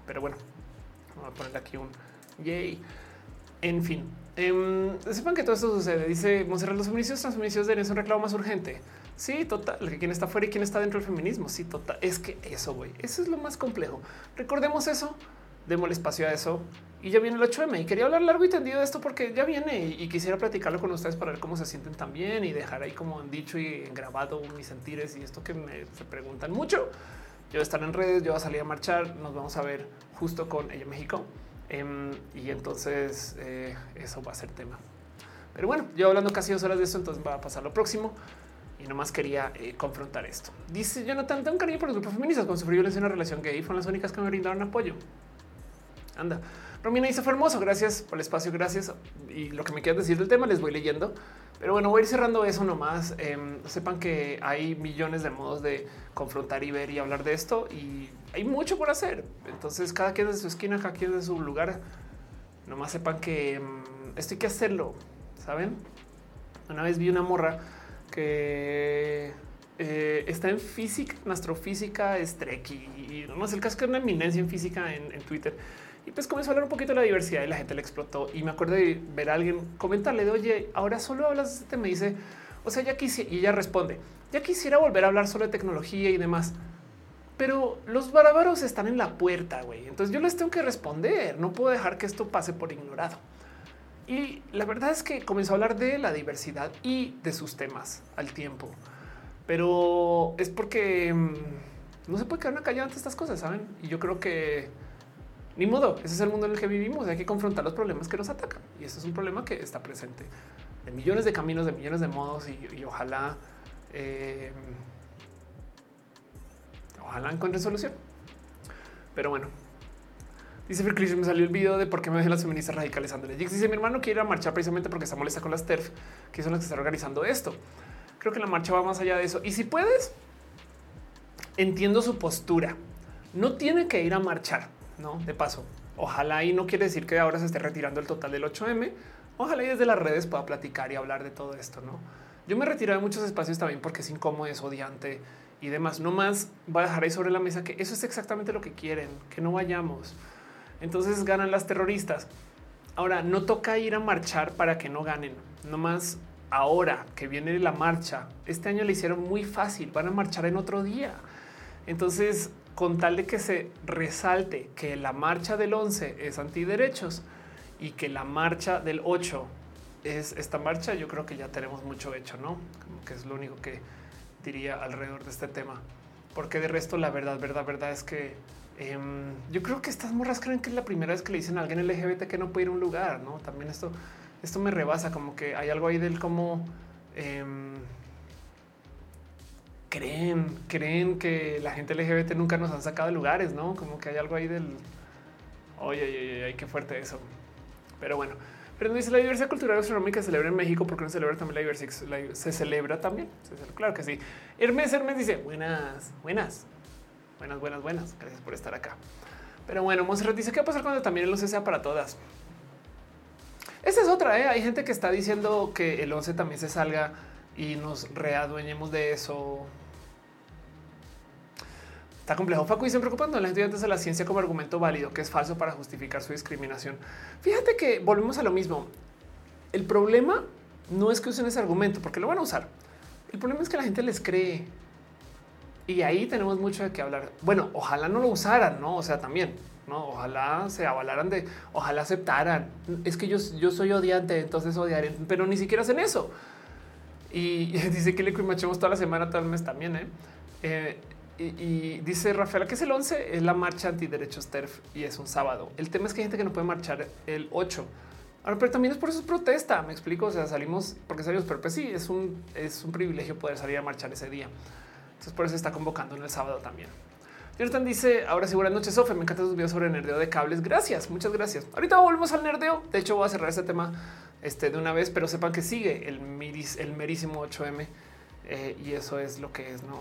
Pero bueno, voy a ponerle aquí un yay. En fin, eh, sepan que todo esto sucede. Dice Monserrat, los feminicidios transfeminicidios deberían ser un reclamo más urgente. Sí, total. Que quien está fuera y quien está dentro del feminismo. Sí, total. Es que eso, güey, eso es lo más complejo. Recordemos eso, demos el espacio a eso. Y ya viene el ocho eme y quería hablar largo y tendido de esto porque ya viene y, y quisiera platicarlo con ustedes para ver cómo se sienten también y dejar ahí como han dicho y grabado mis sentires y esto que me se preguntan mucho. Yo voy a estar en redes, yo voy a salir a marchar, nos vamos a ver justo con Ella México. Um, y entonces eh, eso va a ser tema. Pero bueno, yo hablando casi dos horas de esto, entonces va a pasar lo próximo. Y nomás quería eh, confrontar esto. Dice Jonathan, tengo un cariño por los grupos feministas. Cuando sufrí violencia en una relación gay, fueron las únicas que me brindaron apoyo. Anda. Romina dice, fue hermoso. Gracias por el espacio. Gracias. Y lo que me quieras decir del tema les voy leyendo. Pero bueno, voy a ir cerrando eso nomás. Eh, sepan que hay millones de modos de confrontar y ver y hablar de esto. Y hay mucho por hacer. Entonces, cada quien de su esquina, cada quien de su lugar. Nomás sepan que um, esto hay que hacerlo. ¿Saben? Una vez vi una morra que eh, está en física, en astrofísica, es trek y, y no sé, el caso es que es una eminencia en física en, en Twitter. Y pues comenzó a hablar un poquito de la diversidad y la gente le explotó. Y me acuerdo de ver a alguien comentarle de oye, ahora solo hablas de este tema. Me dice, o sea, ya quisiera, y ella responde, ya quisiera volver a hablar solo de tecnología y demás. Pero los bárbaros están en la puerta, güey. Entonces yo les tengo que responder. No puedo dejar que esto pase por ignorado. Y la verdad es que comenzó a hablar de la diversidad y de sus temas al tiempo. Pero es porque mmm, no se puede quedar una callada ante estas cosas, ¿saben? Y yo creo que ni modo, ese es el mundo en el que vivimos. Hay que confrontar los problemas que nos atacan. Y eso es un problema que está presente de millones de caminos, de millones de modos y, y ojalá, eh, ojalá encuentren solución. Pero bueno. Dice Chris, me salió el video de por qué me dejan las feministas radicalizándole. Dice mi hermano quiere ir a marchar precisamente porque está molesta con las T E R F, que son las que están organizando esto. Creo que la marcha va más allá de eso. Y si puedes, entiendo su postura. No tiene que ir a marchar, no de paso. Ojalá y no quiere decir que ahora se esté retirando el total del ocho eme. Ojalá y desde las redes pueda platicar y hablar de todo esto. No, yo me retiré de muchos espacios también porque es incómodo, es odiante y demás. No más va a dejar ahí sobre la mesa que eso es exactamente lo que quieren, que no vayamos. Entonces ganan las terroristas. Ahora no toca ir a marchar para que no ganen. No más ahora que viene la marcha. Este año le hicieron muy fácil. Van a marchar en otro día. Entonces, con tal de que se resalte que la marcha del once es antiderechos y que la marcha del ocho es esta marcha, yo creo que ya tenemos mucho hecho, ¿no? Como que es lo único que diría alrededor de este tema. Porque de resto, la verdad, verdad, verdad es que Um, yo creo que estas morras creen que es la primera vez que le dicen a alguien L G B T que no puede ir a un lugar, ¿no? También esto, esto me rebasa, como que hay algo ahí del cómo um, creen, creen que la gente L G B T nunca nos han sacado de lugares, ¿no? Como que hay algo ahí del oye, oye, oye, oye, qué fuerte eso. Pero bueno, pero dice la diversidad cultural y gastronómica se celebra en México, porque no se celebra también la diversidad, la, se celebra también. Se celebra, claro que sí. Hermes, Hermes dice buenas, buenas. Buenas, buenas, buenas. Gracias por estar acá. Pero bueno, Monserrat dice qué va a pasar cuando también el once sea para todas. Esa es otra. ¿eh? Hay gente que está diciendo que el once también se salga y nos readueñemos de eso. Está complejo. Facu dice preocupando a los estudiantes de la ciencia como argumento válido, que es falso para justificar su discriminación. Fíjate que volvemos a lo mismo. El problema no es que usen ese argumento porque lo van a usar. El problema es que la gente les cree. Y ahí tenemos mucho de qué hablar. Bueno, ojalá no lo usaran, no? O sea, también, no? Ojalá se avalaran de, ojalá aceptaran. Es que yo, yo soy odiante, entonces odiaré, pero ni siquiera hacen eso. Y, y dice que le machemos toda la semana, todo el mes también. ¿eh? Eh, y, y dice Rafaela que es el once, es la marcha antiderechos T E R F y es un sábado. El tema es que hay gente que no puede marchar el ocho. Ahora, pero también es por eso es protesta. Me explico. O sea, salimos porque salimos, pero pues sí, es un, es un privilegio poder salir a marchar ese día. Entonces por eso se está convocando en el sábado también. Jonathan dice, ahora sí, buenas noches, Sofe. Me encantan tus videos sobre nerdeo de cables. Gracias, muchas gracias. Ahorita volvemos al nerdeo. De hecho, voy a cerrar este tema este, de una vez, pero sepan que sigue el, miris, el merísimo ocho eme eh, y eso es lo que es, ¿no?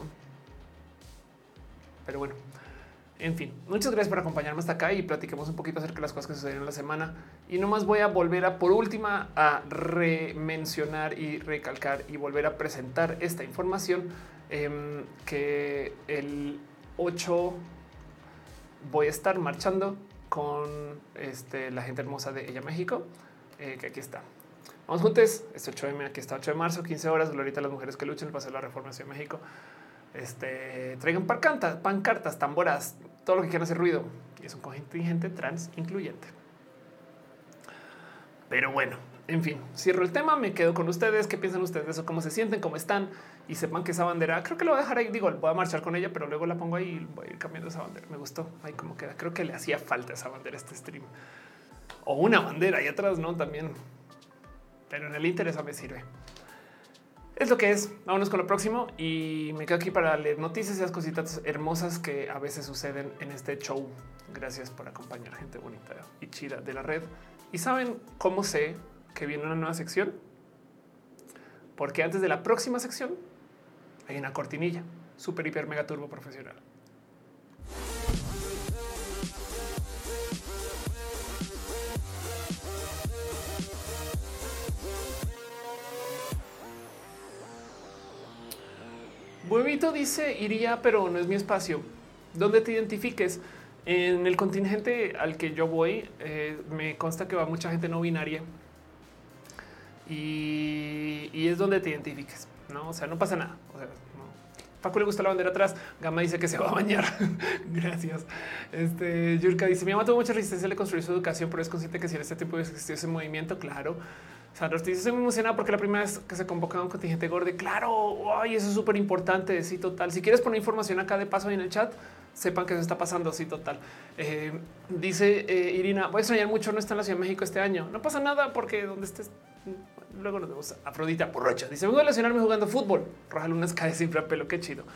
Pero bueno, en fin, muchas gracias por acompañarme hasta acá y platiquemos un poquito acerca de las cosas que sucedieron en la semana. Y nomás voy a volver a, por última, a remencionar y recalcar y volver a presentar esta información. Eh, que el ocho voy a estar marchando con este, la gente hermosa de Ella México, eh, que aquí está. Vamos juntos. Este ocho eme, aquí está ocho de marzo, quince horas. Glorita a las mujeres que luchan, el paseo de la reforma de Ciudad de México. Este, traigan pancartas, pancartas, tamboras, todo lo que quieran hacer ruido. Y es un contingente trans incluyente. Pero bueno, en fin, cierro el tema, me quedo con ustedes. ¿Qué piensan ustedes de eso? ¿Cómo se sienten? ¿Cómo están? Y sepan que esa bandera, creo que lo voy a dejar ahí. Digo, voy a marchar con ella, pero luego la pongo ahí y voy a ir cambiando esa bandera. Me gustó ahí como queda. Creo que le hacía falta esa bandera a este stream. O una bandera ahí atrás, ¿no? También. Pero en el interés me sirve. Es lo que es. Vámonos con lo próximo y me quedo aquí para leer noticias y las cositas hermosas que a veces suceden en este show. Gracias por acompañar, gente bonita y chida de la red. Y saben cómo sé que viene una nueva sección, porque antes de la próxima sección hay una cortinilla super hiper mega turbo profesional. Huevito dice iría, pero no es mi espacio. Donde te identifiques. En el contingente al que yo voy, eh, me consta que va mucha gente no binaria y, y es donde te identifiques, ¿no? O sea, no pasa nada. O sea, no. Paco le gusta la bandera atrás. Gama dice que se va a bañar. Gracias. Este Yurka dice: mi mamá tuvo mucha resistencia, le construyó su educación, pero es consciente que si en este tiempo existió ese movimiento, claro. Sandra dice: estoy muy emocionada porque la primera vez que se convoca un contingente gordo, claro, ay, eso es súper importante. Sí, total. Si quieres poner información acá de paso ahí en el chat, sepan que eso está pasando. Sí, total. Eh, dice eh, Irina: voy a extrañar mucho no estar en la Ciudad de México este año. No pasa nada porque donde estés, luego nos vemos. Afrodita Porrocha dice: voy a relacionarme jugando fútbol. Roja Lunas cae siempre a pelo. Qué chido.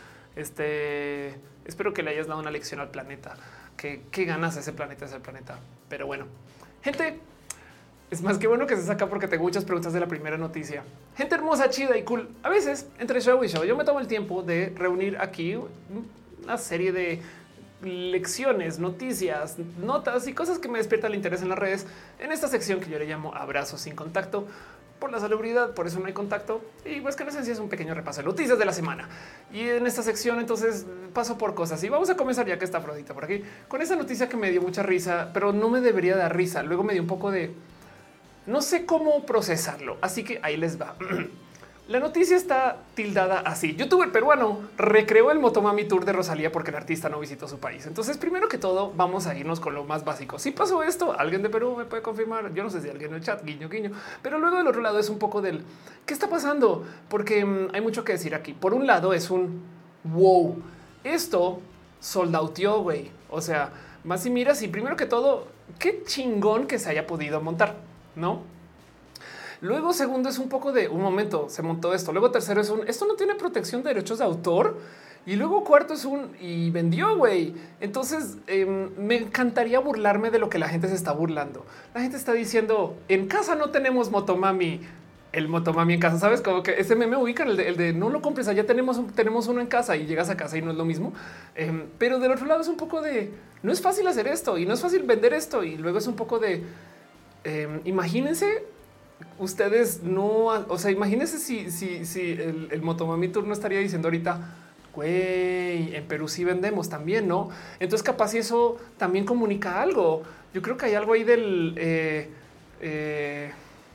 Este espero que le hayas dado una lección al planeta. Que qué ganas ese planeta, ese planeta. Pero bueno, gente. Es más que bueno que se saca porque tengo muchas preguntas de la primera noticia. Gente hermosa, chida y cool. A veces, entre show y show, yo me tomo el tiempo de reunir aquí una serie de lecciones, noticias, notas y cosas que me despiertan el interés en las redes en esta sección que yo le llamo Abrazos sin contacto. Por la salubridad, por eso no hay contacto. Y pues que en esencia es un pequeño repaso de noticias de la semana. Y en esta sección entonces paso por cosas. Y vamos a comenzar ya que está Afrodita por aquí, con esta noticia que me dio mucha risa, pero no me debería dar risa. Luego me dio un poco de... no sé cómo procesarlo, así que ahí les va. La noticia está tildada así: youtuber peruano recreó el Motomami Tour de Rosalía porque el artista no visitó su país. Entonces, primero que todo, vamos a irnos con lo más básico. Si pasó esto, alguien de Perú me puede confirmar. Yo no sé si alguien en el chat, guiño, guiño. Pero luego del otro lado es un poco del ¿qué está pasando? Porque mmm, hay mucho que decir aquí. Por un lado es un wow, esto soldauteó, güey. O sea, más si miras y primero que todo, qué chingón que se haya podido montar, ¿no? Luego, segundo, es un poco de un momento, se montó esto. Luego, tercero, es un esto no tiene protección de derechos de autor. Y luego, cuarto, es un y vendió, güey. Entonces, eh, me encantaría burlarme de lo que la gente se está burlando. La gente está diciendo: en casa no tenemos Motomami. El Motomami en casa, sabes, como que ese meme ubican el de, el de no lo compres. Allá tenemos, tenemos uno en casa y llegas a casa y no es lo mismo. Eh, pero del otro lado es un poco de no es fácil hacer esto y no es fácil vender esto. Y luego es un poco de eh, imagínense. Ustedes no, o sea, imagínense si, si, si el, el Motomami Tour no estaría diciendo ahorita, güey, en Perú sí vendemos también, ¿no? Entonces capaz si eso también comunica algo. Yo creo que hay algo ahí del... Eh, eh,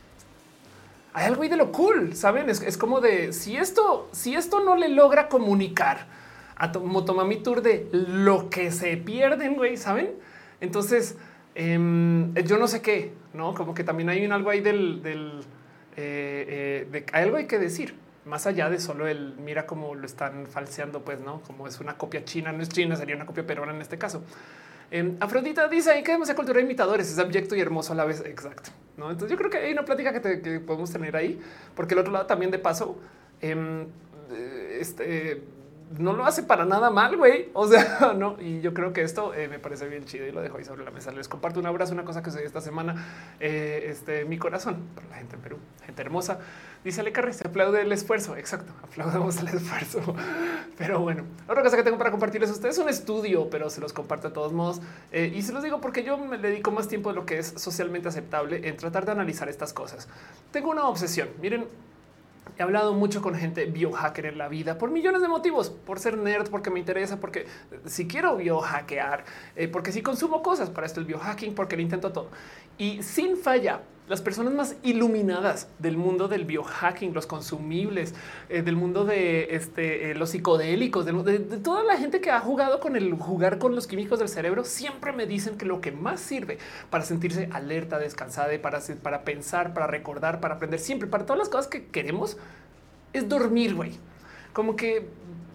hay algo ahí de lo cool, ¿saben? Es, es como de, si esto, si esto no le logra comunicar a Motomami Tour de lo que se pierden, güey, ¿saben? Entonces... Um, yo no sé qué, no como que también hay un algo ahí del, del eh, eh, de, hay algo hay que decir más allá de solo el mira cómo lo están falseando, pues no como es una copia china, no es china, sería una copia peruana en este caso. Um, Afrodita dice ahí que demasiada cultura de imitadores, es abyecto y hermoso a la vez. Exacto. No, entonces yo creo que hay una plática que, te, que podemos tener ahí, porque el otro lado también de paso, um, este. no lo hace para nada mal, güey. O sea, no. Y yo creo que esto eh, me parece bien chido y lo dejo ahí sobre la mesa. Les comparto un abrazo, una cosa que sucedió esta semana. Eh, este, mi corazón para la gente en Perú, gente hermosa. Dice Ale Carri, se aplaude el esfuerzo. Exacto, aplaudamos el esfuerzo. Pero bueno, otra cosa que tengo para compartirles a ustedes es un estudio, pero se los comparto de todos modos. Eh, y se los digo porque yo me dedico más tiempo de lo que es socialmente aceptable en tratar de analizar estas cosas. Tengo una obsesión. Miren, He hablado mucho con gente biohacker en la vida por millones de motivos, por ser nerd, porque me interesa, porque si quiero biohackear, eh, porque si consumo cosas para esto, el biohacking, porque lo intento todo y sin falla. Las personas más iluminadas del mundo del biohacking, los consumibles, eh, del mundo de este, eh, los psicodélicos, de, de, de toda la gente que ha jugado con el jugar con los químicos del cerebro, siempre me dicen que lo que más sirve para sentirse alerta, descansada, para, para pensar, para recordar, para aprender, siempre para todas las cosas que queremos es dormir, güey. Como que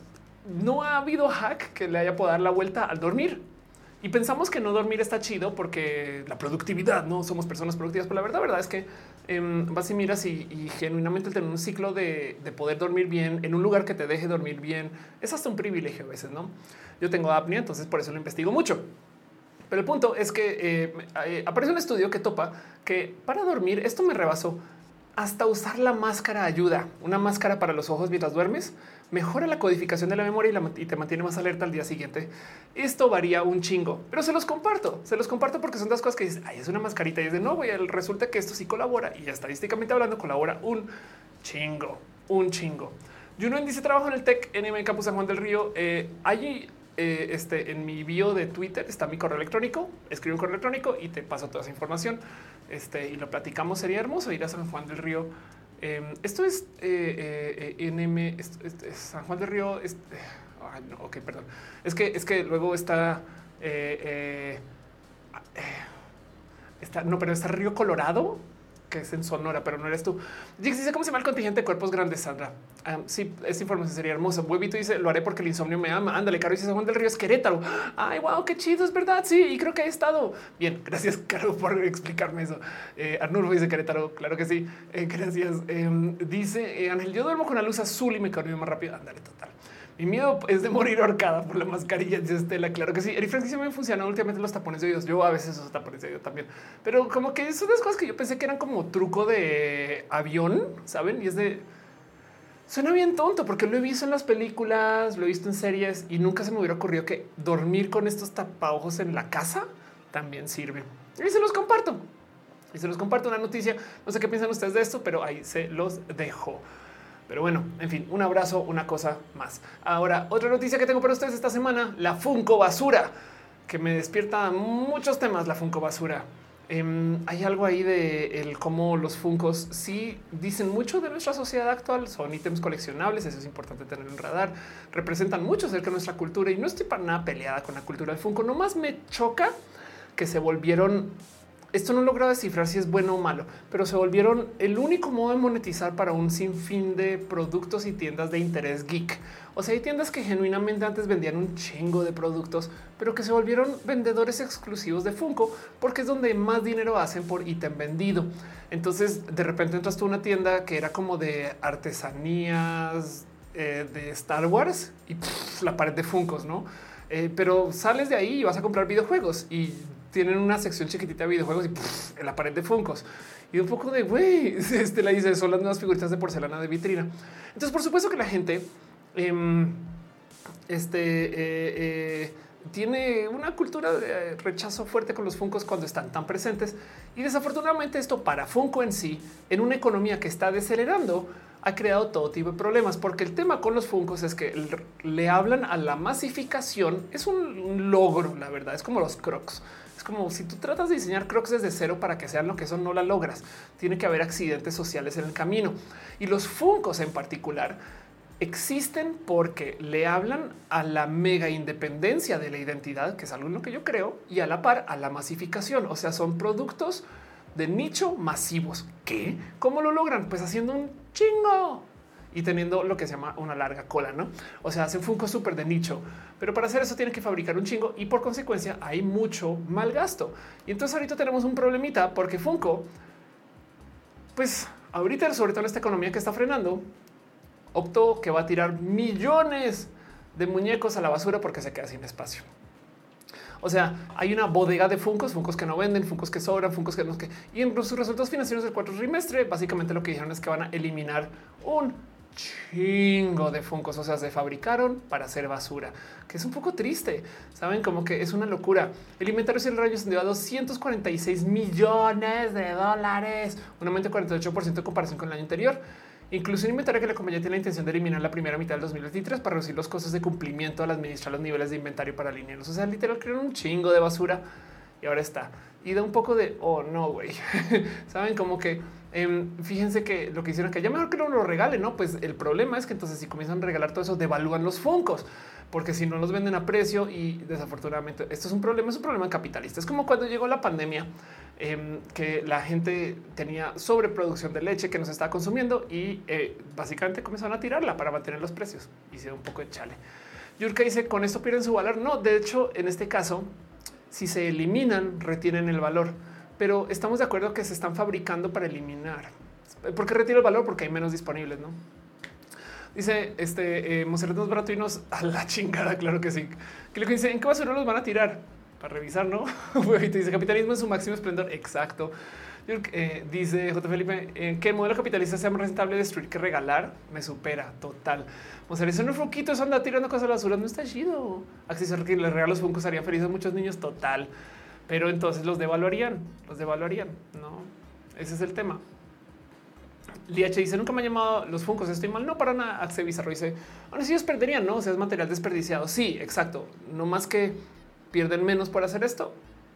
no ha habido hack que le haya podido dar la vuelta al dormir. Y pensamos que no dormir está chido porque la productividad, no somos personas productivas, pero la verdad, verdad es que eh, vas y miras y, y genuinamente el tener un ciclo de, de poder dormir bien en un lugar que te deje dormir bien es hasta un privilegio a veces, ¿no? Yo tengo apnea, entonces por eso lo investigo mucho. Pero el punto es que eh, eh, aparece un estudio que topa que para dormir esto me rebasó. Hasta usar la máscara ayuda. Una máscara para los ojos mientras duermes mejora la codificación de la memoria y, la, y te mantiene más alerta al día siguiente. Esto varía un chingo, pero se los comparto. Se los comparto porque son dos cosas que dices, ay, es una mascarita y es de no, güey, resulta que esto sí colabora y estadísticamente hablando colabora un chingo, un chingo. Juno dice trabajo en el Tec N M Campus San Juan del Río. Eh, allí eh, este, en mi bio de Twitter está mi correo electrónico. Escribe un correo electrónico y te paso toda esa información. Este, y lo platicamos. Sería hermoso ir a San Juan del Río. Eh, esto es eh, eh, N M, esto, esto es San Juan del Río. Es, eh, ay, no, ok, perdón. Es que es que luego está, eh, eh, está, no, pero está Río Colorado, que es en Sonora, pero no eres tú. Jix dice cómo se llama el contingente de cuerpos grandes, Sandra. Um, sí, esta información sería hermosa. Huevito dice lo haré porque el insomnio me ama. Ándale, Caro dice San Juan del Río es Querétaro. Ay, wow, qué chido, es verdad. Sí, y creo que he estado bien. Gracias, Caro, por explicarme eso. Eh, Arnulfo dice Querétaro. Claro que sí. Eh, gracias. Eh, dice eh, Ángel, yo duermo con la luz azul y me cambio más rápido. Ándale, total. Mi miedo es de morir ahorcada por la mascarilla de Estela. Claro que sí. Eri Frank dice me funcionan últimamente los tapones de oídos. Yo a veces esos tapones de oídos también, pero como que son las cosas que yo pensé que eran como truco de avión, saben? Y es de suena bien tonto porque lo he visto en las películas, lo he visto en series y nunca se me hubiera ocurrido que dormir con estos tapaojos en la casa también sirve. Y se los comparto. Y se los comparto una noticia. No sé qué piensan ustedes de esto, pero ahí se los dejo. Pero bueno, en fin, un abrazo, una cosa más. Ahora, otra noticia que tengo para ustedes esta semana, la Funko Basura, que me despierta muchos temas, la Funko Basura. Eh, hay algo ahí de el cómo los Funkos sí dicen mucho de nuestra sociedad actual, son ítems coleccionables, eso es importante tener en radar, representan mucho acerca de nuestra cultura y no estoy para nada peleada con la cultura del Funko, nomás me choca que se volvieron... Esto no logra descifrar si es bueno o malo, pero se volvieron el único modo de monetizar para un sinfín de productos y tiendas de interés geek. O sea, hay tiendas que genuinamente antes vendían un chingo de productos, pero que se volvieron vendedores exclusivos de Funko porque es donde más dinero hacen por ítem vendido. Entonces, de repente entras tú a una tienda que era como de artesanías eh, de Star Wars y pff, la pared de Funkos, ¿no? Eh, pero sales de ahí y vas a comprar videojuegos y tienen una sección chiquitita de videojuegos y pff, en la pared de Funkos y un poco de güey, este la dice son las nuevas figuritas de porcelana de vitrina. Entonces, por supuesto que la gente eh, este eh, eh, tiene una cultura de rechazo fuerte con los Funkos cuando están tan presentes y desafortunadamente esto para Funko en sí, en una economía que está decelerando, ha creado todo tipo de problemas, porque el tema con los Funkos es que le hablan a la masificación. Es un logro, la verdad, es como los Crocs. Es como si tú tratas de diseñar Crocs desde cero para que sean lo que son, no la logras. Tiene que haber accidentes sociales en el camino. Y los Funkos en particular existen porque le hablan a la mega independencia de la identidad, que es algo en lo que yo creo, y a la par a la masificación. O sea, son productos de nicho masivos. ¿Qué? ¿Cómo lo logran? Pues haciendo un chingo y teniendo lo que se llama una larga cola, ¿no? O sea, hacen Funko súper de nicho, pero para hacer eso tienen que fabricar un chingo y por consecuencia hay mucho mal gasto. Y entonces ahorita tenemos un problemita porque Funko, pues ahorita, sobre todo en esta economía que está frenando, optó que va a tirar millones de muñecos a la basura porque se queda sin espacio. O sea, hay una bodega de Funkos, Funkos que no venden, Funkos que sobran, Funkos que no que. Y en sus resultados financieros del cuarto trimestre, básicamente lo que dijeron es que van a eliminar un chingo de Funkos. O sea, se fabricaron para hacer basura, que es un poco triste. Saben, como que es una locura. El inventario del rayo ascendió a doscientos cuarenta y seis millones de dólares, un aumento de cuarenta y ocho por ciento en comparación con el año anterior. Incluso un inventario que la compañía tiene la intención de eliminar la primera mitad del dos mil veintitrés para reducir los costos de cumplimiento al administrar los niveles de inventario para alinearlos. O sea, literal crearon un chingo de basura y ahora está. Y da un poco de, oh no, güey. Saben como que eh, fíjense que lo que hicieron que ya mejor que no lo regalen, ¿no? Pues el problema es que entonces si comienzan a regalar todo eso, devalúan los Funkos. Porque si no los venden a precio y desafortunadamente esto es un problema, es un problema capitalista. Es como cuando llegó la pandemia, eh, que la gente tenía sobreproducción de leche que nos estaba consumiendo y eh, básicamente comenzaron a tirarla para mantener los precios. Hicieron un poco de chale. Yurka dice, ¿con esto pierden su valor? No, de hecho, en este caso, si se eliminan, retienen el valor. Pero estamos de acuerdo que se están fabricando para eliminar. ¿Por qué retiro el valor? Porque hay menos disponibles, ¿no? Dice este eh, Monserrat nos barato y nos a la chingada. Claro que sí. Que lo que dice en qué basura los van a tirar para revisar, no? Dice capitalismo en su máximo esplendor. Exacto. Eh, dice J. Felipe eh, que el modelo capitalista sea más rentable destruir que regalar. Me supera total. Monserrat dice no es foquito, eso anda tirando cosas a la basura. No está chido. Acceso que les regalos Funkos harían felices a muchos niños. Total. Pero entonces los devaluarían, los devaluarían. No, ese es el tema. L H dice nunca me han llamado los Funkos. Estoy mal. No, para nada. Axe Bizarro dice ahora sí ellos perderían, no? O sea, es material desperdiciado. Sí, exacto. No más que pierden menos por hacer esto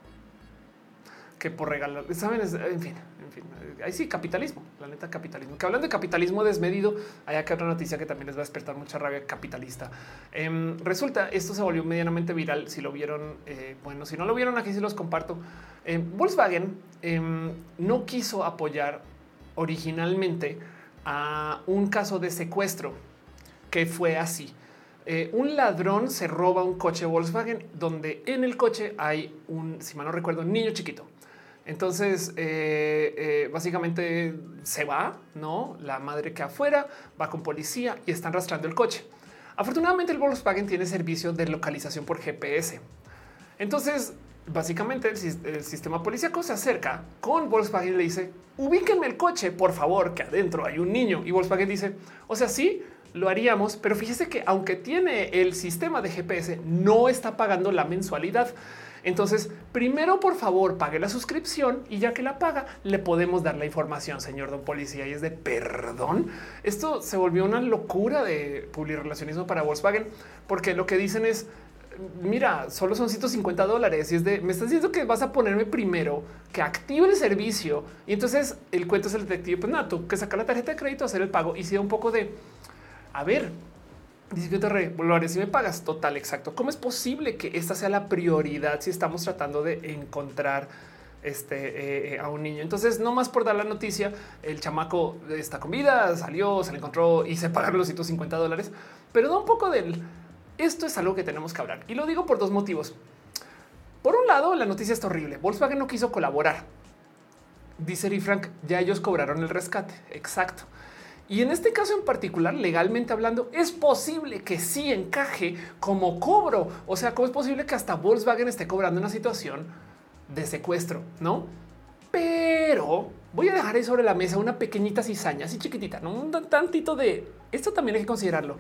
que por regalar. Saben, en fin, en fin. Ahí sí, capitalismo. La neta, capitalismo. Que hablando de capitalismo desmedido, hay acá otra noticia que también les va a despertar mucha rabia capitalista. Eh, resulta esto se volvió medianamente viral. Si lo vieron, eh, bueno, si no lo vieron, aquí sí los comparto. Eh, Volkswagen eh, no quiso apoyar originalmente a un caso de secuestro que fue así. Eh, un ladrón se roba un coche Volkswagen donde en el coche hay un, si mal no recuerdo, un niño chiquito. Entonces, eh, eh, básicamente se va, ¿no? La madre que afuera va con policía y están arrastrando el coche. Afortunadamente el Volkswagen tiene servicio de localización por G P S. Entonces, básicamente el, el sistema policíaco se acerca con Volkswagen y le dice ubíquenme el coche, por favor, que adentro hay un niño. Y Volkswagen dice, o sea, sí, lo haríamos, pero fíjese que aunque tiene el sistema de G P S, no está pagando la mensualidad. Entonces, primero, por favor, pague la suscripción y ya que la paga, le podemos dar la información, señor don policía. Y es de perdón. Esto se volvió una locura de publirrelacionismo para Volkswagen, porque lo que dicen es, mira, solo son ciento cincuenta dólares y es de me estás diciendo que vas a ponerme primero que active el servicio. Y entonces el cuento es el detective. Pues nada, tú que saca la tarjeta de crédito, hacer el pago y si da un poco de a ver, dice que te revolveré si me pagas. Total, exacto. ¿Cómo es posible que esta sea la prioridad si estamos tratando de encontrar este, eh, a un niño? Entonces, no más por dar la noticia, el chamaco está con vida, salió, se le encontró y se pagaron los ciento cincuenta dólares, pero da un poco del esto es algo que tenemos que hablar y lo digo por dos motivos. Por un lado, la noticia está horrible. Volkswagen no quiso colaborar. Dice Eri Frank, ya ellos cobraron el rescate. Exacto. Y en este caso en particular, legalmente hablando, es posible que sí encaje como cobro. O sea, ¿cómo es posible que hasta Volkswagen esté cobrando una situación de secuestro? No, pero voy a dejar ahí sobre la mesa una pequeñita cizaña, así chiquitita, no un tantito de esto. También hay que considerarlo.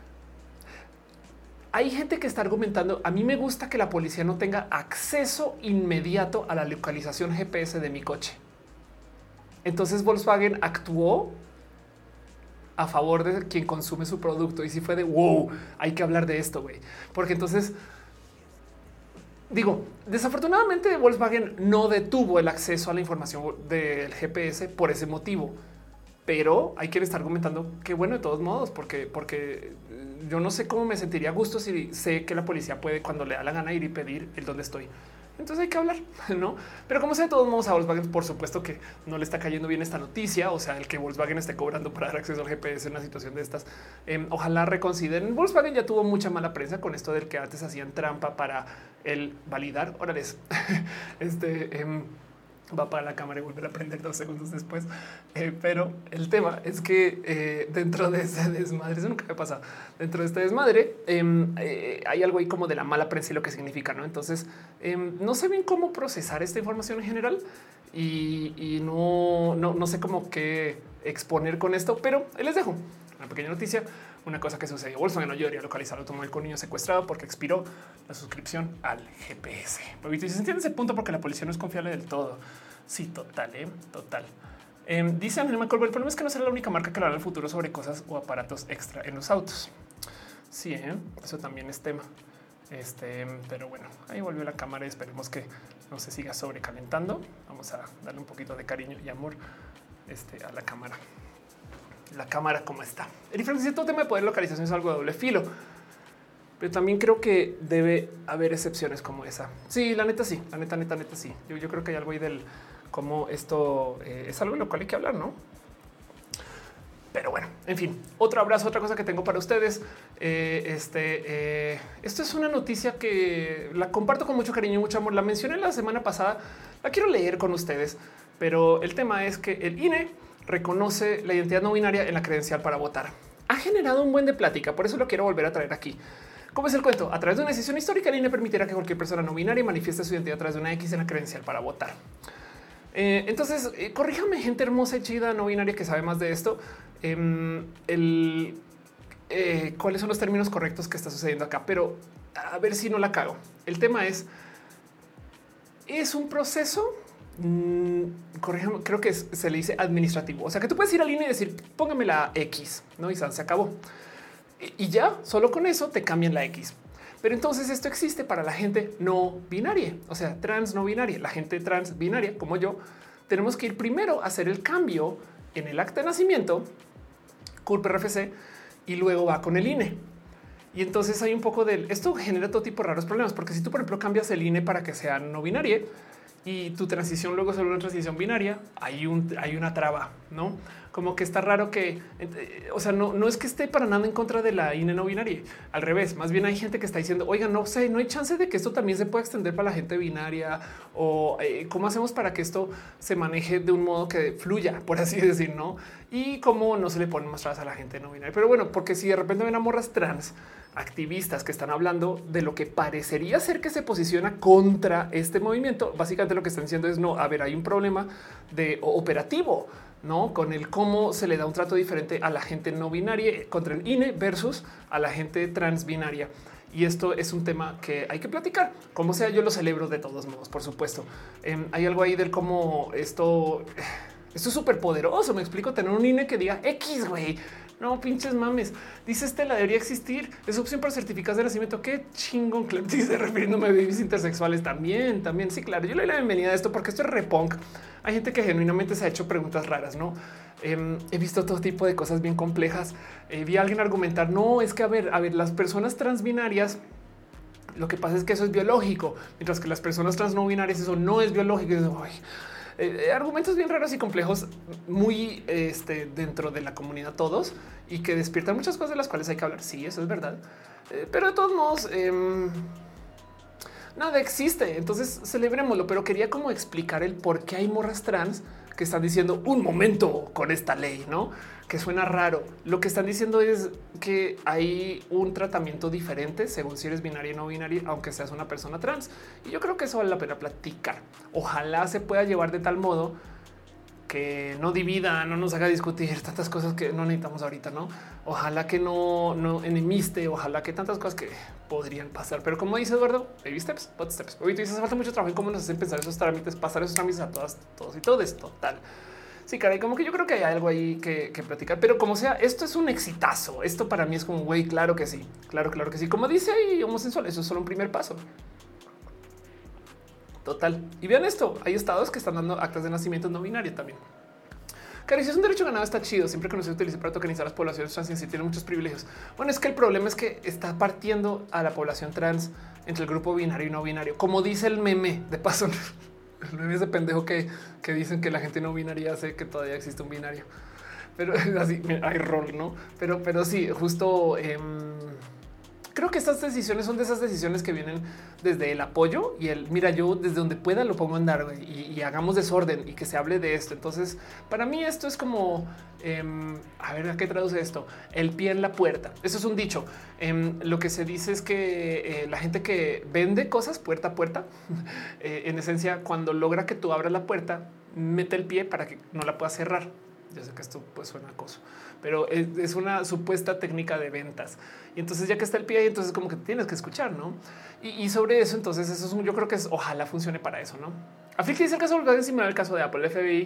Hay gente que está argumentando. A mí me gusta que la policía no tenga acceso inmediato a la localización G P S de mi coche. Entonces Volkswagen actuó a favor de quien consume su producto. Y si fue de wow, hay que hablar de esto, güey, porque entonces digo, desafortunadamente Volkswagen no detuvo el acceso a la información del G P S por ese motivo, pero hay quien está argumentando que bueno, de todos modos, porque, porque yo no sé cómo me sentiría a gusto si sé que la policía puede cuando le da la gana ir y pedir el dónde estoy. Entonces hay que hablar, ¿no? Pero como sea, de todos modos a Volkswagen, por supuesto que no le está cayendo bien esta noticia. O sea, el que Volkswagen esté cobrando para dar acceso al G P S en una situación de estas. Eh, ojalá reconsideren. Volkswagen ya tuvo mucha mala prensa con esto del que antes hacían trampa para el validar. Órale, este... Eh, va para la cámara y volver a prender dos segundos después. Eh, pero el tema es que eh, dentro de ese desmadre, eso nunca me pasa, dentro de este desmadre eh, eh, hay algo ahí como de la mala prensa y lo que significa, ¿no? Entonces eh, no sé bien cómo procesar esta información en general y, y no, no, no sé cómo qué exponer con esto, pero les dejo una pequeña noticia. Una cosa que sucedió: Volkswagen no ayudaría a localizar el automóvil con niño secuestrado porque expiró la suscripción al G P S. Pero se entiende ese punto porque la policía no es confiable del todo. Sí, total, ¿eh? total. Eh, dice Anima Corbo, el problema es que no será la única marca que hablará en el futuro sobre cosas o aparatos extra en los autos. Sí, ¿eh? Eso también es tema. Este, pero bueno, ahí volvió la cámara y esperemos que no se siga sobrecalentando. Vamos a darle un poquito de cariño y amor este, a la cámara. La cámara, ¿cómo está? El diferencia, todo tema de poder localización es algo de doble filo, pero también creo que debe haber excepciones como esa. Sí, la neta, sí, la neta, neta, neta, sí. Yo, yo creo que hay algo ahí del cómo esto eh, es algo de lo cual hay que hablar, ¿no? Pero bueno, en fin, otro abrazo, otra cosa que tengo para ustedes. Eh, este, eh, esto es una noticia que la comparto con mucho cariño y mucho amor. La mencioné la semana pasada, la quiero leer con ustedes, pero el tema es que el I N E reconoce la identidad no binaria en la credencial para votar. Ha generado un buen de plática, por eso lo quiero volver a traer aquí. ¿Cómo es el cuento? A través de una decisión histórica, el I N E permitirá que cualquier persona no binaria manifieste su identidad a través de una X en la credencial para votar. Eh, entonces, eh, corríjame, gente hermosa y chida no binaria que sabe más de esto. Eh, el, eh, ¿Cuáles son los términos correctos que está sucediendo acá? Pero a ver si no la cago. El tema es, es un proceso, mmm, corríjame, creo que es, se le dice administrativo. O sea, que tú puedes ir al I N E y decir, póngame la X, ¿no? Y se acabó. Y, y ya, solo con eso te cambian la X. Pero entonces esto existe para la gente no binaria, o sea, trans no binaria. La gente trans binaria como yo tenemos que ir primero a hacer el cambio en el acta de nacimiento, C U R P R F C, y luego va con el I N E. Y entonces hay un poco de esto genera todo tipo de raros problemas, porque si tú, por ejemplo, cambias el I N E para que sea no binaria y tu transición luego sobre una transición binaria, hay un, hay una traba, no? Como que está raro que, eh, o sea, no, no es que esté para nada en contra de la I N E no binaria. Al revés, más bien hay gente que está diciendo, oiga, no sé, no hay chance de que esto también se pueda extender para la gente binaria, o eh, cómo hacemos para que esto se maneje de un modo que fluya, por así decir, no? Y cómo no se le ponen más trabas a la gente no binaria. Pero bueno, porque si de repente ven a morras trans activistas que están hablando de lo que parecería ser que se posiciona contra este movimiento, básicamente lo que están diciendo es no, a ver, hay un problema de operativo, no con el cómo se le da un trato diferente a la gente no binaria contra el I N E versus a la gente trans binaria. Y esto es un tema que hay que platicar. Como sea, yo lo celebro de todos modos, por supuesto. Eh, hay algo ahí del cómo esto, esto es súper poderoso. Me explico, tener un I N E que diga X, güey. No, pinches mames. Dice Estela, debería existir. Es opción para certificados de nacimiento. Qué chingón. Dice, refiriéndome a babies intersexuales también, también. Sí, claro. Yo le doy la bienvenida a esto porque esto es repunk. Hay gente que genuinamente se ha hecho preguntas raras, ¿no? Eh, he visto todo tipo de cosas bien complejas. Eh, vi a alguien argumentar, no, es que a ver, a ver, las personas transbinarias, lo que pasa es que eso es biológico, mientras que las personas trans no binarias, eso no es biológico. Es, uy, eh, argumentos bien raros y complejos, muy este, dentro de la comunidad todos, y que despiertan muchas cosas de las cuales hay que hablar. Sí, eso es verdad. Eh, pero de todos modos, eh, nada existe. Entonces celebrémoslo, pero quería como explicar el por qué hay morras trans que están diciendo un momento con esta ley, ¿no? Que suena raro. Lo que están diciendo es que hay un tratamiento diferente según si eres binaria o no binaria, aunque seas una persona trans. Y yo creo que eso vale la pena platicar. Ojalá se pueda llevar de tal modo que no divida, no nos haga discutir tantas cosas que no necesitamos ahorita, ¿no? Ojalá que no, no enemiste, ojalá que tantas cosas que podrían pasar. Pero como dice Eduardo, baby steps, but steps. Hoy dices, hace falta mucho trabajo en cómo nos hacen pensar esos trámites, pasar esos trámites a todas, todos y todos. Total. Sí, caray, como que yo creo que hay algo ahí que, que platicar, pero como sea, esto es un exitazo. Esto para mí es como, güey, claro que sí, claro, claro que sí. Como dice ahí homosexual, eso es solo un primer paso. Total. Y vean esto, hay estados que están dando actas de nacimiento no binario también. Claro, si es un derecho ganado, está chido. Siempre que no se utilice para tokenizar las poblaciones trans y tienen muchos privilegios. Bueno, es que el problema es que está partiendo a la población trans entre el grupo binario y no binario. Como dice el meme, de paso, el meme es de pendejo que, que dicen que la gente no binaria hace que todavía existe un binario. Pero así hay rol, ¿no? Pero, pero sí, justo... Eh, creo que estas decisiones son de esas decisiones que vienen desde el apoyo y el mira, yo desde donde pueda lo pongo a andar y, y hagamos desorden y que se hable de esto. Entonces, para mí esto es como eh, a ver a qué traduce esto: el pie en la puerta. Eso es un dicho. Eh, lo que se dice es que eh, la gente que vende cosas puerta a puerta, eh, en esencia, cuando logra que tú abras la puerta, mete el pie para que no la puedas cerrar. Yo sé que esto pues suena acoso, pero es, es una supuesta técnica de ventas. Y entonces ya que está el pie ahí, entonces como que tienes que escuchar, ¿no? Y, y sobre eso, entonces eso es un, yo creo que es, ojalá funcione para eso, ¿no? Aflic dice el caso de similar al caso de Apple. El F B I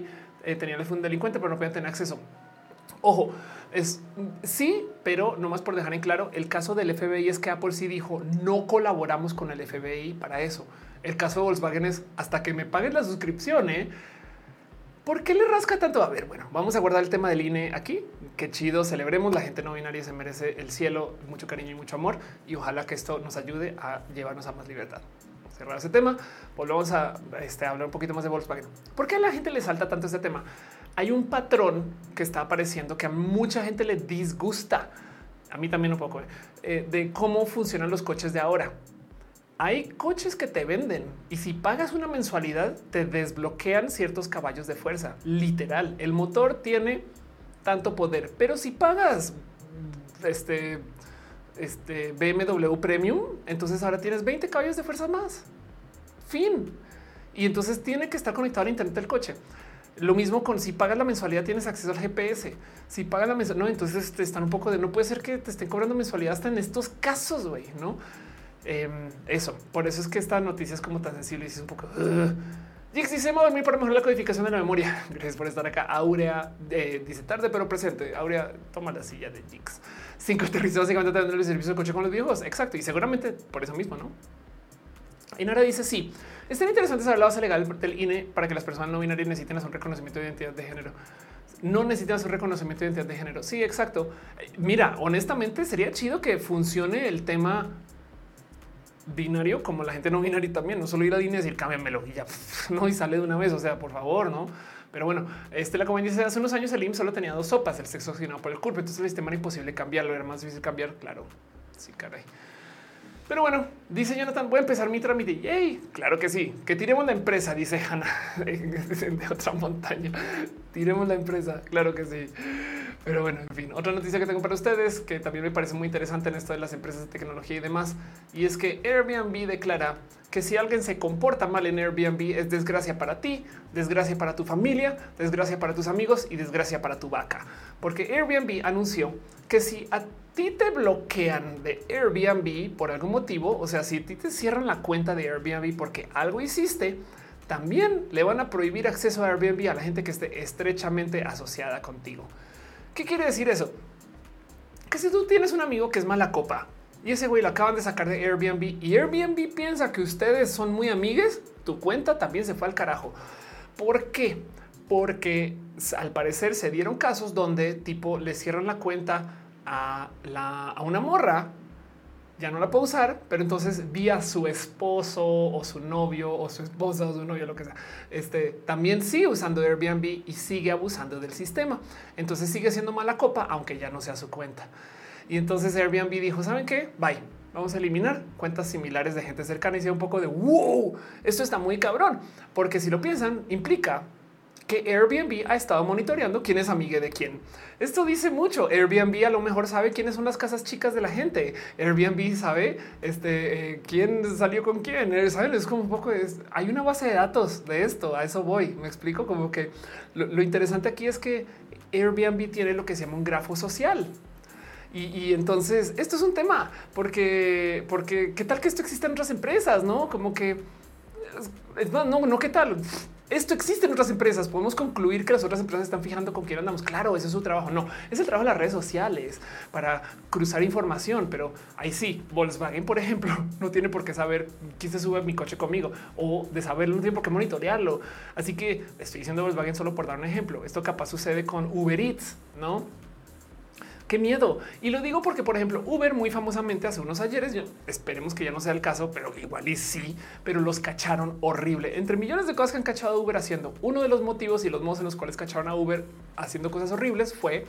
eh, tenían el iPhone delincuente, pero no podían tener acceso. Ojo, es sí, pero nomás por dejar en claro, el caso del F B I es que Apple sí dijo no colaboramos con el F B I para eso. El caso de Volkswagen es hasta que me paguen la suscripción. ¿eh? ¿Por qué le rasca tanto? A ver, bueno, vamos a guardar el tema del I N E aquí. Qué chido, celebremos. La gente no binaria se merece el cielo, mucho cariño y mucho amor. Y ojalá que esto nos ayude a llevarnos a más libertad. Cerrar ese tema, volvemos a este, hablar un poquito más de Volkswagen. ¿Por qué a la gente le salta tanto este tema? Hay un patrón que está apareciendo que a mucha gente le disgusta. A mí también un poco eh, eh, de cómo funcionan los coches de ahora. Hay coches que te venden y si pagas una mensualidad te desbloquean ciertos caballos de fuerza. Literal, el motor tiene tanto poder, pero si pagas este, este B M W Premium, entonces ahora tienes veinte caballos de fuerza más. Fin. Y entonces tiene que estar conectado al internet del coche. Lo mismo con si pagas la mensualidad, tienes acceso al G P S. Si pagas la mensualidad, no, entonces te están un poco de no puede ser que te estén cobrando mensualidad hasta en estos casos, güey, no? Eh, eso, por eso es que esta noticia es como tan sensible y es un poco. Uh. Jix dice: "Me dormir para mejorar la codificación de la memoria". Gracias por estar acá. Aurea eh, dice: "Tarde pero presente". Aurea, toma la silla de Jix. Cinco aterrizados básicamente teniendo el servicio de coche con los viejos. Exacto. Y seguramente por eso mismo, no? Y Nara dice: "Sí, es tan interesante saber la base legal del I N E para que las personas no binarias necesiten hacer un reconocimiento de identidad de género. No necesitan hacer un reconocimiento de identidad de género". Sí, exacto. Mira, honestamente sería chido que funcione el tema binario como la gente no binaria también, no solo ir a D I N E y decir cámbiamelo y ya no y sale de una vez. O sea, por favor, no. Pero bueno, este la compañía dice hace unos años el I M S S solo tenía dos sopas, el sexo asignado por el cuerpo. Entonces el sistema era imposible cambiarlo, era más difícil cambiar. Claro, sí, caray. Pero bueno, dice Jonathan, voy a empezar mi trámite. Yay, claro que sí. Que tiremos la empresa, dice Hanna de otra montaña. Tiremos la empresa, claro que sí. Pero bueno, en fin, otra noticia que tengo para ustedes que también me parece muy interesante en esto de las empresas de tecnología y demás. Y es que Airbnb declara que si alguien se comporta mal en Airbnb es desgracia para ti, desgracia para tu familia, desgracia para tus amigos y desgracia para tu vaca. Porque Airbnb anunció que si a ti te bloquean de Airbnb por algún motivo, o sea, si a ti te cierran la cuenta de Airbnb porque algo hiciste, también le van a prohibir acceso a Airbnb a la gente que esté estrechamente asociada contigo. ¿Qué quiere decir eso? Que si tú tienes un amigo que es mala copa y ese güey lo acaban de sacar de Airbnb y Airbnb piensa que ustedes son muy amigues, tu cuenta también se fue al carajo. ¿Por qué? Porque al parecer se dieron casos donde tipo le cierran la cuenta a, la, a una morra, ya no la puedo usar, pero entonces vía su esposo o su novio o su esposa o su novio, lo que sea, este también sigue usando Airbnb y sigue abusando del sistema. Entonces sigue siendo mala copa, aunque ya no sea su cuenta. Y entonces Airbnb dijo: ¿saben qué? Bye. Vamos a eliminar cuentas similares de gente cercana y sea un poco de wow, esto está muy cabrón, porque si lo piensan, implica que Airbnb ha estado monitoreando quién es amigue de quién. Esto dice mucho. Airbnb a lo mejor sabe quiénes son las casas chicas de la gente. Airbnb sabe este, eh, quién salió con quién. ¿Saben? Es como un poco de, hay una base de datos de esto. A eso voy. Me explico como que lo, lo interesante aquí es que Airbnb tiene lo que se llama un grafo social. Y, y entonces esto es un tema porque, porque qué tal que esto existe en otras empresas, no como que no, no, no, qué tal. Esto existe en otras empresas. Podemos concluir que las otras empresas están fijando con quién andamos. Claro, ese es su trabajo. No, es el trabajo de las redes sociales para cruzar información. Pero ahí sí, Volkswagen, por ejemplo, no tiene por qué saber quién se sube a mi coche conmigo o de saberlo, no tiene por qué monitorearlo. Así que estoy diciendo Volkswagen solo por dar un ejemplo. Esto capaz sucede con Uber Eats, ¿no? Qué miedo. Y lo digo porque, por ejemplo, Uber muy famosamente hace unos ayeres, yo, esperemos que ya no sea el caso, pero igual y sí, pero los cacharon horrible. Entre millones de cosas que han cachado a Uber haciendo, uno de los motivos y los modos en los cuales cacharon a Uber haciendo cosas horribles fue,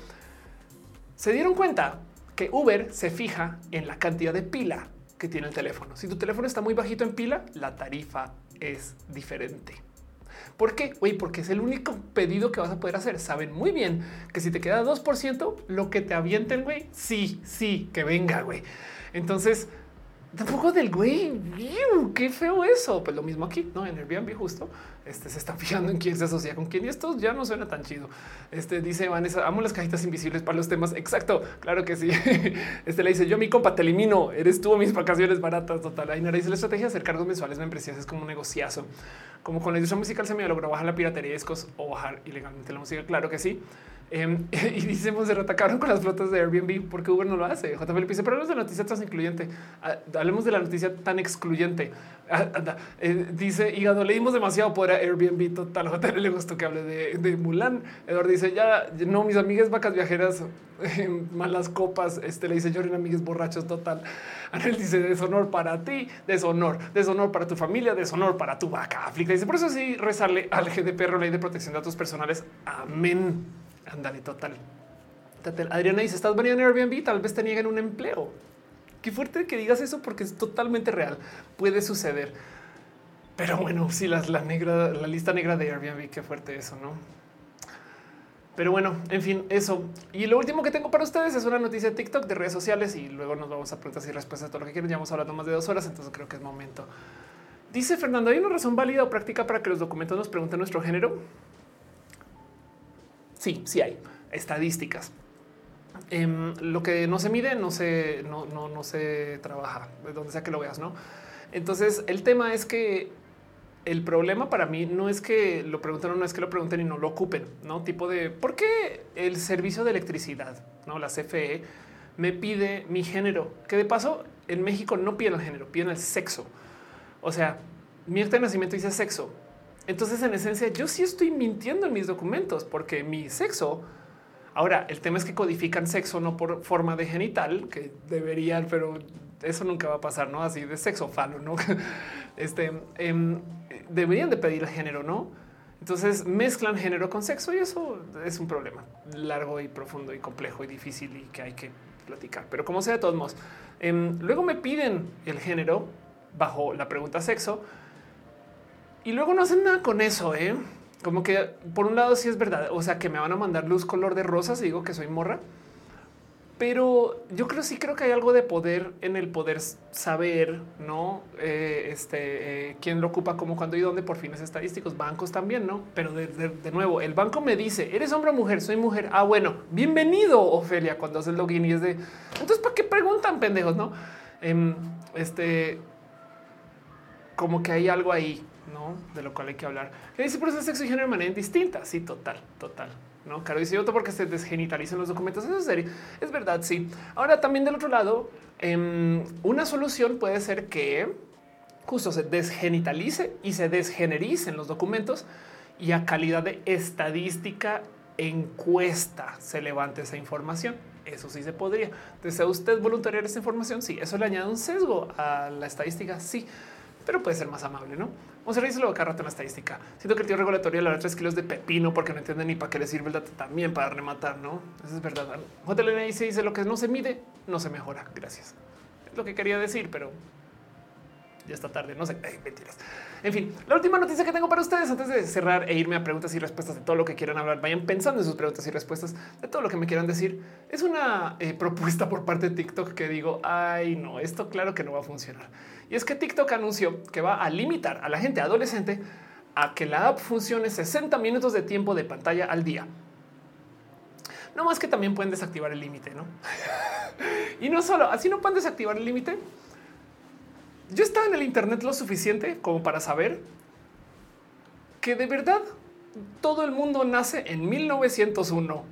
se dieron cuenta que Uber se fija en la cantidad de pila que tiene el teléfono. Si tu teléfono está muy bajito en pila, la tarifa es diferente. ¿Por qué? Güey, porque es el único pedido que vas a poder hacer. Saben muy bien que si te queda dos por ciento, lo que te avienten, güey, sí, sí, que venga, güey. Entonces, Tampoco del güey. Ew, qué feo eso. Pues lo mismo aquí, no en Airbnb, justo este se están fijando en quién se asocia con quién y esto ya no suena tan chido. Este dice Vanessa, amo las cajitas invisibles para los temas. Exacto. Claro que sí. Este le dice yo, mi compa, te elimino. Eres tú, mis vacaciones baratas. Total. Ahí dice la estrategia de hacer cargos mensuales membresías es como un negociazo. Como con la industria musical se me logró bajar la piratería de discos o bajar ilegalmente la música. Claro que sí. Eh, y dice Monserrat, acabaron con las flotas de Airbnb porque Uber no lo hace. J. Felipe dice, pero hablemos de la noticia tan incluyente. Ah, hablemos de la noticia tan excluyente. Ah, anda. Eh, dice Hígado, le dimos demasiado poder a Airbnb. Total. J. le gustó que hable de, de Mulan. Eduardo dice, ya no, mis amigas vacas viajeras, eh, malas copas. Este le dice, lloren amigues borrachos. Total. Anel dice, deshonor para ti, deshonor, deshonor para tu familia, deshonor para tu vaca. Aflicta dice, por eso sí, rezarle al G D P R, ley de protección de datos personales. Amén. Ándale, total. Adriana dice, estás venido en Airbnb, tal vez te nieguen un empleo. Qué fuerte que digas eso porque es totalmente real. Puede suceder. Pero bueno, sí, la, la negra, la lista negra de Airbnb, qué fuerte eso, ¿no? Pero bueno, en fin, eso. Y lo último que tengo para ustedes es una noticia de TikTok, de redes sociales, y luego nos vamos a preguntas y respuestas de todo lo que quieren. Ya hemos hablado más de dos horas, entonces creo que es momento. Dice Fernando, ¿hay una razón válida o práctica para que los documentos nos pregunten nuestro género? Sí, sí hay estadísticas. Eh, lo que no se mide, no se, no, no, no se trabaja, de donde sea que lo veas, ¿no? Entonces, el tema es que el problema para mí no es que lo pregunten o no es que lo pregunten y no lo ocupen, ¿no? Tipo de, ¿por qué el servicio de electricidad, no la C F E, me pide mi género? Que de paso, en México no piden el género, piden el sexo. O sea, mi acta de nacimiento dice sexo. Entonces, en esencia, yo sí estoy mintiendo en mis documentos porque mi sexo. Ahora, el tema es que codifican sexo no por forma de genital, que deberían, pero eso nunca va a pasar, no así de sexo falo, no? Este eh, deberían de pedir género, no? Entonces mezclan género con sexo y eso es un problema largo y profundo y complejo y difícil y que hay que platicar. Pero como sea, de todos modos, eh, luego me piden el género bajo la pregunta sexo. Y luego no hacen nada con eso, ¿eh? Como que por un lado sí es verdad, o sea, que me van a mandar luz color de rosa si digo que soy morra. Pero yo creo sí creo que hay algo de poder en el poder saber, ¿no? Eh, este, eh, quién lo ocupa, cómo, cuándo y dónde por fines estadísticos. Bancos también, ¿no? Pero de, de, de nuevo, el banco me dice, ¿eres hombre o mujer? Soy mujer. Ah, bueno, bienvenido, Ofelia, cuando haces login y es de... Entonces, ¿para qué preguntan, pendejos, no? Eh, este... Como que hay algo ahí, ¿no? De lo cual hay que hablar. Que dice, por eso el sexo y género de manera distinta. Sí, total, total. No, claro, dice otro porque se desgenitalicen los documentos. Eso es serio. Es verdad. Sí. Ahora también del otro lado, eh, una solución puede ser que justo se desgenitalice y se desgenericen los documentos y a calidad de estadística encuesta se levante esa información. Eso sí se podría. ¿Desea usted voluntariar esta información? Sí. Eso le añade un sesgo a la estadística. Sí, pero puede ser más amable, ¿no? Vamos a revisarlo cada rato en la estadística. Siento que el tío regulatorio le da tres kilos de pepino porque no entiende ni para qué le sirve el dato también para rematar, ¿no? Eso es verdad. J L N dice, dice lo que no se mide, no se mejora. Gracias. Es lo que quería decir, pero ya está tarde. No sé. Ay, mentiras. En fin, la última noticia que tengo para ustedes antes de cerrar e irme a preguntas y respuestas de todo lo que quieran hablar. Vayan pensando en sus preguntas y respuestas de todo lo que me quieran decir. Es una eh, propuesta por parte de TikTok que digo, ay, no, esto claro que no va a funcionar. Y es que TikTok anunció que va a limitar a la gente adolescente a que la app funcione sesenta minutos de tiempo de pantalla al día. No más que también pueden desactivar el límite, ¿no? Y no solo así, no pueden desactivar el límite. Yo estaba en el internet lo suficiente como para saber que de verdad todo el mundo nace en mil novecientos uno.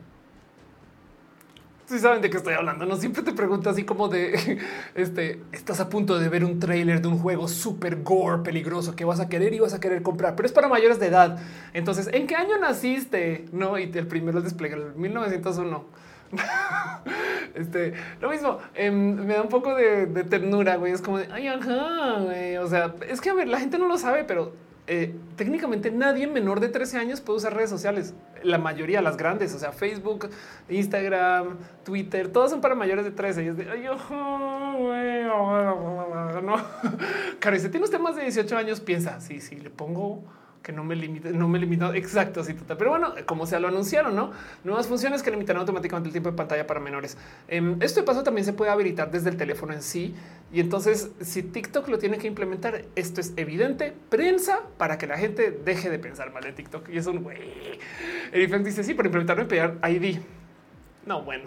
Si saben de qué estoy hablando, no siempre te pregunto así como de este, estás a punto de ver un tráiler de un juego súper gore, peligroso que vas a querer y vas a querer comprar, pero es para mayores de edad. Entonces, ¿en qué año naciste? No, y el primero es desplegar el mil novecientos uno. Este, lo mismo, eh, me da un poco de, de ternura, güey. Es como de, ay, ajá, güey. O sea, es que a ver, la gente no lo sabe, pero eh, técnicamente nadie menor de trece años puede usar redes sociales. La mayoría, las grandes, o sea, Facebook, Instagram, Twitter, todas son para mayores de trece. Y es de, ay, ajá, güey, no. Claro, y si tiene usted más de dieciocho años, piensa, sí, sí, le pongo que no me limita, no me limita. Exacto, sí, total. Pero bueno, como sea, lo anunciaron, ¿no? Nuevas funciones que limitarán automáticamente el tiempo de pantalla para menores. Eh, esto de paso también se puede habilitar desde el teléfono en sí. Y entonces, si TikTok lo tiene que implementar, esto es evidente prensa para que la gente deje de pensar mal de TikTok. Y es un güey. Eric dice sí, pero implementarlo en pegar I D. No, bueno.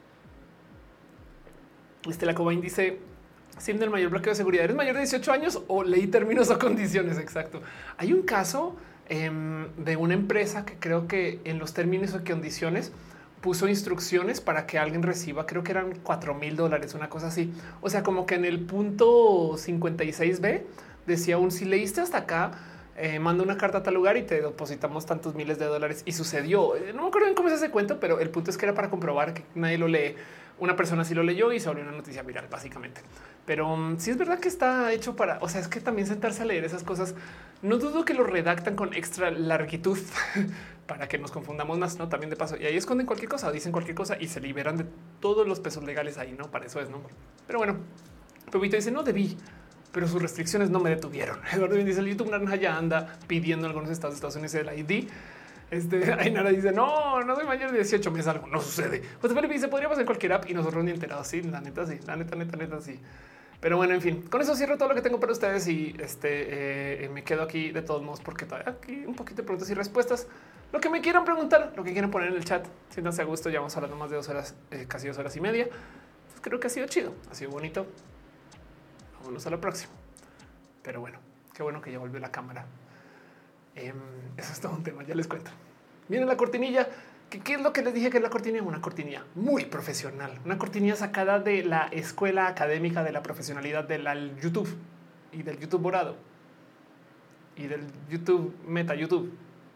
Estela Cobain dice SIM del mayor bloqueo de seguridad. ¿Eres mayor de dieciocho años o leí términos o condiciones? Exacto. Hay un caso eh, de una empresa que creo que en los términos o condiciones puso instrucciones para que alguien reciba, creo que eran cuatro mil dólares, una cosa así. O sea, como que en el punto cincuenta y seis B decía un si leíste hasta acá, eh, manda una carta a tal lugar y te depositamos tantos miles de dólares. Y sucedió. No me acuerdo bien cómo es ese cuento, pero el punto es que era para comprobar que nadie lo lee. Una persona sí lo leyó y se volvió una noticia viral, básicamente. Pero um, sí es verdad que está hecho para, o sea, es que también sentarse a leer esas cosas, no dudo que lo redactan con extra largitud para que nos confundamos más, ¿no? También de paso, y ahí esconden cualquier cosa, dicen cualquier cosa y se liberan de todos los pesos legales ahí, ¿no? Para eso es, ¿no? Pero bueno, Pepito dice, no debí, pero sus restricciones no me detuvieron. Eduardo dice, el YouTube naranja ya anda pidiendo en algunos estados de Estados Unidos el I D. Este Ainara dice no, no soy mayor de dieciocho, me salgo, no sucede. José Felipe dice podríamos en cualquier app y nosotros ni enterados. Sí, la neta, sí, la neta, neta, neta, sí. Pero bueno, en fin, con eso cierro todo lo que tengo para ustedes y este eh, me quedo aquí de todos modos porque todavía aquí un poquito de preguntas y respuestas. Lo que me quieran preguntar, lo que quieran poner en el chat, siéntanse a gusto. Ya vamos hablando más de dos horas, eh, casi dos horas y media. Entonces, creo que ha sido chido, ha sido bonito. Vámonos a la próxima. Pero bueno, qué bueno que ya volvió la cámara. Eh, eso es todo un tema, ya les cuento. Miren la cortinilla. ¿Qué, ¿Qué es lo que les dije que es la cortinilla? Una cortinilla muy profesional, una cortinilla sacada de la escuela académica de la profesionalidad del YouTube y del YouTube morado y del YouTube meta YouTube.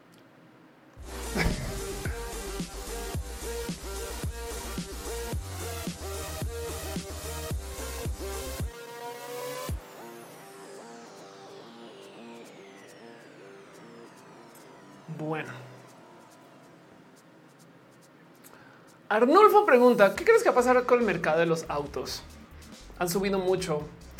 Bueno. Arnulfo pregunta, ¿qué crees que va a pasar con el mercado de los autos? Han subido mucho.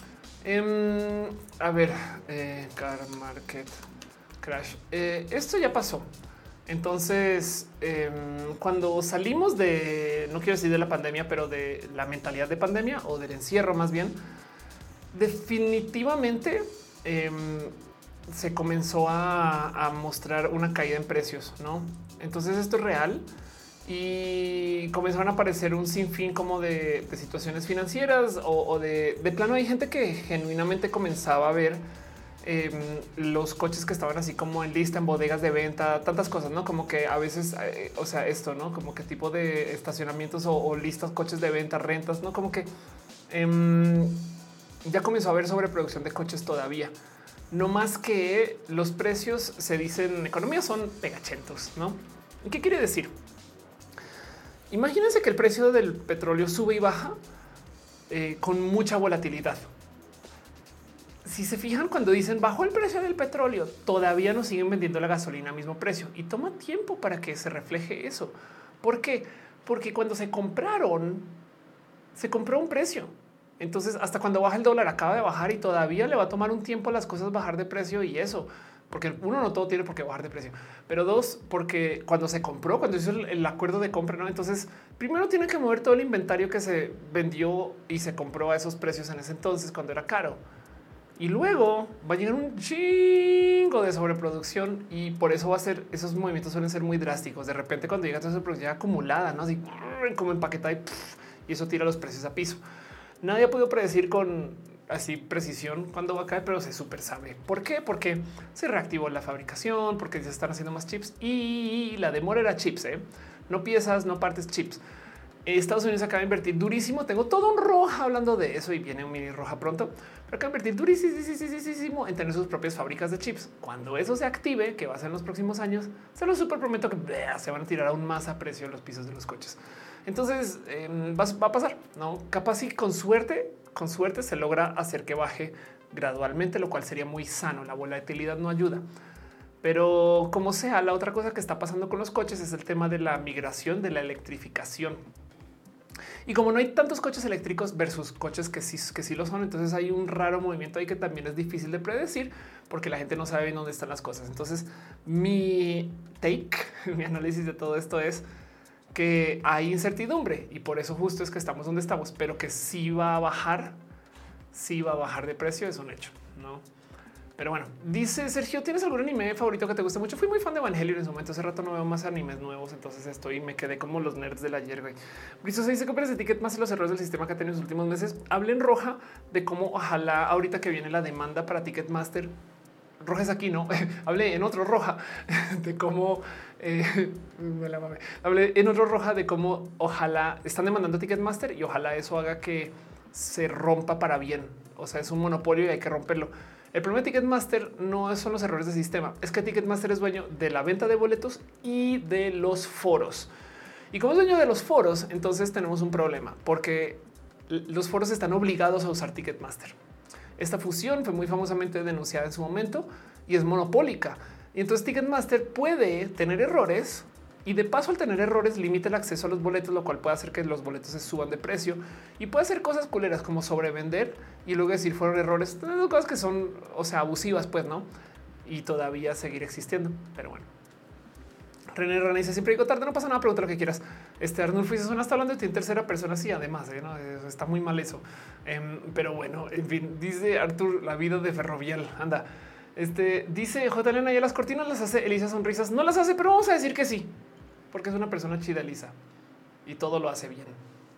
Eh, a ver, eh, car market crash. Eh, esto ya pasó. Entonces, eh, cuando salimos de, no quiero decir de la pandemia, pero de la mentalidad de pandemia o del encierro más bien, definitivamente eh, se comenzó a, a mostrar una caída en precios, ¿no? Entonces esto es real y comenzaron a aparecer un sinfín como de, de situaciones financieras o, o de, de plano hay gente que genuinamente comenzaba a ver eh, los coches que estaban así como en lista, en bodegas de venta, tantas cosas, ¿no? Como que a veces, eh, o sea, esto, ¿no? Como que tipo de estacionamientos o, o listas, coches de venta, rentas, ¿no? Como que eh, ya comenzó a haber sobreproducción de coches todavía. No más que los precios se dicen en economía son pegachentos, ¿no? ¿Qué quiere decir? Imagínense que el precio del petróleo sube y baja eh, con mucha volatilidad. Si se fijan cuando dicen bajó el precio del petróleo, todavía nos siguen vendiendo la gasolina al mismo precio y toma tiempo para que se refleje eso. ¿Por qué? Porque cuando se compraron, se compró un precio. Entonces, hasta cuando baja el dólar acaba de bajar y todavía le va a tomar un tiempo a las cosas bajar de precio y eso, porque uno no todo tiene por qué bajar de precio, pero dos, porque cuando se compró, cuando hizo el, el acuerdo de compra, no, entonces primero tiene que mover todo el inventario que se vendió y se compró a esos precios en ese entonces cuando era caro. Y luego va a llegar un chingo de sobreproducción y por eso va a ser, esos movimientos suelen ser muy drásticos. De repente cuando llega toda esa producción acumulada, ¿no? Así como empaquetada y, y eso tira los precios a piso. Nadie ha podido predecir con así precisión cuándo va a caer, pero se súper sabe. ¿Por qué? Porque se reactivó la fabricación, porque se están haciendo más chips y la demora era chips, ¿eh? No piezas, no partes, chips. Estados Unidos acaba de invertir durísimo. Tengo todo un roja hablando de eso y viene un mini roja pronto, pero acaba de invertir durísimo en tener sus propias fábricas de chips. Cuando eso se active, que va a ser en los próximos años, se lo súper prometo que bleh, se van a tirar aún más a precio los pisos de los coches. Entonces eh, va, va a pasar, no? Capaz y con suerte, con suerte se logra hacer que baje gradualmente, lo cual sería muy sano. La volatilidad no ayuda. Pero como sea, la otra cosa que está pasando con los coches es el tema de la migración, de la electrificación. Y como no hay tantos coches eléctricos versus coches que sí, que sí lo son, entonces hay un raro movimiento ahí que también es difícil de predecir porque la gente no sabe bien dónde están las cosas. Entonces mi take, mi análisis de todo esto es que hay incertidumbre y por eso justo es que estamos donde estamos, pero que sí va a bajar, sí va a bajar de precio, es un hecho, ¿no? Pero bueno, dice Sergio, ¿tienes algún anime favorito que te guste mucho? Fui muy fan de Evangelion en su momento. Hace rato no veo más animes nuevos, entonces estoy y me quedé como los nerds del ayer. Güey. Brizo se dice que operas de ticket más los errores del sistema que ha tenido en los últimos meses. Hablé en Roja de cómo ojalá ahorita que viene la demanda para Ticketmaster. Roja es aquí, no hablé en otro Roja de cómo eh, me la mamé. Hablé en otro Roja de cómo ojalá están demandando Ticketmaster y ojalá eso haga que se rompa para bien. O sea, es un monopolio y hay que romperlo. El problema de Ticketmaster no son los errores de sistema, es que Ticketmaster es dueño de la venta de boletos y de los foros. Y como es dueño de los foros, entonces tenemos un problema porque los foros están obligados a usar Ticketmaster. Esta fusión fue muy famosamente denunciada en su momento y es monopólica. Y entonces Ticketmaster puede tener errores y de paso al tener errores limita el acceso a los boletos, lo cual puede hacer que los boletos se suban de precio y puede hacer cosas culeras como sobrevender y luego decir fueron errores, cosas que son, o sea, abusivas, pues no, y todavía seguir existiendo. Pero bueno, René René dice siempre digo tarde, no pasa nada, pregunta lo que quieras. Este Arnulfo dice suena hasta hablando de ti en tercera persona. Sí, además ¿eh? ¿No? Está muy mal eso. Um, pero bueno, en fin, dice Artur, la vida de Ferrovial. Anda, este dice J. Elena, ya las cortinas las hace Elisa Sonrisas. No las hace, pero vamos a decir que sí, porque es una persona chida, Elisa, y todo lo hace bien.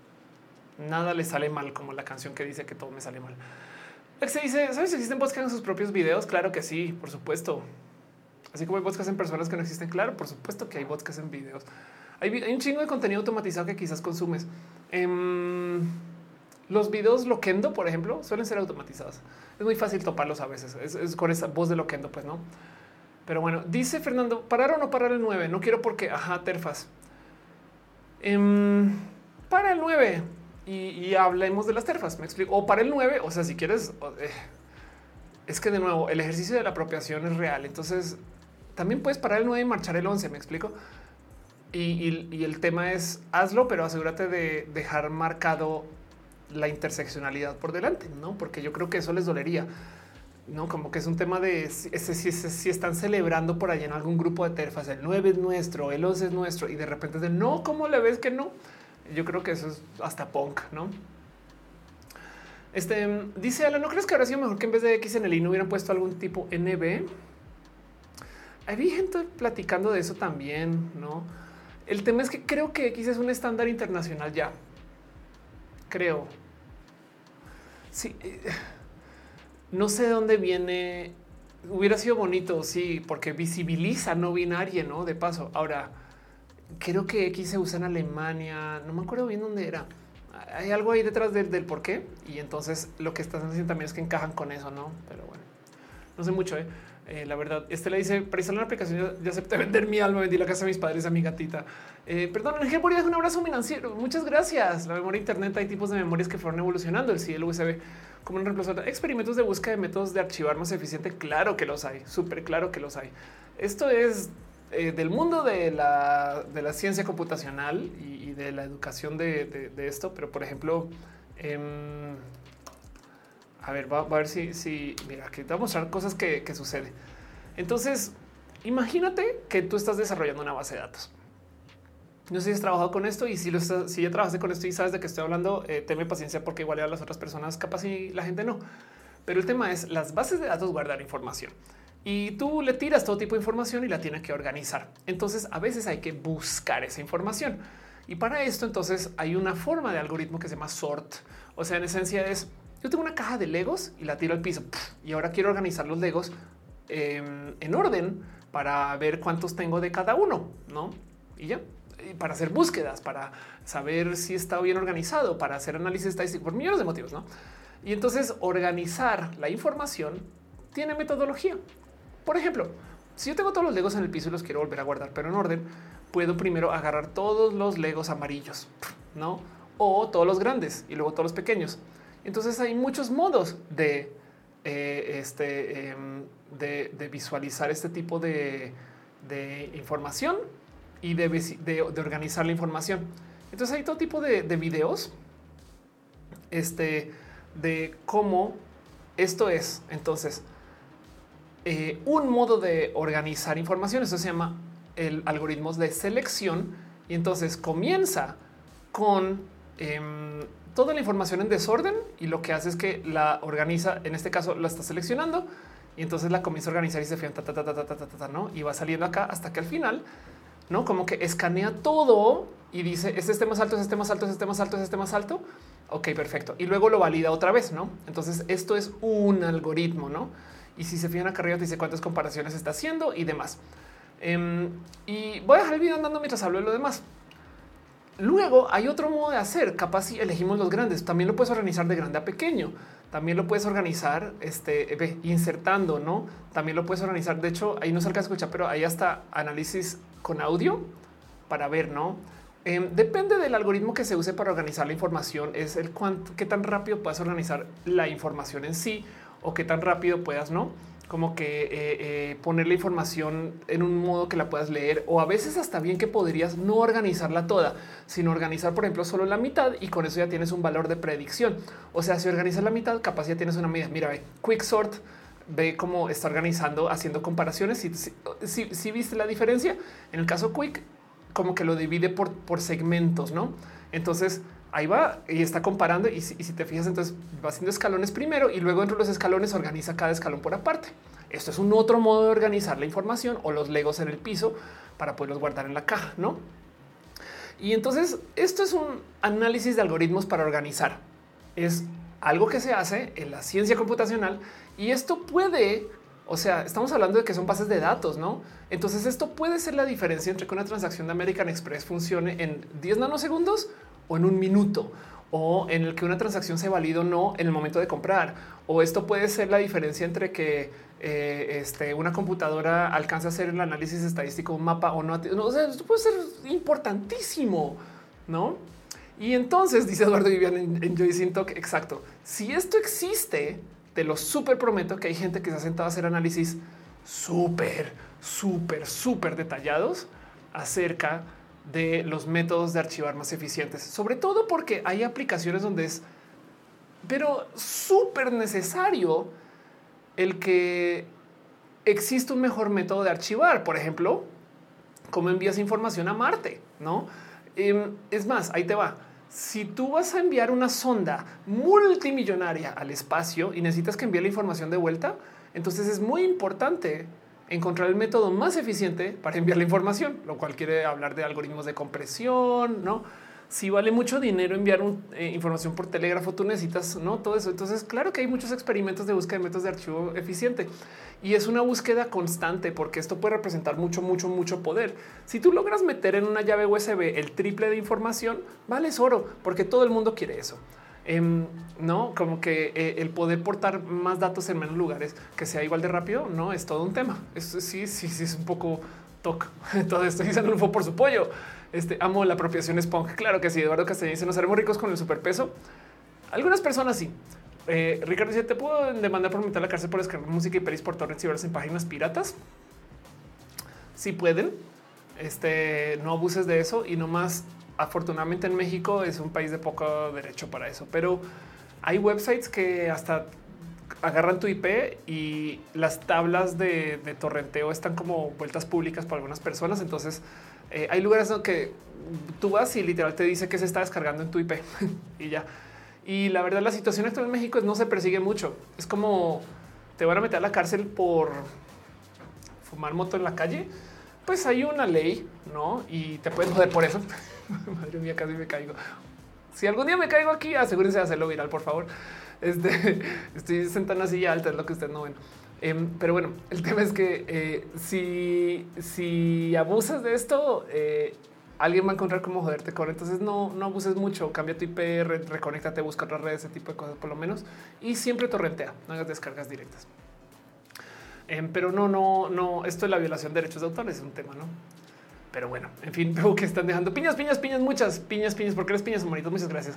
Nada le sale mal, como la canción que dice que todo me sale mal. Se dice, ¿sabes si existen bots que hagan sus propios videos? Claro que sí, por supuesto. Así como hay bots que hacen personas que no existen. Claro, por supuesto que hay bots que hacen videos. Hay, hay un chingo de contenido automatizado que quizás consumes. Eh, los videos Loquendo, por ejemplo, suelen ser automatizados. Es muy fácil toparlos a veces. Es, es con esa voz de Loquendo, pues no. Pero bueno, dice Fernando, ¿parar o no parar el nueve? No quiero porque, ajá, terfas. Eh, para el nueve y, y hablemos de las terfas, me explico. O para el nueve, o sea, si quieres, eh, es que de nuevo, el ejercicio de la apropiación es real. Entonces, también puedes parar el nueve y marchar el once, me explico. Y, y, y el tema es, hazlo, pero asegúrate de dejar marcado la interseccionalidad por delante, ¿no? Porque yo creo que eso les dolería. No, como que es un tema de si, si, si, si están celebrando por allá en algún grupo de terfas, el nueve es nuestro, el once es nuestro, y de repente de no, ¿cómo le ves que no? Yo creo que eso es hasta punk, ¿no? Este dice Alan, ¿no crees que habría sido mejor que en vez de X en el I no hubieran puesto algún tipo N B? Hay gente platicando de eso también, ¿no? El tema es que creo que X es un estándar internacional ya. Creo. Sí. No sé de dónde viene. Hubiera sido bonito, sí, porque visibiliza no binario, ¿no? De paso. Ahora, creo que X se usa en Alemania. No me acuerdo bien dónde era. Hay algo ahí detrás del, del por qué. Y entonces lo que están haciendo también es que encajan con eso, ¿no? Pero bueno, no sé mucho, ¿eh? Eh, la verdad, este le dice para instalar una aplicación. Ya, ya acepté vender mi alma, vendí la casa de mis padres a mi gatita. Eh, perdón, Ángel Boria, un abrazo financiero. Muchas gracias. La memoria internet, hay tipos de memorias que fueron evolucionando. El C L U S B como un reemplazo. Experimentos de búsqueda de métodos de archivar más eficiente. Claro que los hay, súper claro que los hay. Esto es eh, del mundo de la, de la ciencia computacional y, y de la educación de, de, de esto. Pero por ejemplo, eh, a ver, va, va a ver si, si mira, aquí te voy a mostrar cosas que, que sucede. Entonces, imagínate que tú estás desarrollando una base de datos. No sé si has trabajado con esto y si, lo estás, si ya trabajaste con esto y sabes de qué estoy hablando, eh, tenme paciencia porque igual a las otras personas capaz y la gente no. Pero el tema es las bases de datos guardan información y tú le tiras todo tipo de información y la tienes que organizar. Entonces, a veces hay que buscar esa información. Y para esto, entonces, hay una forma de algoritmo que se llama sort. O sea, en esencia es, yo tengo una caja de Legos y la tiro al piso y ahora quiero organizar los Legos eh, en orden para ver cuántos tengo de cada uno, ¿no? Y ya, y para hacer búsquedas, para saber si está bien organizado, para hacer análisis estadístico por millones de motivos, ¿no? Y entonces organizar la información tiene metodología. Por ejemplo, si yo tengo todos los Legos en el piso y los quiero volver a guardar, pero en orden, puedo primero agarrar todos los Legos amarillos, ¿no? O todos los grandes y luego todos los pequeños. Entonces hay muchos modos de, eh, este, eh, de, de visualizar este tipo de, de información y de, de, de organizar la información. Entonces hay todo tipo de, de videos este, de cómo esto es. Entonces, eh, un modo de organizar información, eso se llama el algoritmos de selección. Y entonces comienza con eh, toda la información en desorden y lo que hace es que la organiza. En este caso la está seleccionando y entonces la comienza a organizar y se fija, ta, ta, ta, ta, ta, ta, ta, ta, ¿no? Y va saliendo acá hasta que al final, no como que escanea todo y dice es este más alto, es este más alto, es este más alto, es este más alto. Ok, perfecto. Y luego lo valida otra vez, ¿no? Entonces esto es un algoritmo, ¿no? Y si se fijan acá arriba te dice cuántas comparaciones está haciendo y demás. Um, y voy a dejar el video andando mientras hablo de lo demás. Luego hay otro modo de hacer. Capaz si elegimos los grandes, también lo puedes organizar de grande a pequeño. También lo puedes organizar este, ve, insertando, no? También lo puedes organizar. De hecho, ahí no se alcanza a escuchar, pero hay hasta análisis con audio para ver, no? Eh, depende del algoritmo que se use para organizar la información. Es el cuánto, qué tan rápido puedas organizar la información en sí o qué tan rápido puedas, no? Como que eh, eh, poner la información en un modo que la puedas leer, o a veces hasta bien que podrías no organizarla toda, sino organizar, por ejemplo, solo la mitad y con eso ya tienes un valor de predicción. O sea, si organizas la mitad, capaz ya tienes una medida. Mira, ve, Quicksort, ve cómo está organizando, haciendo comparaciones. Si, si, si, si viste la diferencia, en el caso Quick, como que lo divide por, por segmentos, ¿no? Entonces ahí va y está comparando y si, y si te fijas, entonces va haciendo escalones primero y luego entre los escalones organiza cada escalón por aparte. Esto es un otro modo de organizar la información o los legos en el piso para poderlos guardar en la caja, ¿no? Y entonces esto es un análisis de algoritmos para organizar. Es algo que se hace en la ciencia computacional y esto puede, o sea, estamos hablando de que son bases de datos, ¿no? Entonces esto puede ser la diferencia entre que una transacción de American Express funcione en diez nanosegundos o en un minuto, o en el que una transacción se valida o no en el momento de comprar. O esto puede ser la diferencia entre que eh, este, una computadora alcanza a hacer el análisis estadístico, un mapa o no. no o sea, esto puede ser importantísimo, ¿no? Y entonces dice Eduardo Vivian en, en Joyce Talk, exacto. Si esto existe, te lo súper prometo que hay gente que se ha sentado a hacer análisis súper, súper, súper detallados acerca de los métodos de archivar más eficientes, sobre todo porque hay aplicaciones donde es, pero súper necesario el que existe un mejor método de archivar. Por ejemplo, cómo envías información a Marte, ¿no? Eh, es más, ahí te va. Si tú vas a enviar una sonda multimillonaria al espacio y necesitas que envíe la información de vuelta, entonces es muy importante encontrar el método más eficiente para enviar la información, lo cual quiere hablar de algoritmos de compresión, ¿no? Si vale mucho dinero enviar un, eh, información por telégrafo, tú necesitas, ¿no? Todo eso. Entonces, claro que hay muchos experimentos de búsqueda de métodos de archivo eficiente y es una búsqueda constante porque esto puede representar mucho, mucho, mucho poder. Si tú logras meter en una llave U S B el triple de información, vales oro porque todo el mundo quiere eso. Eh, no como que eh, el poder portar más datos en menos lugares que sea igual de rápido, no es todo un tema. Eso sí, sí, sí es un poco toc. Todo esto y no fue por su pollo. Este amo la apropiación Spunk. Claro que sí. Eduardo Castellán dice: nos haremos ricos con el superpeso. Algunas personas sí. Eh, Ricardo dice: te puedo demandar por meter a la cárcel por descargar música y pelis por torrents y verlas en páginas piratas. Sí pueden. Este no abuses de eso y no más. Afortunadamente en México es un país de poco derecho para eso, pero hay websites que hasta agarran tu I P y las tablas de, de torrenteo están como vueltas públicas para algunas personas. Entonces eh, hay lugares donde tú vas y literal te dice que se está descargando en tu I P y ya. Y la verdad, la situación actual en México es no se persigue mucho. Es como te van a meter a la cárcel por fumar moto en la calle. Pues hay una ley, ¿no? Y te pueden joder por eso. Madre mía, casi me caigo. Si algún día me caigo aquí, asegúrense de hacerlo viral, por favor. Este, estoy sentado en una silla alta, es lo que ustedes no ven. Eh, pero bueno, el tema es que eh, si, si abusas de esto, eh, alguien va a encontrar cómo joderte con. Entonces no, no abuses mucho. Cambia tu I P, re, reconéctate, busca otras redes, ese tipo de cosas por lo menos. Y siempre torrentea, no hagas descargas directas. Eh, pero no, no, no. Esto de la violación de derechos de autor es un tema, ¿no? Pero bueno, en fin, veo que están dejando piñas, piñas, piñas, muchas piñas, piñas, porque las piñas son bonitas. Muchas gracias.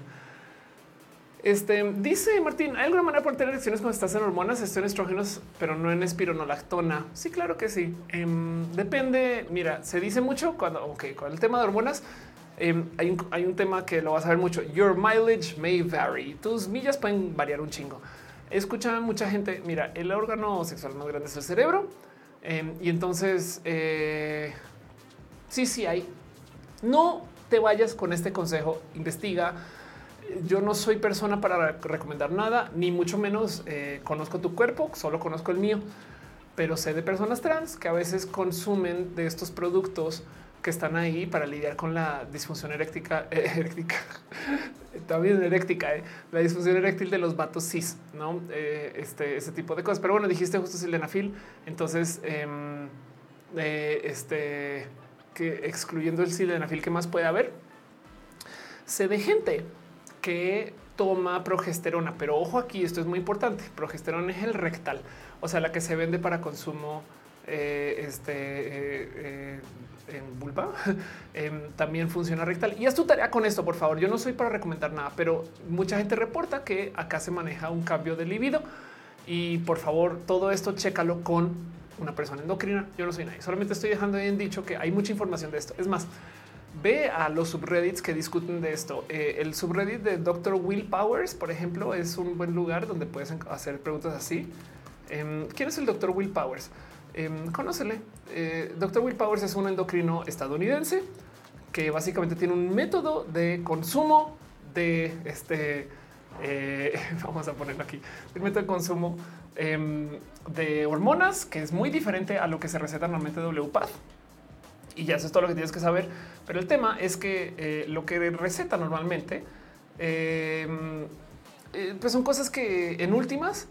Este dice Martín: ¿hay alguna manera por tener erecciones cuando estás en hormonas? Estoy en estrógenos, pero no en espironolactona. Sí, claro que sí. Eh, depende. Mira, se dice mucho cuando, okay, con el tema de hormonas, Eh, hay, un, hay un tema que lo vas a ver mucho. Your mileage may vary. Tus millas pueden variar un chingo. Escucha mucha gente. Mira, el órgano sexual más grande es el cerebro. Eh, y entonces, eh, sí, sí hay. No te vayas con este consejo. Investiga. Yo no soy persona para recomendar nada, ni mucho menos eh, conozco tu cuerpo, solo conozco el mío, pero sé de personas trans que a veces consumen de estos productos que están ahí para lidiar con la disfunción eréctica, eh, eréctica también eréctica, eh, la disfunción eréctil de los vatos cis, no eh, este ese tipo de cosas. Pero bueno, dijiste justo sildenafil, entonces eh, eh, este que excluyendo el sildenafil, ¿qué más puede haber? Sé de gente que toma progesterona, pero ojo aquí, esto es muy importante. Progesterona es el rectal, o sea, la que se vende para consumo eh, este, eh, eh, en vulva. eh, también funciona rectal. Y haz tu tarea con esto, por favor. Yo no soy para recomendar nada, pero mucha gente reporta que acá se maneja un cambio de libido y por favor, todo esto chécalo con una persona endocrina. Yo no soy nadie, solamente estoy dejando bien dicho que hay mucha información de esto. Es más, ve a los subreddits que discuten de esto. Eh, el subreddit de doctor Will Powers, por ejemplo, es un buen lugar donde puedes hacer preguntas así. Eh, ¿Quién es el doctor Will Powers? Eh, conócele. Eh, doctor Will Powers es un endocrino estadounidense que básicamente tiene un método de consumo de este. Eh, vamos a ponerlo aquí. El método de consumo eh, de hormonas que es muy diferente a lo que se receta normalmente W PATH. Y ya eso es todo lo que tienes que saber. Pero el tema es que eh, lo que receta normalmente eh, eh, pues son cosas que en últimas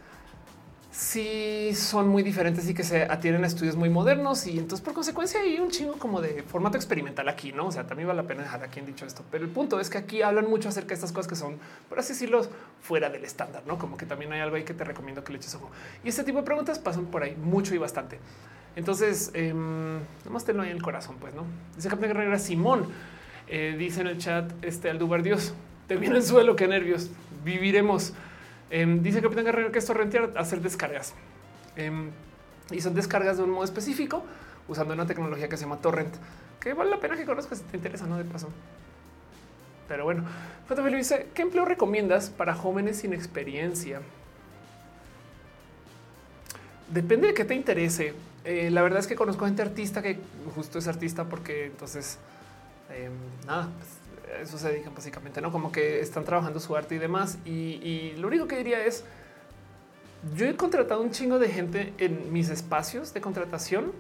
sí son muy diferentes y que se atienen a estudios muy modernos. Y entonces por consecuencia hay un chingo como de formato experimental aquí, ¿no? O sea, también vale la pena dejar a quien dicho esto. Pero el punto es que aquí hablan mucho acerca de estas cosas que son, por así decirlo, fuera del estándar, ¿no? Como que también hay algo ahí que te recomiendo que le eches ojo. Y este tipo de preguntas pasan por ahí mucho y bastante. Entonces, eh, nomás tenlo ahí en el corazón, pues, ¿no? Dice Capitán Guerrera Simón, eh, dice en el chat, este Aldubar, Dios, te viene el suelo, qué nervios, viviremos. Eh, dice Capitán Guerrero que es torrentear, hacer descargas. Eh, y son descargas de un modo específico, usando una tecnología que se llama torrent, que vale la pena que conozcas si te interesa, ¿no? De paso. Pero bueno, J F dice, ¿qué empleo recomiendas para jóvenes sin experiencia? Depende de qué te interese. Eh, la verdad es que conozco gente artista que justo es artista porque entonces eh, nada, pues, eso se dedican básicamente, no como que están trabajando su arte y demás. Y, y lo único que diría es yo he contratado un chingo de gente en mis espacios de contratación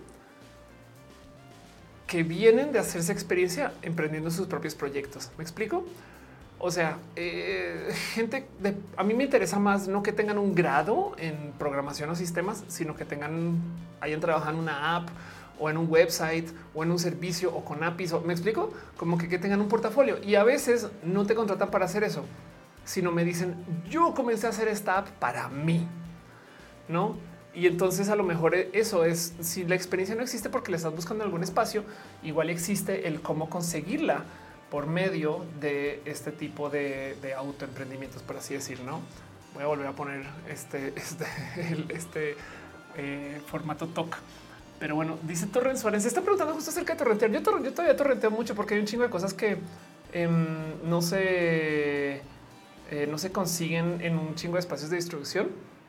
que vienen de hacerse experiencia emprendiendo sus propios proyectos. ¿Me explico? O sea, eh, gente de, a mí me interesa más no que tengan un grado en programación o sistemas, sino que tengan, hayan trabajado en una app o en un website o en un servicio o con A P Is. O, ¿me explico? Como que, que tengan un portafolio y a veces no te contratan para hacer eso, sino me dicen yo comencé a hacer esta app para mí, ¿no? Y entonces a lo mejor eso es, si la experiencia no existe porque le estás buscando algún espacio, igual existe el cómo conseguirla por medio de este tipo de, de autoemprendimientos, por así decir, ¿no? Voy a volver a poner este, este, el, este eh, formato T O C. Pero bueno, dice Torrent Suárez, se está preguntando justo acerca de torrentear. Yo, tor yo todavía torrenteo mucho porque hay un chingo de cosas que eh, no, se, eh, no se consiguen en un chingo de espacios de distribución.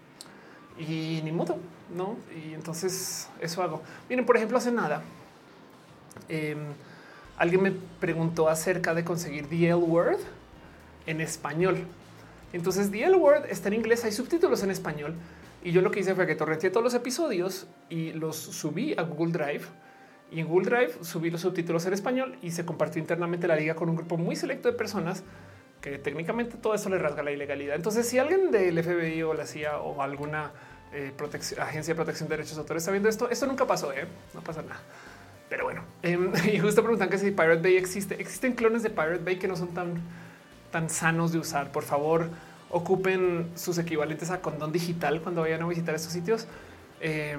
Y ni modo, ¿no? Y entonces eso hago. Miren, por ejemplo, hace nada eh, alguien me preguntó acerca de conseguir The L Word en español. Entonces The L Word está en inglés, hay subtítulos en español. Y yo lo que hice fue que torrenteé todos los episodios y los subí a Google Drive. Y en Google Drive subí los subtítulos en español y se compartió internamente la liga con un grupo muy selecto de personas que técnicamente todo eso le rasga la ilegalidad. Entonces, si alguien del F B I o la C I A o alguna eh, agencia de protección de derechos de autor está viendo esto, esto nunca pasó, ¿eh? No pasa nada. Pero bueno, eh, y justo preguntan que si Pirate Bay existe. Existen clones de Pirate Bay que no son tan, tan sanos de usar. Por favor, ocupen sus equivalentes a condón digital cuando vayan a visitar estos sitios. Eh,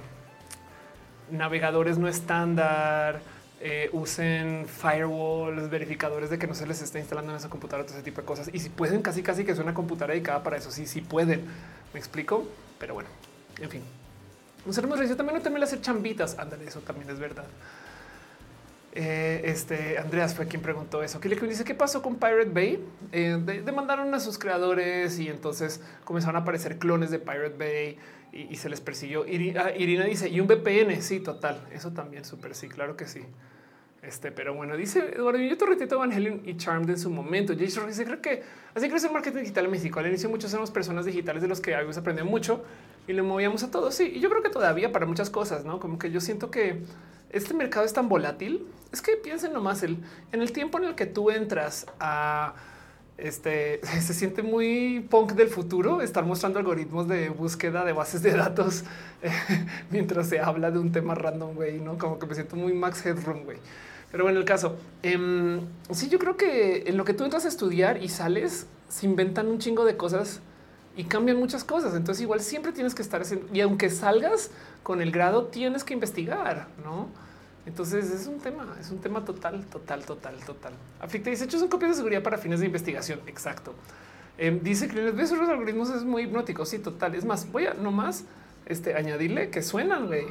navegadores no estándar. Eh, usen firewalls, verificadores de que no se les esté instalando en esa computadora, todo ese tipo de cosas. Y si pueden, casi casi que es una computadora dedicada para eso. Sí, sí pueden. Me explico, pero bueno, en fin. Un ser más recio también no temen hacer chambitas. Ándale, eso también es verdad. Eh, este Andreas fue quien preguntó eso. Que le dice qué pasó con Pirate Bay. Eh, de, demandaron a sus creadores y entonces comenzaron a aparecer clones de Pirate Bay y, y se les persiguió. Irina, Irina dice y un V P N. Sí, total. Eso también súper. Sí, claro que sí. Este, pero bueno, dice Eduardo, yo te retito Evangelion y Charmed en su momento. Jason dice, creo que así crece el marketing digital en México. Al inicio muchos éramos personas digitales de los que habíamos aprendido mucho y le movíamos a todos. Sí, y yo creo que todavía para muchas cosas, ¿no? Como que yo siento que este mercado es tan volátil. Es que piensen nomás el, en el tiempo en el que tú entras a este, se siente muy punk del futuro estar mostrando algoritmos de búsqueda de bases de datos eh, mientras se habla de un tema random, güey, ¿no? Como que me siento muy Max Headroom, güey. Pero bueno, el caso, eh, sí, yo creo que en lo que tú entras a estudiar y sales, se inventan un chingo de cosas y cambian muchas cosas. Entonces igual siempre tienes que estar haciendo, y aunque salgas con el grado, tienes que investigar, ¿no? Entonces es un tema, es un tema total, total, total, total. Aflicta dice, hechos son copias de seguridad para fines de investigación. Exacto. Eh, dice que los besos los algoritmos es muy hipnótico. Sí, total. Es más, voy a nomás este, añadirle que suenan, güey.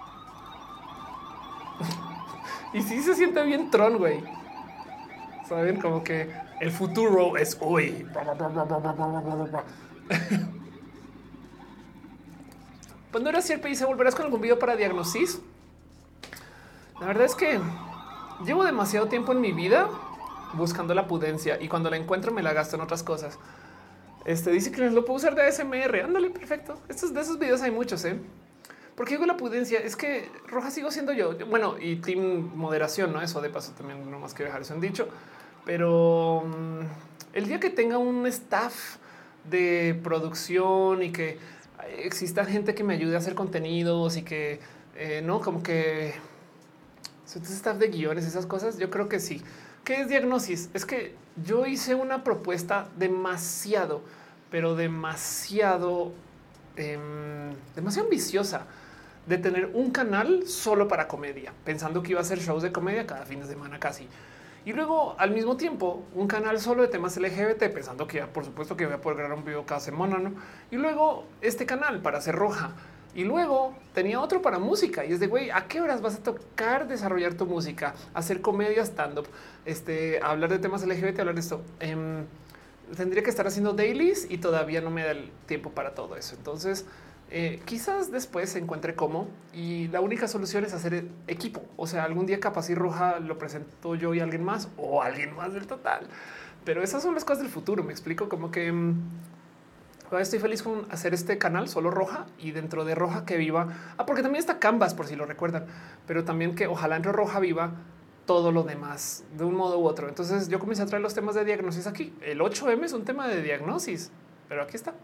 Y sí se siente bien Tron, güey. Saben, como que el futuro es hoy. Cuando era cierto, dice, ¿volverás con algún video para diagnosis? La verdad es que llevo demasiado tiempo en mi vida buscando la pudencia y cuando la encuentro me la gasto en otras cosas. Este dice que lo puedo usar de A S M R. Ándale, perfecto. Estos de esos videos hay muchos, ¿eh? Porque digo la pudencia, es que Roja sigo siendo yo. Bueno, y team moderación, ¿no? Eso de paso también no más que dejar eso en dicho. Pero um, el día que tenga un staff de producción y que exista gente que me ayude a hacer contenidos y que, eh, no, como que staff de guiones, esas cosas, yo creo que sí. ¿Qué es diagnosis? Es que yo hice una propuesta demasiado, pero demasiado, eh, demasiado ambiciosa de tener un canal solo para comedia, pensando que iba a hacer shows de comedia cada fin de semana casi. Y luego al mismo tiempo un canal solo de temas L G B T, pensando que ya por supuesto que voy a poder grabar un video cada semana, ¿no? Y luego este canal para hacer Roja. Y luego tenía otro para música y es de güey, ¿a qué horas vas a tocar, desarrollar tu música, hacer comedia, stand up, este, hablar de temas L G B T, hablar de esto? Eh, tendría que estar haciendo dailies y todavía no me da el tiempo para todo eso. Entonces, eh, quizás después se encuentre cómo y la única solución es hacer equipo. O sea, algún día capaz y Roja lo presento yo y alguien más o alguien más del total. Pero esas son las cosas del futuro. Me explico como que mmm, estoy feliz con hacer este canal solo Roja y dentro de Roja que viva. Ah, porque también está Canvas, por si lo recuerdan, pero también que ojalá entre Roja viva todo lo demás de un modo u otro. Entonces yo comencé a traer los temas de diagnosis aquí. El ocho eme es un tema de diagnosis, pero aquí está.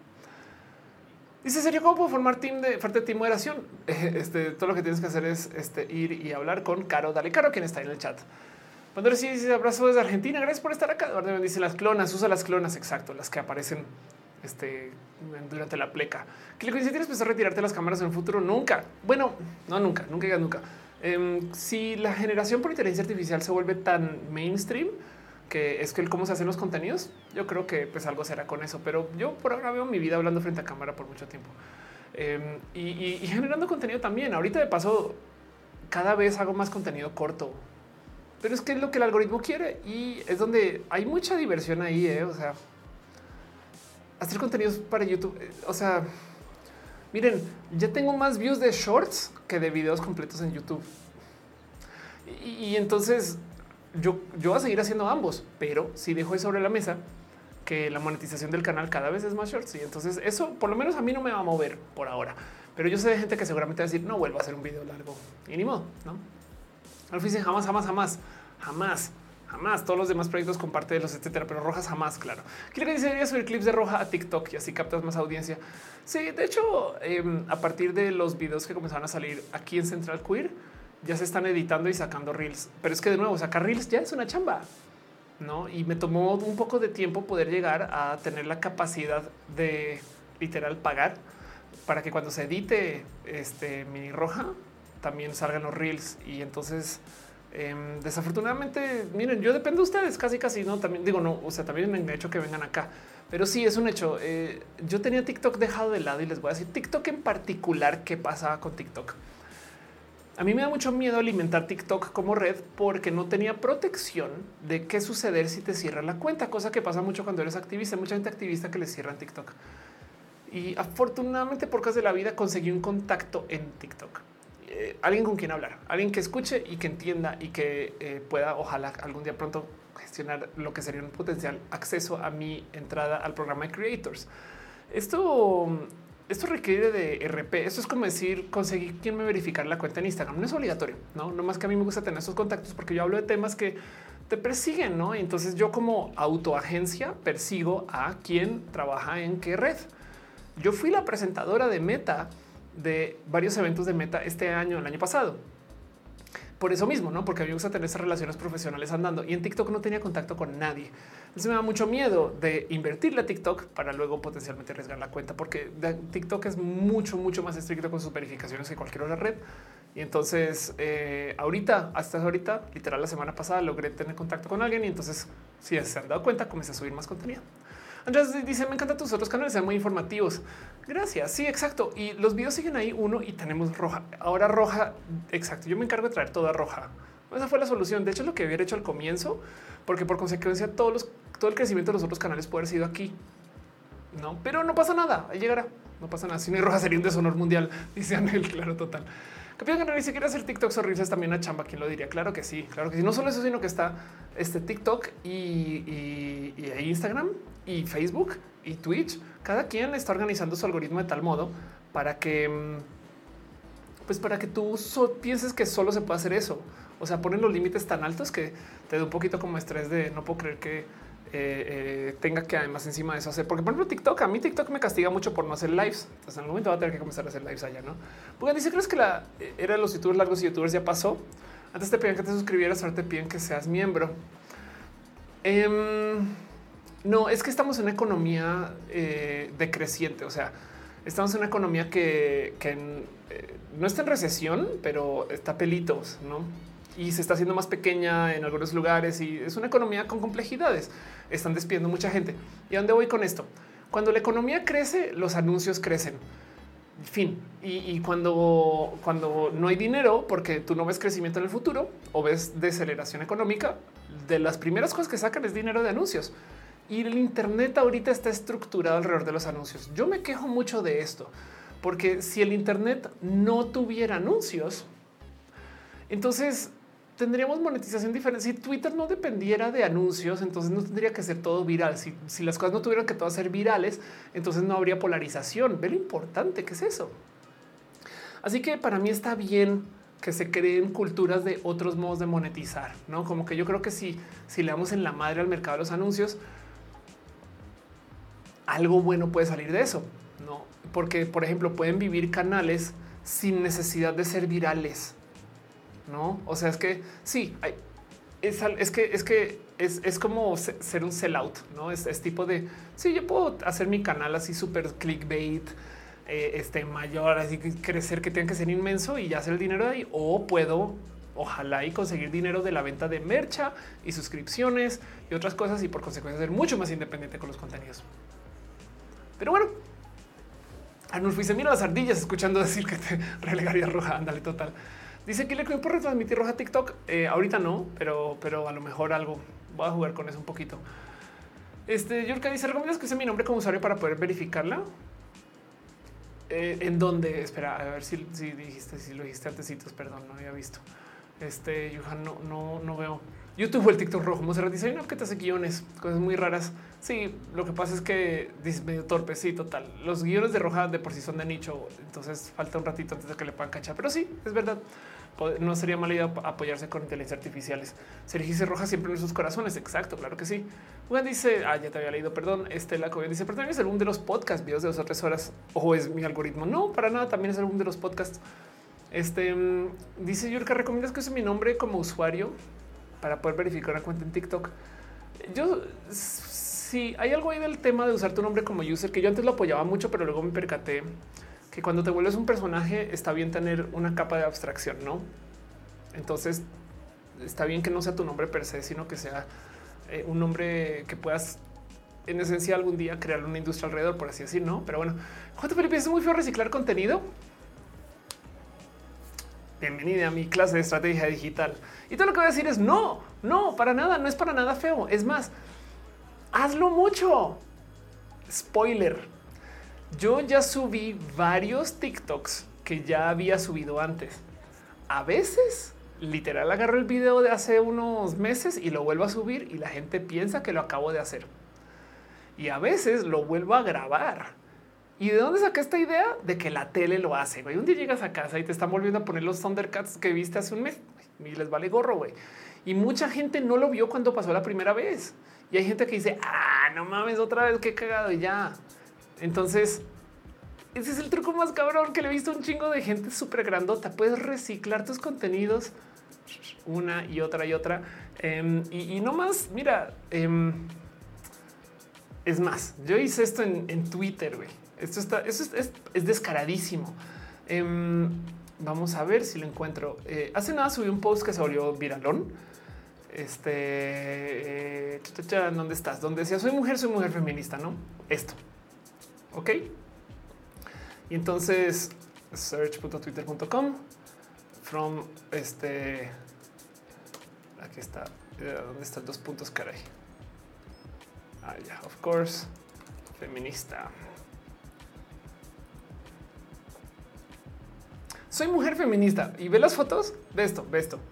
Dice, ¿serio cómo puedo formar team de fuerte team moderación? Este, todo lo que tienes que hacer es este, ir y hablar con Caro. Dale, Caro, quien está en el chat. Cuando recibes abrazo desde Argentina, gracias por estar acá. Ahora me dice las clonas, usa las clonas, exacto, las que aparecen este, durante la pleca. ¿Qué le dice? ¿Tienes pensado retirarte las cámaras en el futuro? Nunca. Bueno, no, nunca, nunca digas nunca. Eh, si la generación por inteligencia artificial se vuelve tan mainstream, que es que el cómo se hacen los contenidos, yo creo que pues algo será con eso, pero yo por ahora veo mi vida hablando frente a cámara por mucho tiempo eh, y, y, y generando contenido también. Ahorita de paso cada vez hago más contenido corto, pero es que es lo que el algoritmo quiere y es donde hay mucha diversión ahí, ¿eh? O sea, hacer contenidos para YouTube, eh, o sea, miren, ya tengo más views de shorts que de videos completos en YouTube y, y entonces Yo, yo voy a seguir haciendo ambos, pero si dejo sobre la mesa que la monetización del canal cada vez es más shorts y entonces eso por lo menos a mí no me va a mover por ahora. Pero yo sé de gente que seguramente va a decir no vuelvo a hacer un video largo y ni modo, ¿no? Al fin jamás, jamás, jamás, jamás, jamás. Todos los demás proyectos comparte de los etcétera, pero Rojas jamás, claro. Quiero que debería subir clips de Roja a TikTok y así captas más audiencia. Sí, de hecho, eh, a partir de los videos que comenzaron a salir aquí en Central Queer, ya se están editando y sacando reels, pero es que de nuevo sacar reels ya es una chamba, ¿no? Y me tomó un poco de tiempo poder llegar a tener la capacidad de literal pagar para que cuando se edite este mini Roja también salgan los reels. Y entonces eh, desafortunadamente, miren, yo dependo de ustedes casi, casi, no, también digo no, o sea, también me han hecho que vengan acá, pero sí es un hecho. Eh, yo tenía TikTok dejado de lado y les voy a decir TikTok en particular qué pasaba con TikTok. A mí me da mucho miedo alimentar TikTok como red porque no tenía protección de qué suceder si te cierran la cuenta, cosa que pasa mucho cuando eres activista. Hay mucha gente activista que le cierran TikTok. Y afortunadamente por cosas de la vida conseguí un contacto en TikTok. Eh, alguien con quien hablar, alguien que escuche y que entienda y que eh, pueda, ojalá algún día pronto gestionar lo que sería un potencial acceso a mi entrada al programa de Creators. Esto, esto requiere de R P. Esto es como decir, conseguí quien me verificar la cuenta en Instagram. No es obligatorio, no, no más que a mí me gusta tener esos contactos porque yo hablo de temas que te persiguen, ¿no? Entonces yo como autoagencia persigo a quien trabaja en qué red. Yo fui la presentadora de Meta de varios eventos de Meta este año, el año pasado. Por eso mismo, no? Porque a mí me gusta tener esas relaciones profesionales andando y en TikTok no tenía contacto con nadie. Entonces me da mucho miedo de invertirle a TikTok para luego potencialmente arriesgar la cuenta, porque TikTok es mucho, mucho más estricto con sus verificaciones que cualquier otra red. Y entonces eh, ahorita, hasta ahorita, literal la semana pasada logré tener contacto con alguien y entonces si se han dado cuenta comencé a subir más contenido. Andrés dice, me encantan tus otros canales, sean muy informativos. Gracias. Sí, exacto. Y los videos siguen ahí uno y tenemos Roja. Ahora Roja. Exacto. Yo me encargo de traer toda Roja. Esa fue la solución. De hecho, lo que hubiera hecho al comienzo, porque por consecuencia todos los, todo el crecimiento de los otros canales puede haber sido aquí. No, pero no pasa nada. Ahí llegará. No pasa nada. Si no hay Roja sería un deshonor mundial. Dice Anel, claro, total. Capitán Canal dice, quiere hacer TikToks horribles también a chamba. ¿Quién lo diría? Claro que sí, claro que sí. No solo eso, sino que está este TikTok y, y, y Instagram y Facebook y Twitch. Cada quien está organizando su algoritmo de tal modo para que, pues para que tú so pienses que solo se puede hacer eso. O sea, ponen los límites tan altos que te da un poquito como estrés de no puedo creer que eh, eh, tenga que además encima de eso hacer. Porque por ejemplo TikTok, a mí TikTok me castiga mucho por no hacer lives. Entonces en algún momento va a tener que comenzar a hacer lives allá, ¿no? Porque dice, ¿crees que la era de los youtubers largos y youtubers ya pasó? Antes te pedían que te suscribieras, ahora te piden que seas miembro. Eh, no, es que estamos en una economía eh, decreciente. O sea, estamos en una economía que, que eh, no está en recesión, pero está pelitos, ¿no? Y se está haciendo más pequeña en algunos lugares y es una economía con complejidades. Están despidiendo mucha gente. ¿Y a dónde voy con esto? Cuando la economía crece, los anuncios crecen. Fin. Y, y cuando, cuando no hay dinero, porque tú no ves crecimiento en el futuro o ves deceleración económica, de las primeras cosas que sacan es dinero de anuncios. Y el Internet ahorita está estructurado alrededor de los anuncios. Yo me quejo mucho de esto, porque si el Internet no tuviera anuncios, entonces tendríamos monetización diferente. Si Twitter no dependiera de anuncios, entonces no tendría que ser todo viral. Si, si las cosas no tuvieran que todas ser virales, entonces no habría polarización. Ve lo importante que es eso. Así que para mí está bien que se creen culturas de otros modos de monetizar, ¿no? Como que yo creo que si, si le damos en la madre al mercado de los anuncios, algo bueno puede salir de eso, ¿no? Porque, por ejemplo, pueden vivir canales sin necesidad de ser virales. No, o sea, es que sí, hay, es, es que es que es, es como ser un sellout, no es, es tipo de sí, yo puedo hacer mi canal así súper clickbait, eh, este mayor, así que crecer que tenga que ser inmenso y ya hacer el dinero de ahí, o puedo ojalá y conseguir dinero de la venta de mercha y suscripciones y otras cosas y por consecuencia ser mucho más independiente con los contenidos. Pero bueno, Arnulfo dice, mira las ardillas escuchando decir que te relegaría Roja, ándale total. Dice que le por retransmitir Roja TikTok. Eh, ahorita no, pero, pero a lo mejor algo. Voy a jugar con eso un poquito. Este Yurka dice, ¿recomiendas que use mi nombre como usuario para poder verificarla? Eh, ¿En dónde? Espera, a ver si, si dijiste, si lo dijiste antesitos, perdón, no había visto. Este, Yuhan, no, no, no veo. YouTube o el TikTok rojo. Monserrat dice, no, que te hace guiones, cosas muy raras. Sí, lo que pasa es que es medio torpe, sí, total. Los guiones de Roja de por sí son de nicho, entonces falta un ratito antes de que le puedan cachar. Pero sí, es verdad. No sería mala idea apoyarse con inteligencias artificiales. Sergio Roja siempre en sus corazones. Exacto, claro que sí. Juan dice, ah, ya te había leído, perdón. Estela Cobian dice, pero también es el boom de los podcasts, videos de dos o tres horas. O es mi algoritmo. No, para nada, también es el boom de los podcasts. Este dice Yurka, ¿recomiendas que use mi nombre como usuario para poder verificar una cuenta en TikTok? Yo sí, hay algo ahí del tema de usar tu nombre como user que yo antes lo apoyaba mucho, pero luego me percaté que cuando te vuelves un personaje está bien tener una capa de abstracción, ¿no? Entonces está bien que no sea tu nombre per se, sino que sea eh, un nombre que puedas en esencia algún día crear una industria alrededor, por así decir, ¿no? Pero bueno, J. Felipe, es muy feo reciclar contenido. bienvenida a mi clase de estrategia digital. Y todo lo que voy a decir es no, no, para nada, no es para nada feo. Es más, hazlo mucho. Spoiler. Yo ya subí varios TikToks que ya había subido antes. A veces literal agarro el video de hace unos meses y lo vuelvo a subir y la gente piensa que lo acabo de hacer. Y a veces lo vuelvo a grabar. ¿Y de dónde saqué esta idea? De que la tele lo hace. Güey. Un día llegas a casa y te están volviendo a poner los Thundercats que viste hace un mes y les vale gorro. Güey. Y mucha gente no lo vio cuando pasó la primera vez. Y hay gente que dice, ah, no mames, otra vez, qué cagado y ya. Entonces, ese es el truco más cabrón que le he visto a un chingo de gente súper grandota. Puedes reciclar tus contenidos una y otra y otra. Um, y, y no más, mira, um, es más, yo hice esto en, en Twitter, güey. Esto está, esto es, es, es descaradísimo. Um, vamos a ver si lo encuentro. Eh, hace nada subí un post que se volvió viralón. Este, eh, ¿dónde estás? Donde decía soy mujer, soy mujer feminista, ¿no? Esto. Ok. Y entonces search punto twitter punto com from este. Aquí está. ¿Dónde están dos puntos? Caray. Ah, ya, of course. Feminista. Soy mujer feminista y ve las fotos. Ve esto, ve esto.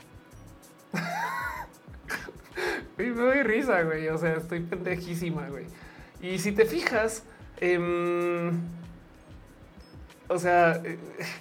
Y me doy risa, güey. O sea, estoy pendejísima, güey. Y si te fijas, eh, o sea, eh,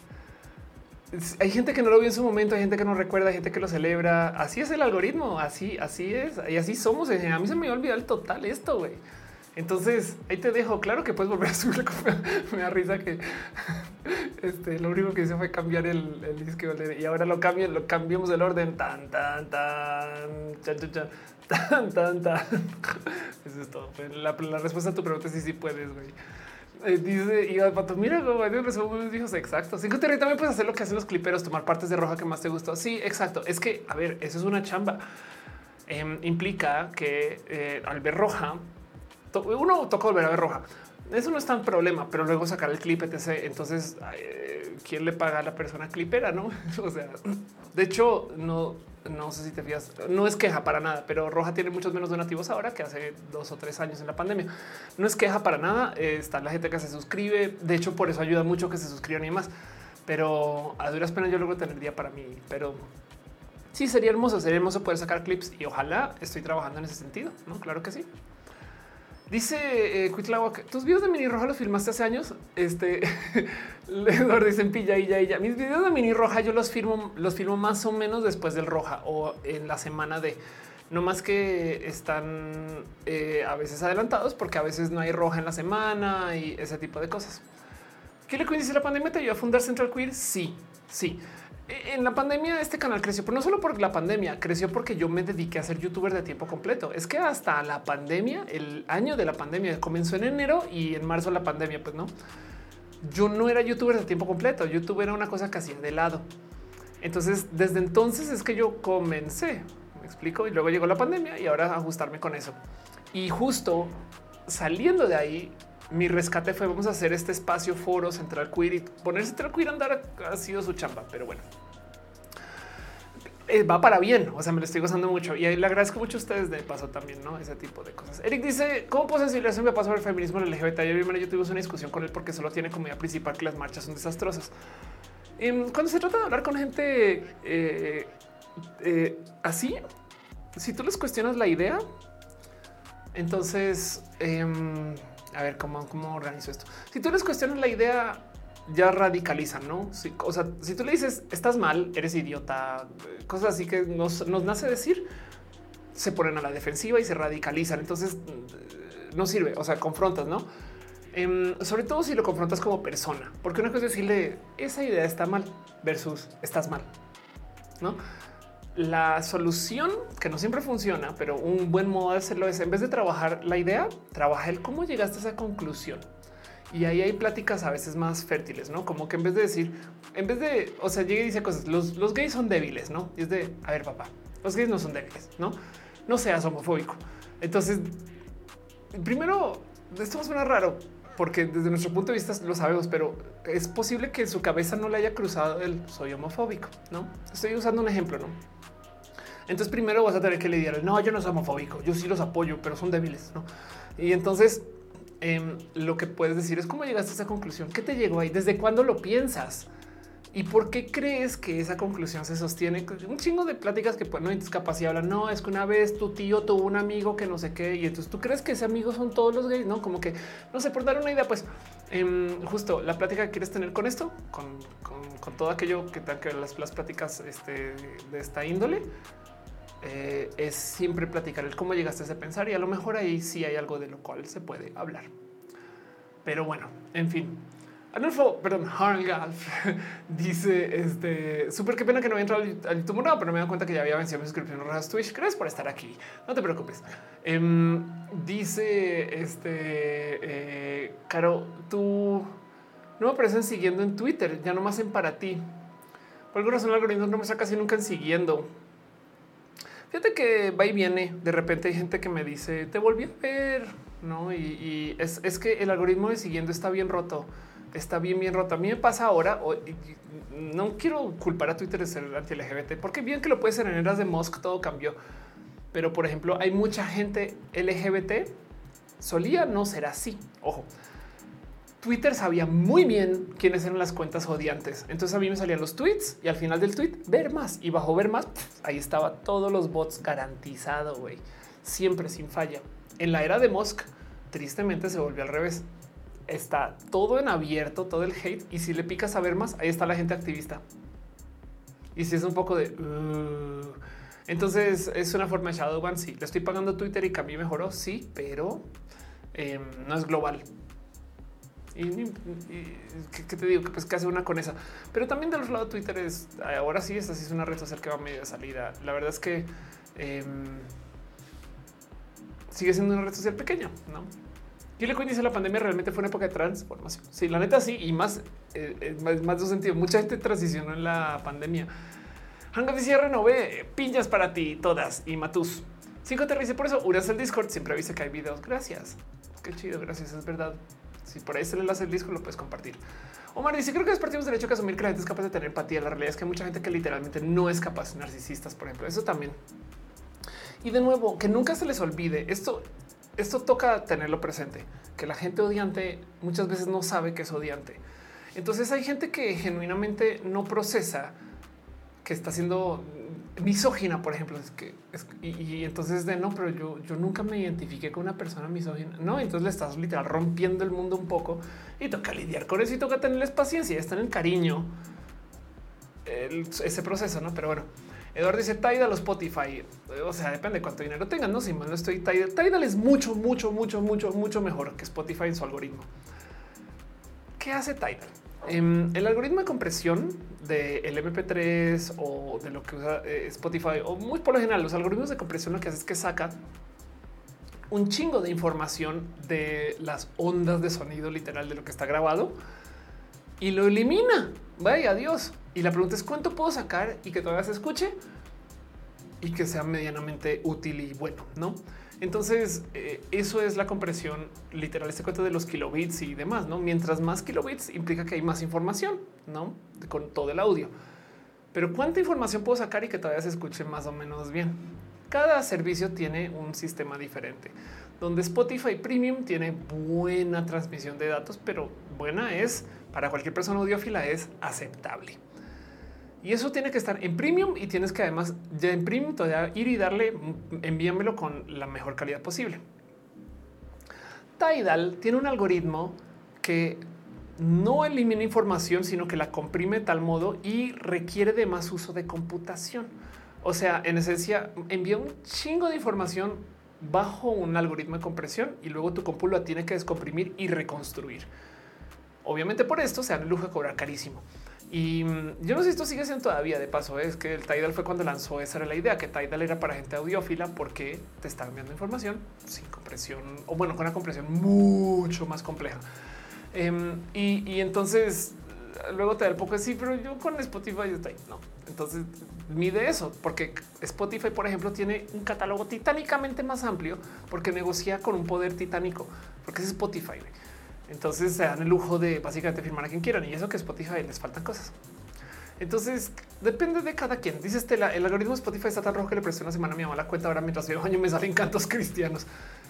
hay gente que no lo vio en su momento, hay gente que no recuerda, hay gente que lo celebra. Así es el algoritmo, así, así es, y así somos. A mí se me olvidó el total esto, güey. Entonces ahí te dejo. Claro que puedes volver a subir. Me da risa que este, lo único que hice fue cambiar el, el disco y ahora lo cambio, lo cambiamos el orden. Tan, tan, tan, chan, chan, chan, tan, tan, tan. Eso es todo. La, la respuesta a tu pregunta es sí, sí puedes, güey. Eh, dice y Pato, mira, como dijo exacto. Sí, que también puedes hacer lo que hacen los cliperos, tomar partes de Roja que más te gustó. Sí, exacto. Es que, a ver, eso es una chamba. Eh, implica que eh, al ver Roja, uno toca volver a ver Roja. Eso no es tan problema, pero luego sacar el clip, etcétera. Entonces, eh, ¿quién le paga a la persona clipera? No, o sea, de hecho, no, no sé si te fijas, no es queja para nada, pero Roja tiene muchos menos donativos ahora que hace dos o tres años en la pandemia. No es queja para nada. Eh, está la gente que se suscribe. De hecho, por eso ayuda mucho que se suscriban y demás. Pero a duras penas yo logro tener día para mí. Pero sí, sería hermoso, sería hermoso poder sacar clips y ojalá estoy trabajando en ese sentido. No, claro que sí. Dice eh, Cuitláhuac, tus videos de Mini Roja los filmaste hace años. Este Eduardo dice en pilla y ya y ya. Mis videos de Mini Roja yo los filmo, los filmo más o menos después del Roja o en la semana de, no más que están eh, a veces adelantados porque a veces no hay Roja en la semana y ese tipo de cosas. ¿Qué le dice la pandemia? ¿Te ayudó a fundar Central Queer? Sí, sí. En la pandemia este canal creció, pero no solo por la pandemia, creció porque yo me dediqué a ser youtuber de tiempo completo. Es que hasta la pandemia, el año de la pandemia comenzó en enero y en marzo la pandemia, pues no. Yo no era youtuber de tiempo completo, YouTube era una cosa que hacía de lado. Entonces, desde entonces es que yo comencé, me explico, y luego llegó la pandemia y ahora ajustarme con eso. Y justo saliendo de ahí, mi rescate fue vamos a hacer este espacio foro Central Queer y poner Central Queer a andar ha sido su chamba, pero bueno. Eh, va para bien, o sea, me lo estoy gozando mucho y le agradezco mucho a ustedes de paso también, ¿no? Ese tipo de cosas. Eric dice, ¿cómo puedo sensibilizar mi paso sobre el feminismo en el L G B T? Yo, yo tuvimos una discusión con él porque solo tiene como idea principal que las marchas son desastrosas. Eh, cuando se trata de hablar con gente eh, eh, así, si tú les cuestionas la idea, entonces... Eh, a ver cómo, cómo organizo esto. Si tú les cuestionas la idea, ya radicalizan, no? Si, o sea, si tú le dices estás mal, eres idiota, cosas así que nos, nos nace decir, se ponen a la defensiva y se radicalizan. Entonces no sirve. O sea, confrontas, no? Eh, sobre todo si lo confrontas como persona, porque una cosa es decirle esa idea está mal versus estás mal, no? La solución, que no siempre funciona, pero un buen modo de hacerlo es en vez de trabajar la idea, trabaja el cómo llegaste a esa conclusión. Y ahí hay pláticas a veces más fértiles, ¿no? Como que en vez de decir, en vez de, o sea, llega y dice cosas, los, los gays son débiles, ¿no? Y es de, a ver, papá, los gays no son débiles, ¿no? No seas homofóbico. Entonces, primero, esto suena raro. porque desde nuestro punto de vista lo sabemos, pero es posible que en su cabeza no le haya cruzado el soy homofóbico, ¿no? Estoy usando un ejemplo, ¿no? Entonces primero vas a tener que lidiar, no, yo no soy homofóbico, yo sí los apoyo, pero son débiles, ¿no? Y entonces eh, lo que puedes decir es cómo llegaste a esa conclusión, qué te llegó ahí, desde cuándo lo piensas y por qué crees que esa conclusión se sostiene. Un chingo de pláticas que pues, no hay discapacidad hablan, no, es que una vez tu tío tuvo un amigo que no sé qué y entonces tú crees que ese amigo son todos los gays, no, como que no sé, por dar una idea, pues eh, justo la plática que quieres tener con esto, con, con, con todo aquello que tenga que ver las, las pláticas este, de esta índole. Eh, es siempre platicar el cómo llegaste a ese pensar y a lo mejor ahí sí hay algo de lo cual se puede hablar. Pero bueno, en fin. Arnulfo, perdón, Harngalf dice este súper qué pena que no había entrado al YouTube, no, pero me he dado cuenta que ya había vencido mi suscripción rojas Twitch. Gracias por estar aquí. No te preocupes. Um, dice este eh, Caro, tú no me aparecen siguiendo en Twitter, ya nomás en para ti. Por alguna razón el algoritmo no me está casi nunca en siguiendo. Fíjate que va y viene. De repente hay gente que me dice te volví a ver, no? Y, y es, es que el algoritmo de siguiendo está bien roto. Está bien, bien roto. A mí me pasa ahora. O, y, no quiero culpar a Twitter de ser anti-L G B T, porque bien que lo puede ser en eras de Musk, todo cambió. Pero por ejemplo, hay mucha gente L G B T. Solía no ser así. Ojo, Twitter sabía muy bien quiénes eran las cuentas odiantes. Entonces a mí me salían los tweets y al final del tweet ver más y bajo ver más. Pff, ahí estaba todos los bots garantizado, güey. Siempre sin falla. En la era de Musk, tristemente se volvió al revés. Está todo en abierto, todo el hate. Y si le picas a ver más, ahí está la gente activista. Y si es un poco de uh, entonces es una forma de shadow ban. Sí, le estoy pagando Twitter y Camille mejoró. Sí, pero eh, no es global. Y, y, y ¿qué te digo? Que pues que hace una con esa, pero también de los lados Twitter es ahora sí, esta sí es una red social que va medio de salida. La verdad es que eh, sigue siendo una red social pequeña, ¿no? Y le dice la pandemia realmente fue una época de transformación. Sí, la neta sí, y más, eh, más, más de sentido. Mucha gente transicionó en la pandemia. Hangout dice renové piñas para ti todas y Matus. Cinco te dice por eso unas el Discord, siempre avisa que hay videos. Gracias. Qué chido, gracias, es verdad. Si por ahí se le enlace el disco, lo puedes compartir. Omar dice: creo que partimos del hecho de asumir que la gente es capaz de tener empatía. La realidad es que hay mucha gente que literalmente no es capaz, narcisistas, por ejemplo. Eso también. Y de nuevo, que nunca se les olvide esto. Esto toca tenerlo presente, que la gente odiante muchas veces no sabe que es odiante. Entonces hay gente que genuinamente no procesa que está siendo misógina, por ejemplo. Es que es, y, y entonces de no, pero yo, yo nunca me identifiqué con una persona misógina. No, entonces le estás literal rompiendo el mundo un poco y toca lidiar con eso y toca tenerles paciencia y estar en el cariño, el, ese proceso, no? Pero bueno, Eduardo dice Tidal o Spotify. O sea, depende de cuánto dinero tengan. No, si mal no estoy, Tidal. Tidal es mucho, mucho, mucho, mucho, mucho mejor que Spotify en su algoritmo. ¿Qué hace Tidal? Eh, el algoritmo de compresión del M P tres o de lo que usa eh, Spotify o muy por lo general los algoritmos de compresión lo que hace es que saca un chingo de información de las ondas de sonido literal de lo que está grabado y lo elimina. Vaya, adiós. Y la pregunta es cuánto puedo sacar y que todavía se escuche y que sea medianamente útil y bueno, ¿no? Entonces eh, eso es la compresión literal, este cuento de los kilobits y demás, ¿no? Mientras más kilobits implica que hay más información, ¿no? Con todo el audio. Pero ¿cuánta información puedo sacar y que todavía se escuche más o menos bien? Cada servicio tiene un sistema diferente, donde Spotify Premium tiene buena transmisión de datos, pero buena es para cualquier persona audiófila es aceptable. Y eso tiene que estar en premium y tienes que además ya en premium todavía ir y darle, envíamelo con la mejor calidad posible. Tidal tiene un algoritmo que no elimina información, sino que la comprime de tal modo y requiere de más uso de computación. O sea, en esencia, envía un chingo de información bajo un algoritmo de compresión y luego tu compu la tiene que descomprimir y reconstruir. Obviamente por esto se dan el lujo de cobrar carísimo. Y yo no sé si esto sigue siendo todavía de paso. Es que el Tidal fue cuando lanzó, esa era la idea, que Tidal era para gente audiófila porque te está enviando información sin compresión o bueno, con una compresión mucho más compleja. Um, y, y entonces luego te da el poco de sí, pero yo con Spotify está ahí. No, entonces mide eso porque Spotify, por ejemplo, tiene un catálogo titánicamente más amplio porque negocia con un poder titánico, porque es Spotify. Entonces se dan el lujo de básicamente firmar a quien quieran y eso que Spotify les faltan cosas. Entonces depende de cada quien. Dice Estela, el algoritmo de Spotify está tan rojo que le presté una semana a mi mamá la cuenta. Ahora mientras veo baño me salen cantos cristianos.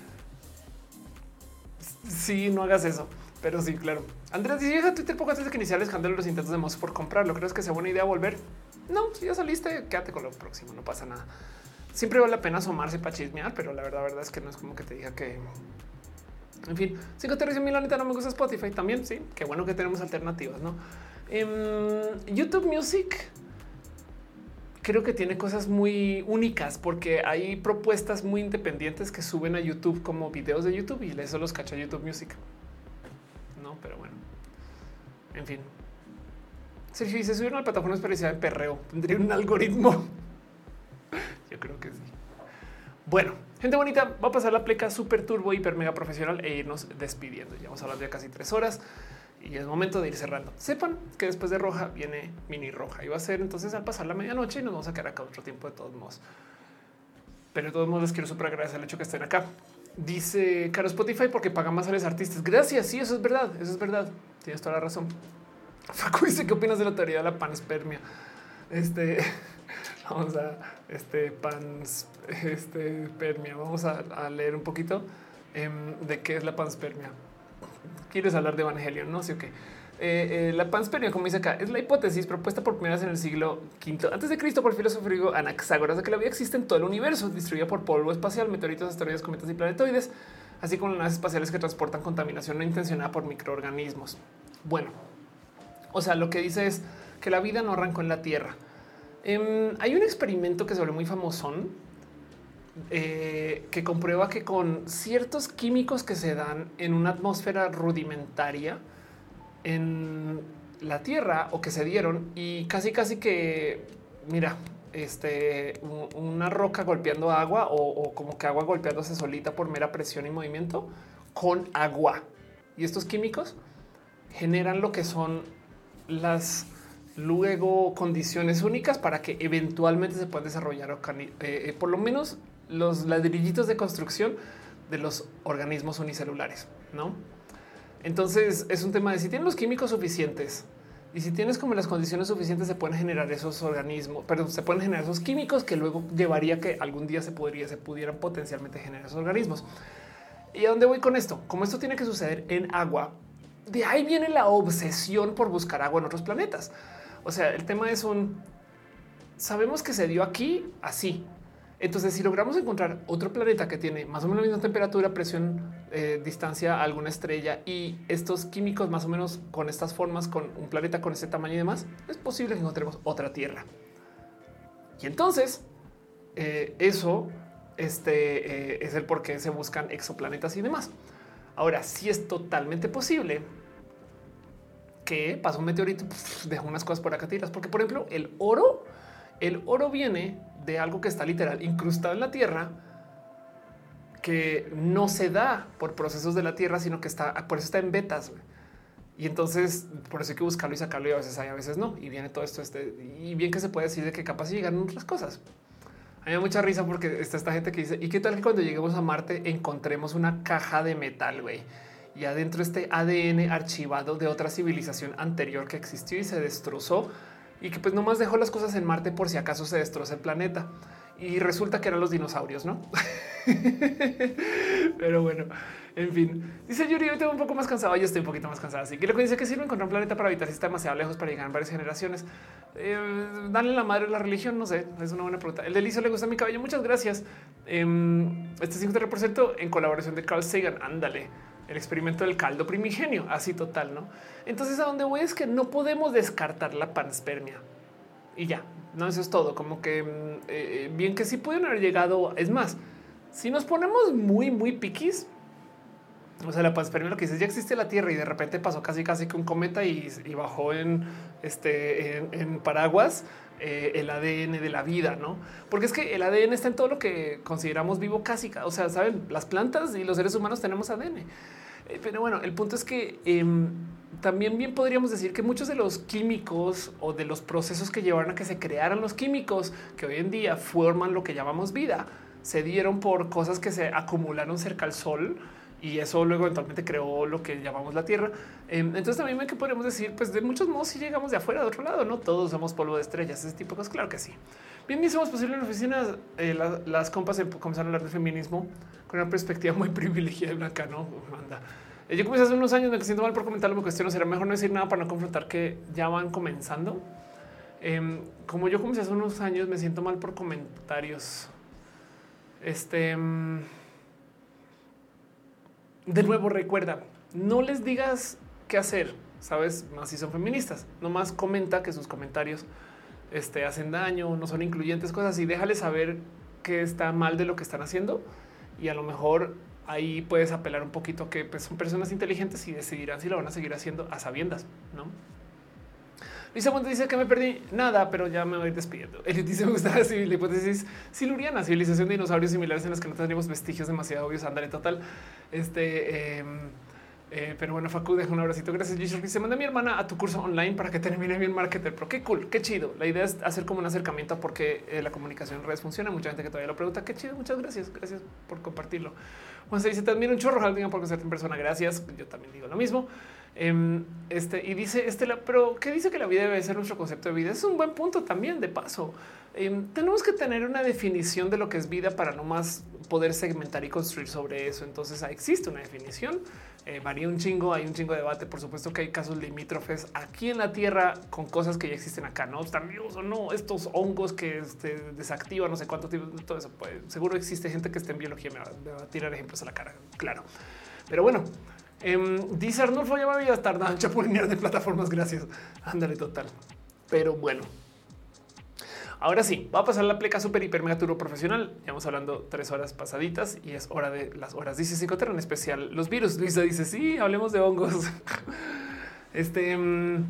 Sí, no hagas eso. Pero sí, claro. Andrés dice, deja Twitter poco antes de que iniciar el escándalo de los intentos de Moss por comprarlo. ¿Crees que sea buena idea volver? No, si ya saliste, quédate con lo próximo, no pasa nada. Siempre vale la pena asomarse para chismear, pero la verdad, la verdad es que no es como que te diga que... En fin, cinco te dicen, la neta no me gusta Spotify también, sí. Qué bueno que tenemos alternativas, ¿no? Um, YouTube Music creo que tiene cosas muy únicas porque hay propuestas muy independientes que suben a YouTube como videos de YouTube y eso los cacha YouTube Music. No, pero bueno, en fin. Sergio dice, subieron a la plataforma especializada en perreo. ¿Tendría un algoritmo? Yo creo que sí. Bueno, gente bonita, va a pasar la pleca súper turbo, hiper mega profesional e irnos despidiendo. Ya vamos a hablar de casi tres horas y es momento de ir cerrando. Sepan que después de roja viene mini roja y va a ser entonces al pasar la medianoche y nos vamos a quedar acá otro tiempo de todos modos. Pero de todos modos les quiero súper agradecer el hecho que estén acá. Dice Caro Spotify porque paga más a los artistas. Gracias. Sí, eso es verdad. Eso es verdad. Tienes toda la razón. Facu dice, ¿qué opinas de la teoría de la panspermia? Este, vamos a este pans, este permia. Vamos a, a leer un poquito um, de qué es la panspermia. ¿Quieres hablar de Evangelion? No sé, sí, ok. Eh, eh, la panspermia, como dice acá, es la hipótesis propuesta por primera vez en el siglo quinto antes de Cristo por el filósofo griego Anaxágoras de que la vida existe en todo el universo, distribuida por polvo espacial, meteoritos, asteroides, cometas y planetoides, así como las naves espaciales que transportan contaminación no intencionada por microorganismos. Bueno, o sea, lo que dice es que la vida no arrancó en la Tierra. Eh, hay un experimento que se volvió muy famosón eh, que comprueba que con ciertos químicos que se dan en una atmósfera rudimentaria en la Tierra o que se dieron y casi casi que mira este una roca golpeando agua o, o como que agua golpeándose solita por mera presión y movimiento con agua y estos químicos generan lo que son las luego condiciones únicas para que eventualmente se puedan desarrollar eh, por lo menos los ladrillitos de construcción de los organismos unicelulares, ¿no? Entonces es un tema de si tienes los químicos suficientes y si tienes como las condiciones suficientes se pueden generar esos organismos, perdón, se pueden generar esos químicos que luego llevaría que algún día se podría, se pudieran potencialmente generar esos organismos. ¿Y a dónde voy con esto? Como esto tiene que suceder en agua, de ahí viene la obsesión por buscar agua en otros planetas. O sea, el tema es un, sabemos que se dio aquí así. Entonces, si logramos encontrar otro planeta que tiene más o menos la misma temperatura, presión, eh, distancia a alguna estrella y estos químicos más o menos con estas formas, con un planeta con este tamaño y demás, es posible que encontremos otra Tierra. Y entonces, eh, eso este, eh, es el por qué se buscan exoplanetas y demás. Ahora, sí es totalmente posible que pasó un meteorito, pf, dejó unas cosas por acá tiras, porque por ejemplo, el oro, el oro viene de algo que está literal incrustado en la Tierra, que no se da por procesos de la Tierra, sino que está, por eso está en betas. Wey. Y entonces por eso hay que buscarlo y sacarlo y a veces hay, a veces no. Y viene todo esto, este, y bien que se puede decir de que capaz llegan otras cosas. A mí me da mucha risa porque está esta gente que dice, ¿y qué tal que cuando lleguemos a Marte encontremos una caja de metal, güey? Y adentro este A D N archivado de otra civilización anterior que existió y se destrozó y que pues nomás dejó las cosas en Marte por si acaso se destroza el planeta. Y resulta que eran los dinosaurios, ¿no? Pero bueno, en fin. Dice Yuri, hoy tengo un poco más cansado. Yo estoy un poquito más cansado. Así que lo que dice que sirve encontrar un planeta para habitar si está demasiado lejos para llegar en varias generaciones. Eh, darle la madre a la religión, no sé, es una buena pregunta. El delicio le gusta mi cabello. Muchas gracias. Eh, este cincuenta por ciento en colaboración de Carl Sagan. Ándale. El experimento del caldo primigenio, así total, ¿no? Entonces a dónde voy es que no podemos descartar la panspermia y ya, no, eso es todo, como que eh, bien que sí pudieron haber llegado, es más, si nos ponemos muy, muy piquis, o sea, la panspermia lo que dice, ya existe la Tierra y de repente pasó casi casi que un cometa y, y bajó en, este, en, en paraguas eh, el A D N de la vida, ¿no? Porque es que el A D N está en todo lo que consideramos vivo casi, o sea, saben, las plantas y los seres humanos tenemos A D N. Pero bueno, el punto es que eh, también bien podríamos decir que muchos de los químicos o de los procesos que llevaron a que se crearan los químicos que hoy en día forman lo que llamamos vida, se dieron por cosas que se acumularon cerca al sol y eso luego eventualmente creó lo que llamamos la Tierra. Eh, entonces también que podríamos decir, pues de muchos modos si llegamos de afuera, de otro lado, no todos somos polvo de estrellas, ese tipo de cosas. Claro que sí. Bien, hicimos posible en la oficina. Eh, la, las compas comenzaron a hablar de feminismo con una perspectiva muy privilegiada y blanca, no manda. Eh, yo comencé hace unos años, me siento mal por comentarlo, me cuestiono, será mejor no decir nada para no confrontar que ya van comenzando. Eh, como yo comencé hace unos años, me siento mal por comentarios. Este de nuevo, recuerda, no les digas qué hacer, sabes, más si son feministas, nomás comenta que sus comentarios este, hacen daño, no son incluyentes, cosas así. Déjales saber que está mal de lo que están haciendo y a lo mejor ahí puedes apelar un poquito a que pues, son personas inteligentes y decidirán si lo van a seguir haciendo a sabiendas, ¿no? Luisa Monte dice que me perdí nada, pero ya me voy despidiendo. Él dice me gusta la hipótesis siluriana, civilización de dinosaurios similares en las que no tenemos vestigios demasiado obvios. Ándale, total. Este, eh, eh, pero bueno, Facu, deja un abracito. Gracias. G se manda a mi hermana a tu curso online para que termine bien marketer. Pero qué cool, qué chido. La idea es hacer como un acercamiento porque eh, la comunicación en redes funciona. Mucha gente que todavía lo pregunta. Qué chido. Muchas gracias. Gracias por compartirlo. Juan se dice también un chorro. Alguien por conocerte en persona. Gracias. Yo también digo lo mismo. Um, este y dice este, pero qué dice que la vida debe ser nuestro concepto de vida. Es un buen punto también. De paso, um, tenemos que tener una definición de lo que es vida para no más poder segmentar y construir sobre eso. Entonces ah, existe una definición, eh, varía un chingo. Hay un chingo de debate. Por supuesto que hay casos limítrofes aquí en la Tierra con cosas que ya existen acá. No están vivos o no, estos hongos que este, desactivan no sé cuánto tiempo, todo eso. Pues, seguro existe gente que esté en biología. Me va, me va a tirar ejemplos a la cara. Claro, pero bueno. Um, dice Arnulfo, ya me había tardado en chapulinear de plataformas. Gracias. Ándale, total. Pero bueno, ahora sí, va a pasar la pleca super hiper mega turbo profesional. Ya vamos hablando tres horas pasaditas y es hora de las horas. Dice Psicoterra, en especial los virus. Luisa dice sí, hablemos de hongos. Este um,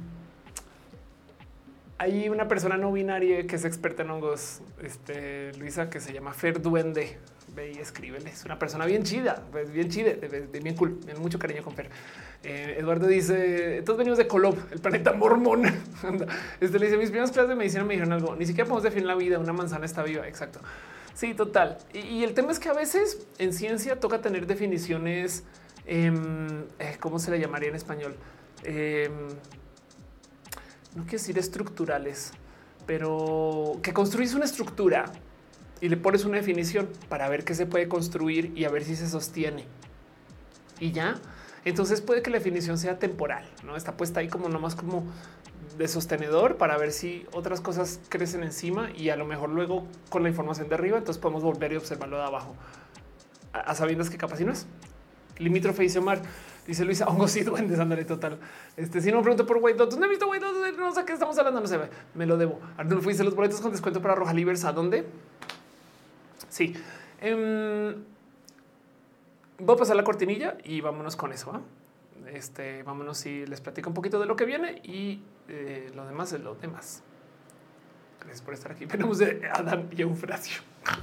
hay una persona no binaria que es experta en hongos. Este Luisa, que se llama Fer Duende. Ve y escríbele. Es una persona bien chida, bien chida, bien cool, bien mucho cariño con Fer. Eh, Eduardo dice: todos venimos de Kolob, el planeta mormón. Este le dice: mis primeras clases de medicina me dijeron algo. Ni siquiera podemos definir la vida. Una manzana está viva. Exacto. Sí, total. Y, y el tema es que a veces en ciencia toca tener definiciones. Eh, ¿Cómo se le llamaría en español? Eh, no quiero decir estructurales, pero que construís una estructura y le pones una definición para ver qué se puede construir y a ver si se sostiene. Y ya, entonces puede que la definición sea temporal, ¿no? Está puesta ahí como nomás como de sostenedor para ver si otras cosas crecen encima y a lo mejor luego con la información de arriba, entonces podemos volver y observarlo de abajo. A, a sabiendas que capaz si no es. Limítrofe dice Omar. Dice Luisa, hongos y duendes, ándale, total. Este, si no me pregunto por White Lotus, no he visto White Lotus, no sé qué estamos hablando, no sé, me lo debo. Arnulfo dice los boletos con descuento para Roja Libres, ¿a dónde? Sí. Um, voy a pasar la cortinilla y vámonos con eso. ¿eh? Este, vámonos y les platico un poquito de lo que viene y eh, lo demás es lo demás. Gracias por estar aquí. Venimos de Adán y Eufrasio.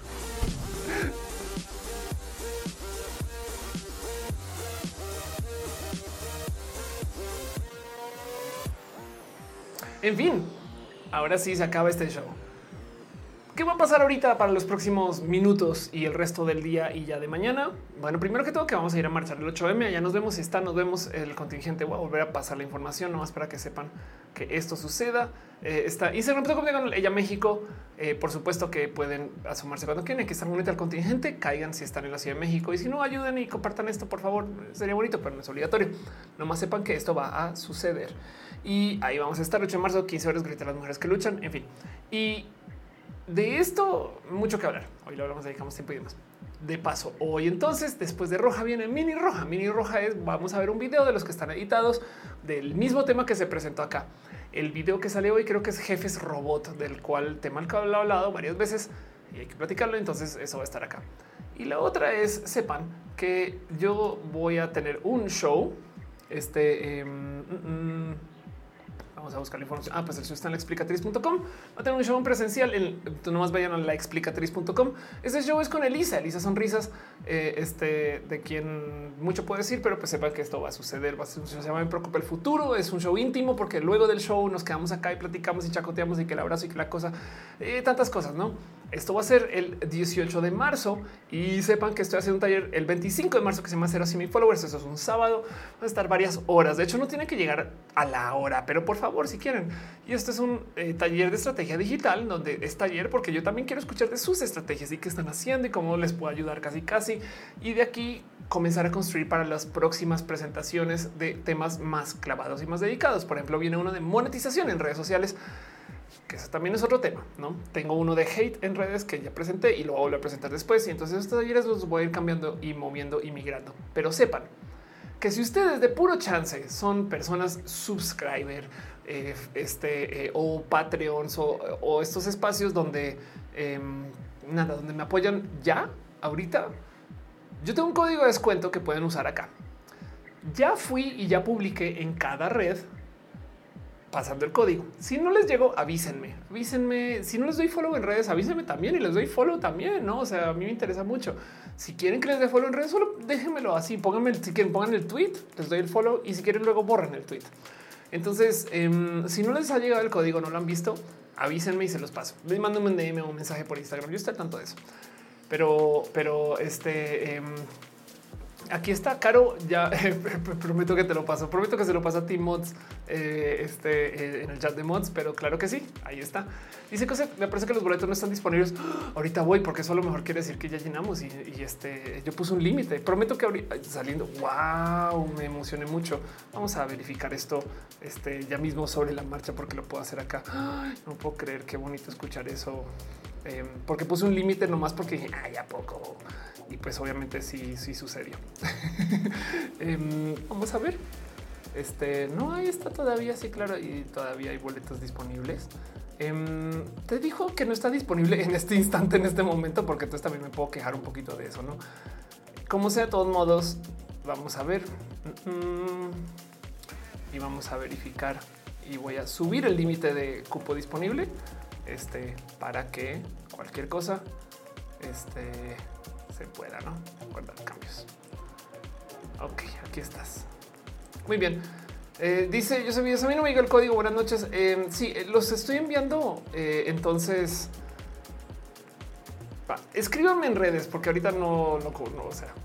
En fin, ahora sí se acaba este show. ¿Qué va a pasar ahorita para los próximos minutos y el resto del día y ya de mañana? Bueno, primero que todo que vamos a ir a marchar el ocho eme. Allá nos vemos y está, nos vemos el contingente. Voy a volver a pasar la información nomás para que sepan que esto suceda. Eh, está Instagram punto com con ella México. Eh, por supuesto que pueden asomarse cuando quieran, que están unidos al contingente, caigan si están en la Ciudad de México y si no, ayuden y compartan esto, por favor. Sería bonito, pero no es obligatorio. Nomás sepan que esto va a suceder. Y ahí vamos a estar ocho de marzo, quince horas, gritar a las mujeres que luchan. En fin, y de esto mucho que hablar. Hoy lo hablamos, dedicamos tiempo y demás. De paso, hoy entonces, después de Roja, viene Mini Roja. Mini Roja es, vamos a ver un video de los que están editados del mismo tema que se presentó acá. El video que sale hoy creo que es Jefes Robot, del cual tema al que he hablado varias veces y hay que platicarlo. Entonces eso va a estar acá. Y la otra es, sepan que yo voy a tener un show. Este... Eh, mm, mm, Vamos a buscar la información. Ah, pues el show está en la explicatriz punto com. Va a tener un show en presencial. En, nomás vayan a la explicatriz punto com. Este show es con Elisa, Elisa Sonrisas, eh, este, de quien mucho puedo decir, pero pues sepan que esto va a suceder. Va a ser un show, se llama Me Preocupa el Futuro. Es un show íntimo porque luego del show nos quedamos acá y platicamos y chacoteamos y que el abrazo y que la cosa, eh, tantas cosas, ¿no? Esto va a ser el dieciocho de marzo y sepan que estoy haciendo un taller el veinticinco de marzo que se llama Cero Así Mi Followers. Eso es un sábado. Va a estar varias horas. De hecho, no tiene que llegar a la hora, pero por favor, si quieren. Y esto es un eh, taller de estrategia digital, donde es taller porque yo también quiero escuchar de sus estrategias y qué están haciendo y cómo les puedo ayudar casi casi. Y de aquí comenzar a construir para las próximas presentaciones de temas más clavados y más dedicados. Por ejemplo, viene uno de monetización en redes sociales, que eso también es otro tema, ¿no? Tengo uno de hate en redes que ya presenté y lo voy a volver a presentar después. Y entonces estos talleres los voy a ir cambiando y moviendo y migrando. Pero sepan que si ustedes de puro chance son personas subscriber eh, este, eh, o Patreons o, o estos espacios donde eh, nada, donde me apoyan ya ahorita, yo tengo un código de descuento que pueden usar acá. Ya fui y ya publiqué en cada red pasando el código. Si no les llego, avísenme, avísenme. Si no les doy follow en redes, avísenme también y les doy follow también. No, o sea, a mí me interesa mucho. Si quieren que les dé follow en redes, solo déjenmelo así. Pónganme, si quieren, pongan el tweet, les doy el follow y si quieren, luego borren el tweet. Entonces, eh, si no les ha llegado el código, no lo han visto, avísenme y se los paso. Me mandan un D M o un mensaje por Instagram. Yo estoy al tanto de eso. Pero, pero este eh, aquí está Caro. Ya eh, prometo que te lo paso. Prometo que se lo pasa a ti Mods eh, este, eh, en el chat de Mods, pero claro que sí. Ahí está. Dice Cosette, me parece que los boletos no están disponibles. ¡Oh! Ahorita voy porque eso a lo mejor quiere decir que ya llenamos y, y este yo puse un límite. Prometo que ahorita saliendo. Wow, me emocioné mucho. Vamos a verificar esto este, ya mismo sobre la marcha porque lo puedo hacer acá. ¡Oh! No puedo creer, qué bonito escuchar eso. Eh, porque puse un límite nomás porque dije, ay, ¿a poco? Y pues obviamente sí, sí sucedió. eh, vamos a ver. Este no, ahí está todavía. Sí, claro. Y todavía hay boletos disponibles. Eh, te dijo que no está disponible en este instante, en este momento, porque entonces también me puedo quejar un poquito de eso, no? Como sea, de todos modos, vamos a ver mm, y vamos a verificar y voy a subir el límite de cupo disponible. Este para que cualquier cosa este se pueda, no guardar cambios. Ok, aquí estás. Muy bien. Eh, dice yo soy, a mí no me llegó el código. Buenas noches. Eh, sí, los estoy enviando. Eh, entonces, va, escríbanme en redes porque ahorita no, no, no, o sea,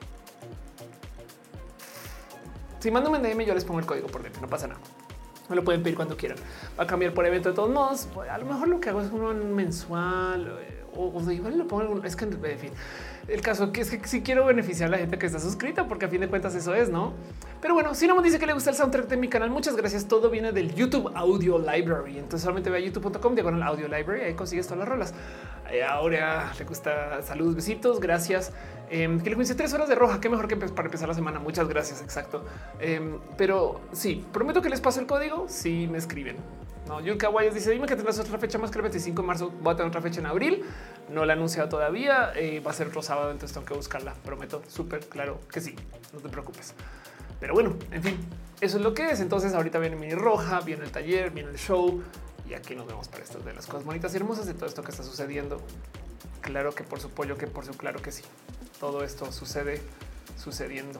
si mandan un D M, yo les pongo el código por dentro. No pasa nada. Me lo pueden pedir cuando quieran. Va a cambiar por evento de todos modos. A lo mejor lo que hago es uno mensual o, o de igual lo pongo. Es que en fin, el caso que es que si quiero beneficiar a la gente que está suscrita, porque a fin de cuentas eso es, no? Pero bueno, si no me dice que le gusta el soundtrack de mi canal, muchas gracias. Todo viene del YouTube Audio Library. Entonces solamente ve a youtube punto com diagonal audio library. Ahí consigues todas las rolas. Ahora le gusta. Saludos, besitos. Gracias. Eh, que le coincide tres horas de roja. Qué mejor que para empezar la semana. Muchas gracias. Exacto. Eh, pero sí, prometo que les paso el código si me escriben. No, Yulka Guayas dice: dime que tendrás otra fecha más que el veinticinco de marzo. Voy a tener otra fecha en abril. No la he anunciado todavía. Eh, va a ser otro sábado, entonces tengo que buscarla. Prometo súper claro que sí. No te preocupes. Pero bueno, en fin, eso es lo que es. Entonces, ahorita viene mi roja, viene el taller, viene el show y aquí nos vemos para estas de las cosas bonitas y hermosas de todo esto que está sucediendo. Claro que por su pollo, que por su claro que sí. Todo esto sucede sucediendo.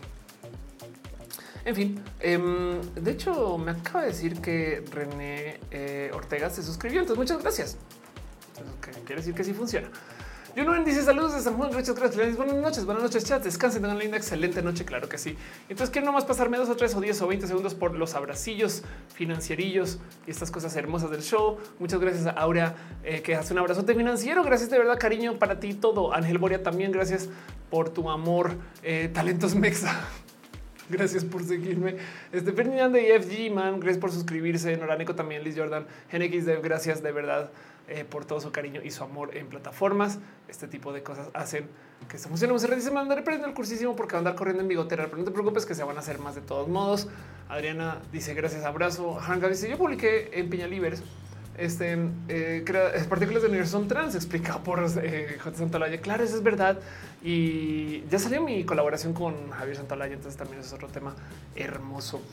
En fin, eh, de hecho, me acaba de decir que René eh, Ortega se suscribió. Entonces, muchas gracias. Entonces, okay, quiere decir que sí funciona. Yo no dice saludos de San Juan. Muchas gracias. Buenas noches, buenas noches, chat. Descansen, tengan una linda, excelente noche. Claro que sí. Entonces, quiero nomás pasarme dos o tres o diez o veinte segundos por los abracillos financierillos y estas cosas hermosas del show. Muchas gracias a Aurea, eh, que hace un abrazote financiero. Gracias de verdad, cariño para ti todo. Ángel Boria también. Gracias por tu amor. Eh, talentos Mexa. Gracias por seguirme. Este Ferdinand de E F G, man. Gracias por suscribirse. Noránico también. Liz Jordan, Gen X Dev. Gracias de verdad. Eh, por todo su cariño y su amor en plataformas. Este tipo de cosas hacen que esto funcione. Se dice: me andaré perdiendo el cursísimo porque va a andar corriendo en bigotera, pero no te preocupes que se van a hacer más de todos modos. Adriana dice: gracias, abrazo. Hanga dice: yo publiqué en Piñalivers este eh, partículas del universo son trans, explicado por eh, J. Santolaya. Claro, eso es verdad. Y ya salió mi colaboración con Javier Santolaya, entonces también es otro tema hermoso.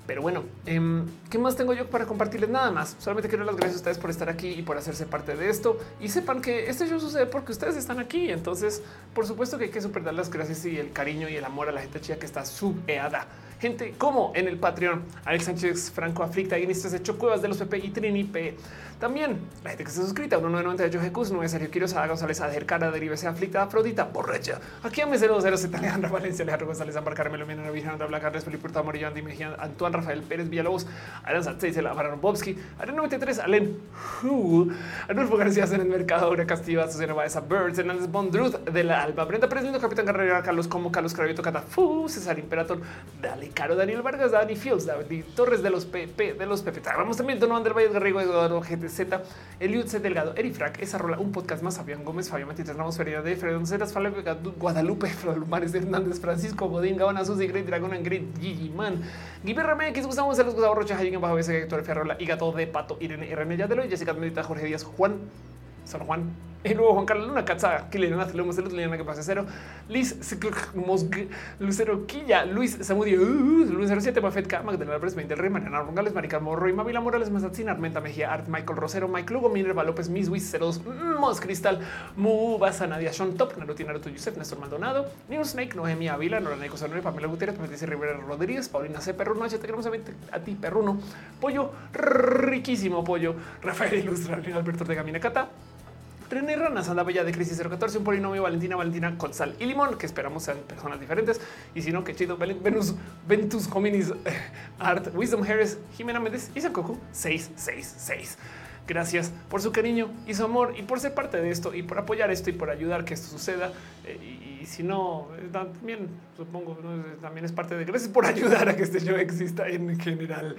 Pero bueno, eh, ¿qué más tengo yo para compartirles? Nada más. Solamente quiero dar las gracias a ustedes por estar aquí y por hacerse parte de esto. Y sepan que este show sucede porque ustedes están aquí. Entonces, por supuesto que hay que super dar las gracias y el cariño y el amor a la gente chida que está subeada. Gente como en el Patreon, Alex Sánchez, Franco Aflicta, guionistas de Chocuevas de los P P y Trini P. También la gente que está suscrita, uno nueve noventa y ocho G Q, nueve Sergio Quiroz, Ada González, Ader Cara, Derive, Aflicta, Afrodita, Borracha. Aquí a cero cero Z, Alejandra Valencia, Alejandro González, Ambar Carmelo, Mena, Virgen, Blanca, Andrés Felipe Hurtado, Morillo, Andy Mejía, Antoine Rafael Pérez Villalobos, Alan Sánchez, Aaron Bobsky, Aaron noventa y tres, Alem, Hu, Adolfo García, en el Mercado, Aura Castiva, Susana Baeza, Birds, Hernández Bondruth de la Alba, Brenda Pérez Lindo, Capitán Carrera, Carlos Como, Carlos Cravito, Catafu, César Imperator, Dale Caro, Daniel Vargas, Dani Fields, David Torres de los P P, de los P P. Vamos también, Donovan del Valle Garrigo, Eduardo G T Z, Eliud C. Delgado, Erifrac, esa rola, un podcast más, Fabián Gómez, Fabián Matitas, Ramos Ferida de Fredon Ceras, Guadalupe, Lumares Hernández, Francisco Godín, Gabana, Susi, Great Dragon, and Great Gigi Man, Guiberra X, Gustavo Celos, Gustavo Rocha, Hayen, Bajo B C, Héctor Ferrola, y Gato de Pato, Irene R. Yadelo, Jessica Medita, Jorge Díaz, Juan, San Juan, el nuevo Juan Carlos Luna, Katza, Kilena, Telemos, el Liliana que pase cero, Liz, Mosg, Lucero Quilla, Luis Samudio, uh, Luis cero siete, Mafet K, Magdalena Álvarez, veinte Rey, Mariana Rongales, Marica Morro y Mavila Morales, Mazatzin, Armenta Mejía, Art, Michael Rosero, Mike Lugo, Minerva López, Miss Wiz, cero dos, Mos Cristal, Mubasa, Nadia, Sean Top, Naruti, Naruto, Yusef, Néstor Maldonado, New Snake, Noemia Ávila, Noraneco Sonore, Pamela Gutiérrez, Patricia Rivera Rodríguez, Paulina C. Perruno, H. Te queremos a ti, Perruno, Pollo, riquísimo Pollo, Rafael Ilustra, Alberto de Gamina Cata, René Rana, Sanda Bella de Crisis cero catorce, un polinomio, Valentina, Valentina con sal y limón, que esperamos sean personas diferentes. Y si no, qué chido. Venus, Ventus Hominis, Art, Wisdom Harris, Jimena Méndez y Sakoku seis seis seis. Gracias por su cariño y su amor y por ser parte de esto y por apoyar esto y por ayudar que esto suceda. Eh, y, y si no, también supongo, ¿no? También es parte de gracias por ayudar a que este show exista en general.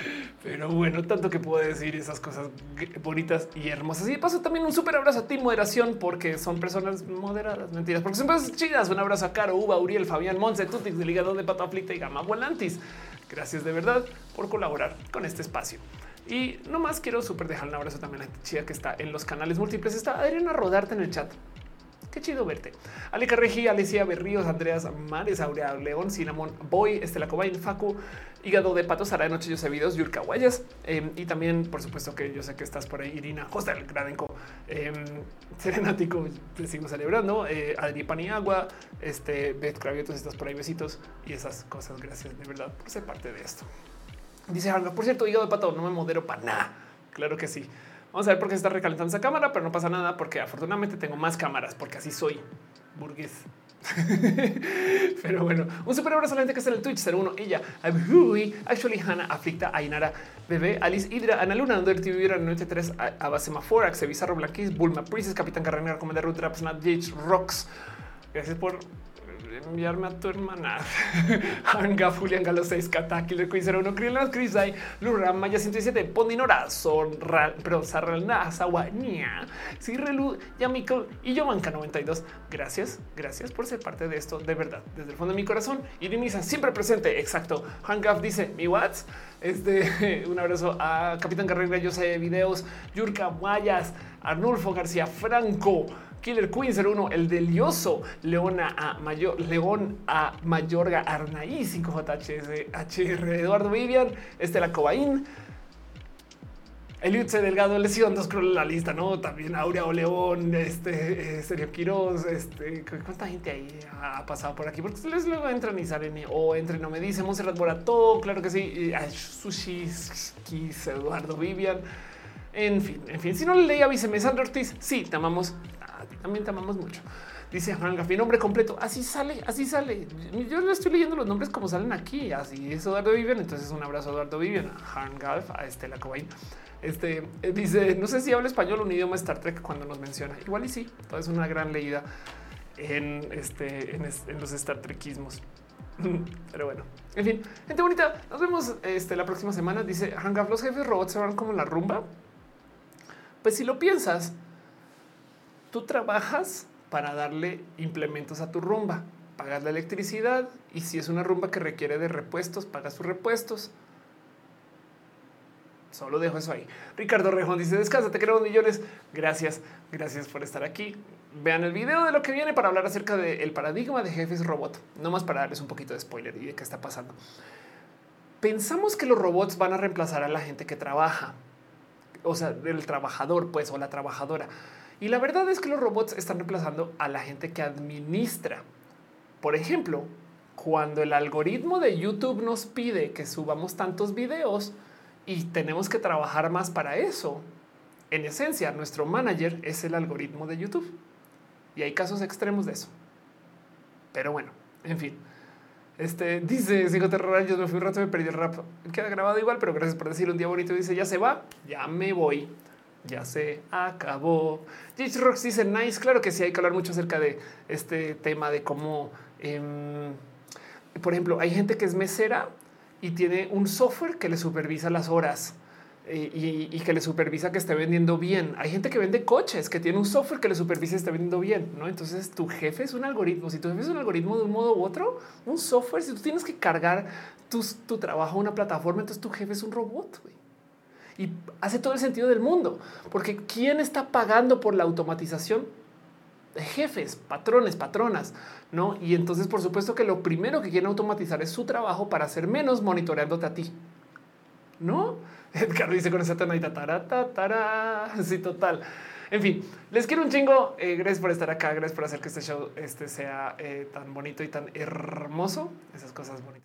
Pero bueno, tanto que puedo decir esas cosas bonitas y hermosas. Y de paso también un súper abrazo a ti, moderación, porque son personas moderadas, mentiras, porque son personas chidas. Un abrazo a Caro, Uva, Uriel, Fabián, Monse, Tutix, del Hígado de Pato Aflicta y Gama Volantis. Gracias de verdad por colaborar con este espacio. Y nomás quiero súper dejar un abrazo también a la chica que está en los canales múltiples. Está Adriana Rodarte en el chat. Qué chido verte. Aleca Regi, Alicia Berríos, Andreas Mares, Aurea León, Cinnamon Boy, Estela Cobain, Facu, Hígado de Pato, Sara de Noche, yo sé videos, Yurka Guayas. Eh, y también, por supuesto, que yo sé que estás por ahí, Irina, Hostel, Gradenco, eh, Serenático, te sigo celebrando, eh, Adri Paniagua, este, Beth Craviotos, estás por ahí, besitos y esas cosas. Gracias de verdad por ser parte de esto. Dice Hanga, por cierto, Hígado de Pato, no me modero para nada. Claro que sí. Vamos a ver por qué se está recalentando esa cámara, pero no pasa nada porque afortunadamente tengo más cámaras porque así soy burgués. Pero bueno, un super abrazo a la gente que está en el Twitch cero uno. Ella, Abhui, Actually, Hannah, Aflicta, Ainara, Bebé, Alice, Hidra, Ana Luna, Under T V, noventa y tres, Abasemafor, Axe Bizarro, Blanquis, Bulma, Princess, Capitán Carrera, Recomendar Root, Raps, Nat, Jage, Rocks. Gracias por enviarme a tu hermana. Hanga, Julián Galo seis, Kata, Killer Queen cero uno, Krill, Chris Day, Lura, Maya ciento siete, Pondinora, Son, pero Sarralna, Sawania, Sirrelu, Yamiko y Yomanka noventa y dos. Gracias, gracias por ser parte de esto, de verdad, desde el fondo de mi corazón. Y Denisa, siempre presente. Exacto. Hangaf dice mi Whats. Este, un abrazo a Capitán Carrera, yo sé videos, Yurka Guayas, Arnulfo García Franco, Killer Queen cero uno, el delioso Leona a Mayor, León a Mayorga, Arnaí cinco J H S H R, Eduardo Vivian, Estela Cobain, Eliud C. Delgado, Lesión, dos creo la lista, ¿no? También Aurea o León, este, eh, Sergio Quiroz, este, ¿cuánta gente ahí ha pasado por aquí? Porque les luego entran y salen o entran, no me dice, Monserrat Borató, claro que sí, eh, Sushi, Kiss, Eduardo Vivian, en fin, en fin, si no le leí, avíseme, Sandra Ortiz, sí, te amamos, también te amamos mucho. Dice Hanga, mi nombre completo, así sale, así sale. Yo le estoy leyendo los nombres como salen aquí, así es Eduardo Vivian, entonces un abrazo a Eduardo Vivian, a Hanga, a Estela Cobain. Este eh, dice, no sé si habla español o un idioma Star Trek cuando nos menciona. Igual y sí, todo es una gran leída en, este, en, es, en los Star Trekismos. Pero bueno, en fin, gente bonita, nos vemos este, la próxima semana. Dice Hanga, los jefes robots se van como la rumba. Pues si lo piensas, tú trabajas para darle implementos a tu rumba, pagas la electricidad y si es una rumba que requiere de repuestos, pagas sus repuestos. Solo dejo eso ahí. Ricardo Rejón dice, descansa, te quiero millones. Gracias, gracias por estar aquí. Vean el video de lo que viene para hablar acerca del paradigma de jefes robot. No más para darles un poquito de spoiler y de qué está pasando. pensamos que los robots van a reemplazar a la gente que trabaja, o sea, el trabajador, pues, o la trabajadora. Y la verdad es que los robots están reemplazando a la gente que administra. Por ejemplo, cuando el algoritmo de YouTube nos pide que subamos tantos videos y tenemos que trabajar más para eso, en esencia, nuestro manager es el algoritmo de YouTube. Y hay casos extremos de eso. Pero bueno, en fin. Este dice Sigo Terror, yo me fui un rato, me perdí el rap. Queda grabado igual, pero gracias por decir un día bonito. Dice ya se va, ya me voy. Ya se acabó. James Rocks dice nice. Claro que sí, hay que hablar mucho acerca de este tema de cómo, eh, por ejemplo, hay gente que es mesera y tiene un software que le supervisa las horas eh, y, y que le supervisa que esté vendiendo bien. Hay gente que vende coches que tiene un software que le supervisa y está vendiendo bien. ¿No? Entonces tu jefe es un algoritmo. Si tu jefe es un algoritmo de un modo u otro, un software, si tú tienes que cargar tu, tu trabajo a una plataforma, entonces tu jefe es un robot. Wey. Y hace todo el sentido del mundo, porque ¿quién está pagando por la automatización? Jefes, patrones, patronas, ¿no? Y entonces, por supuesto que lo primero que quieren automatizar es su trabajo para hacer menos monitoreándote a ti, ¿no? Edgar dice con esa tonadita, tarata, tara, sí, total. En fin, les quiero un chingo. Eh, gracias por estar acá, gracias por hacer que este show este sea eh, tan bonito y tan hermoso. Esas cosas bonitas.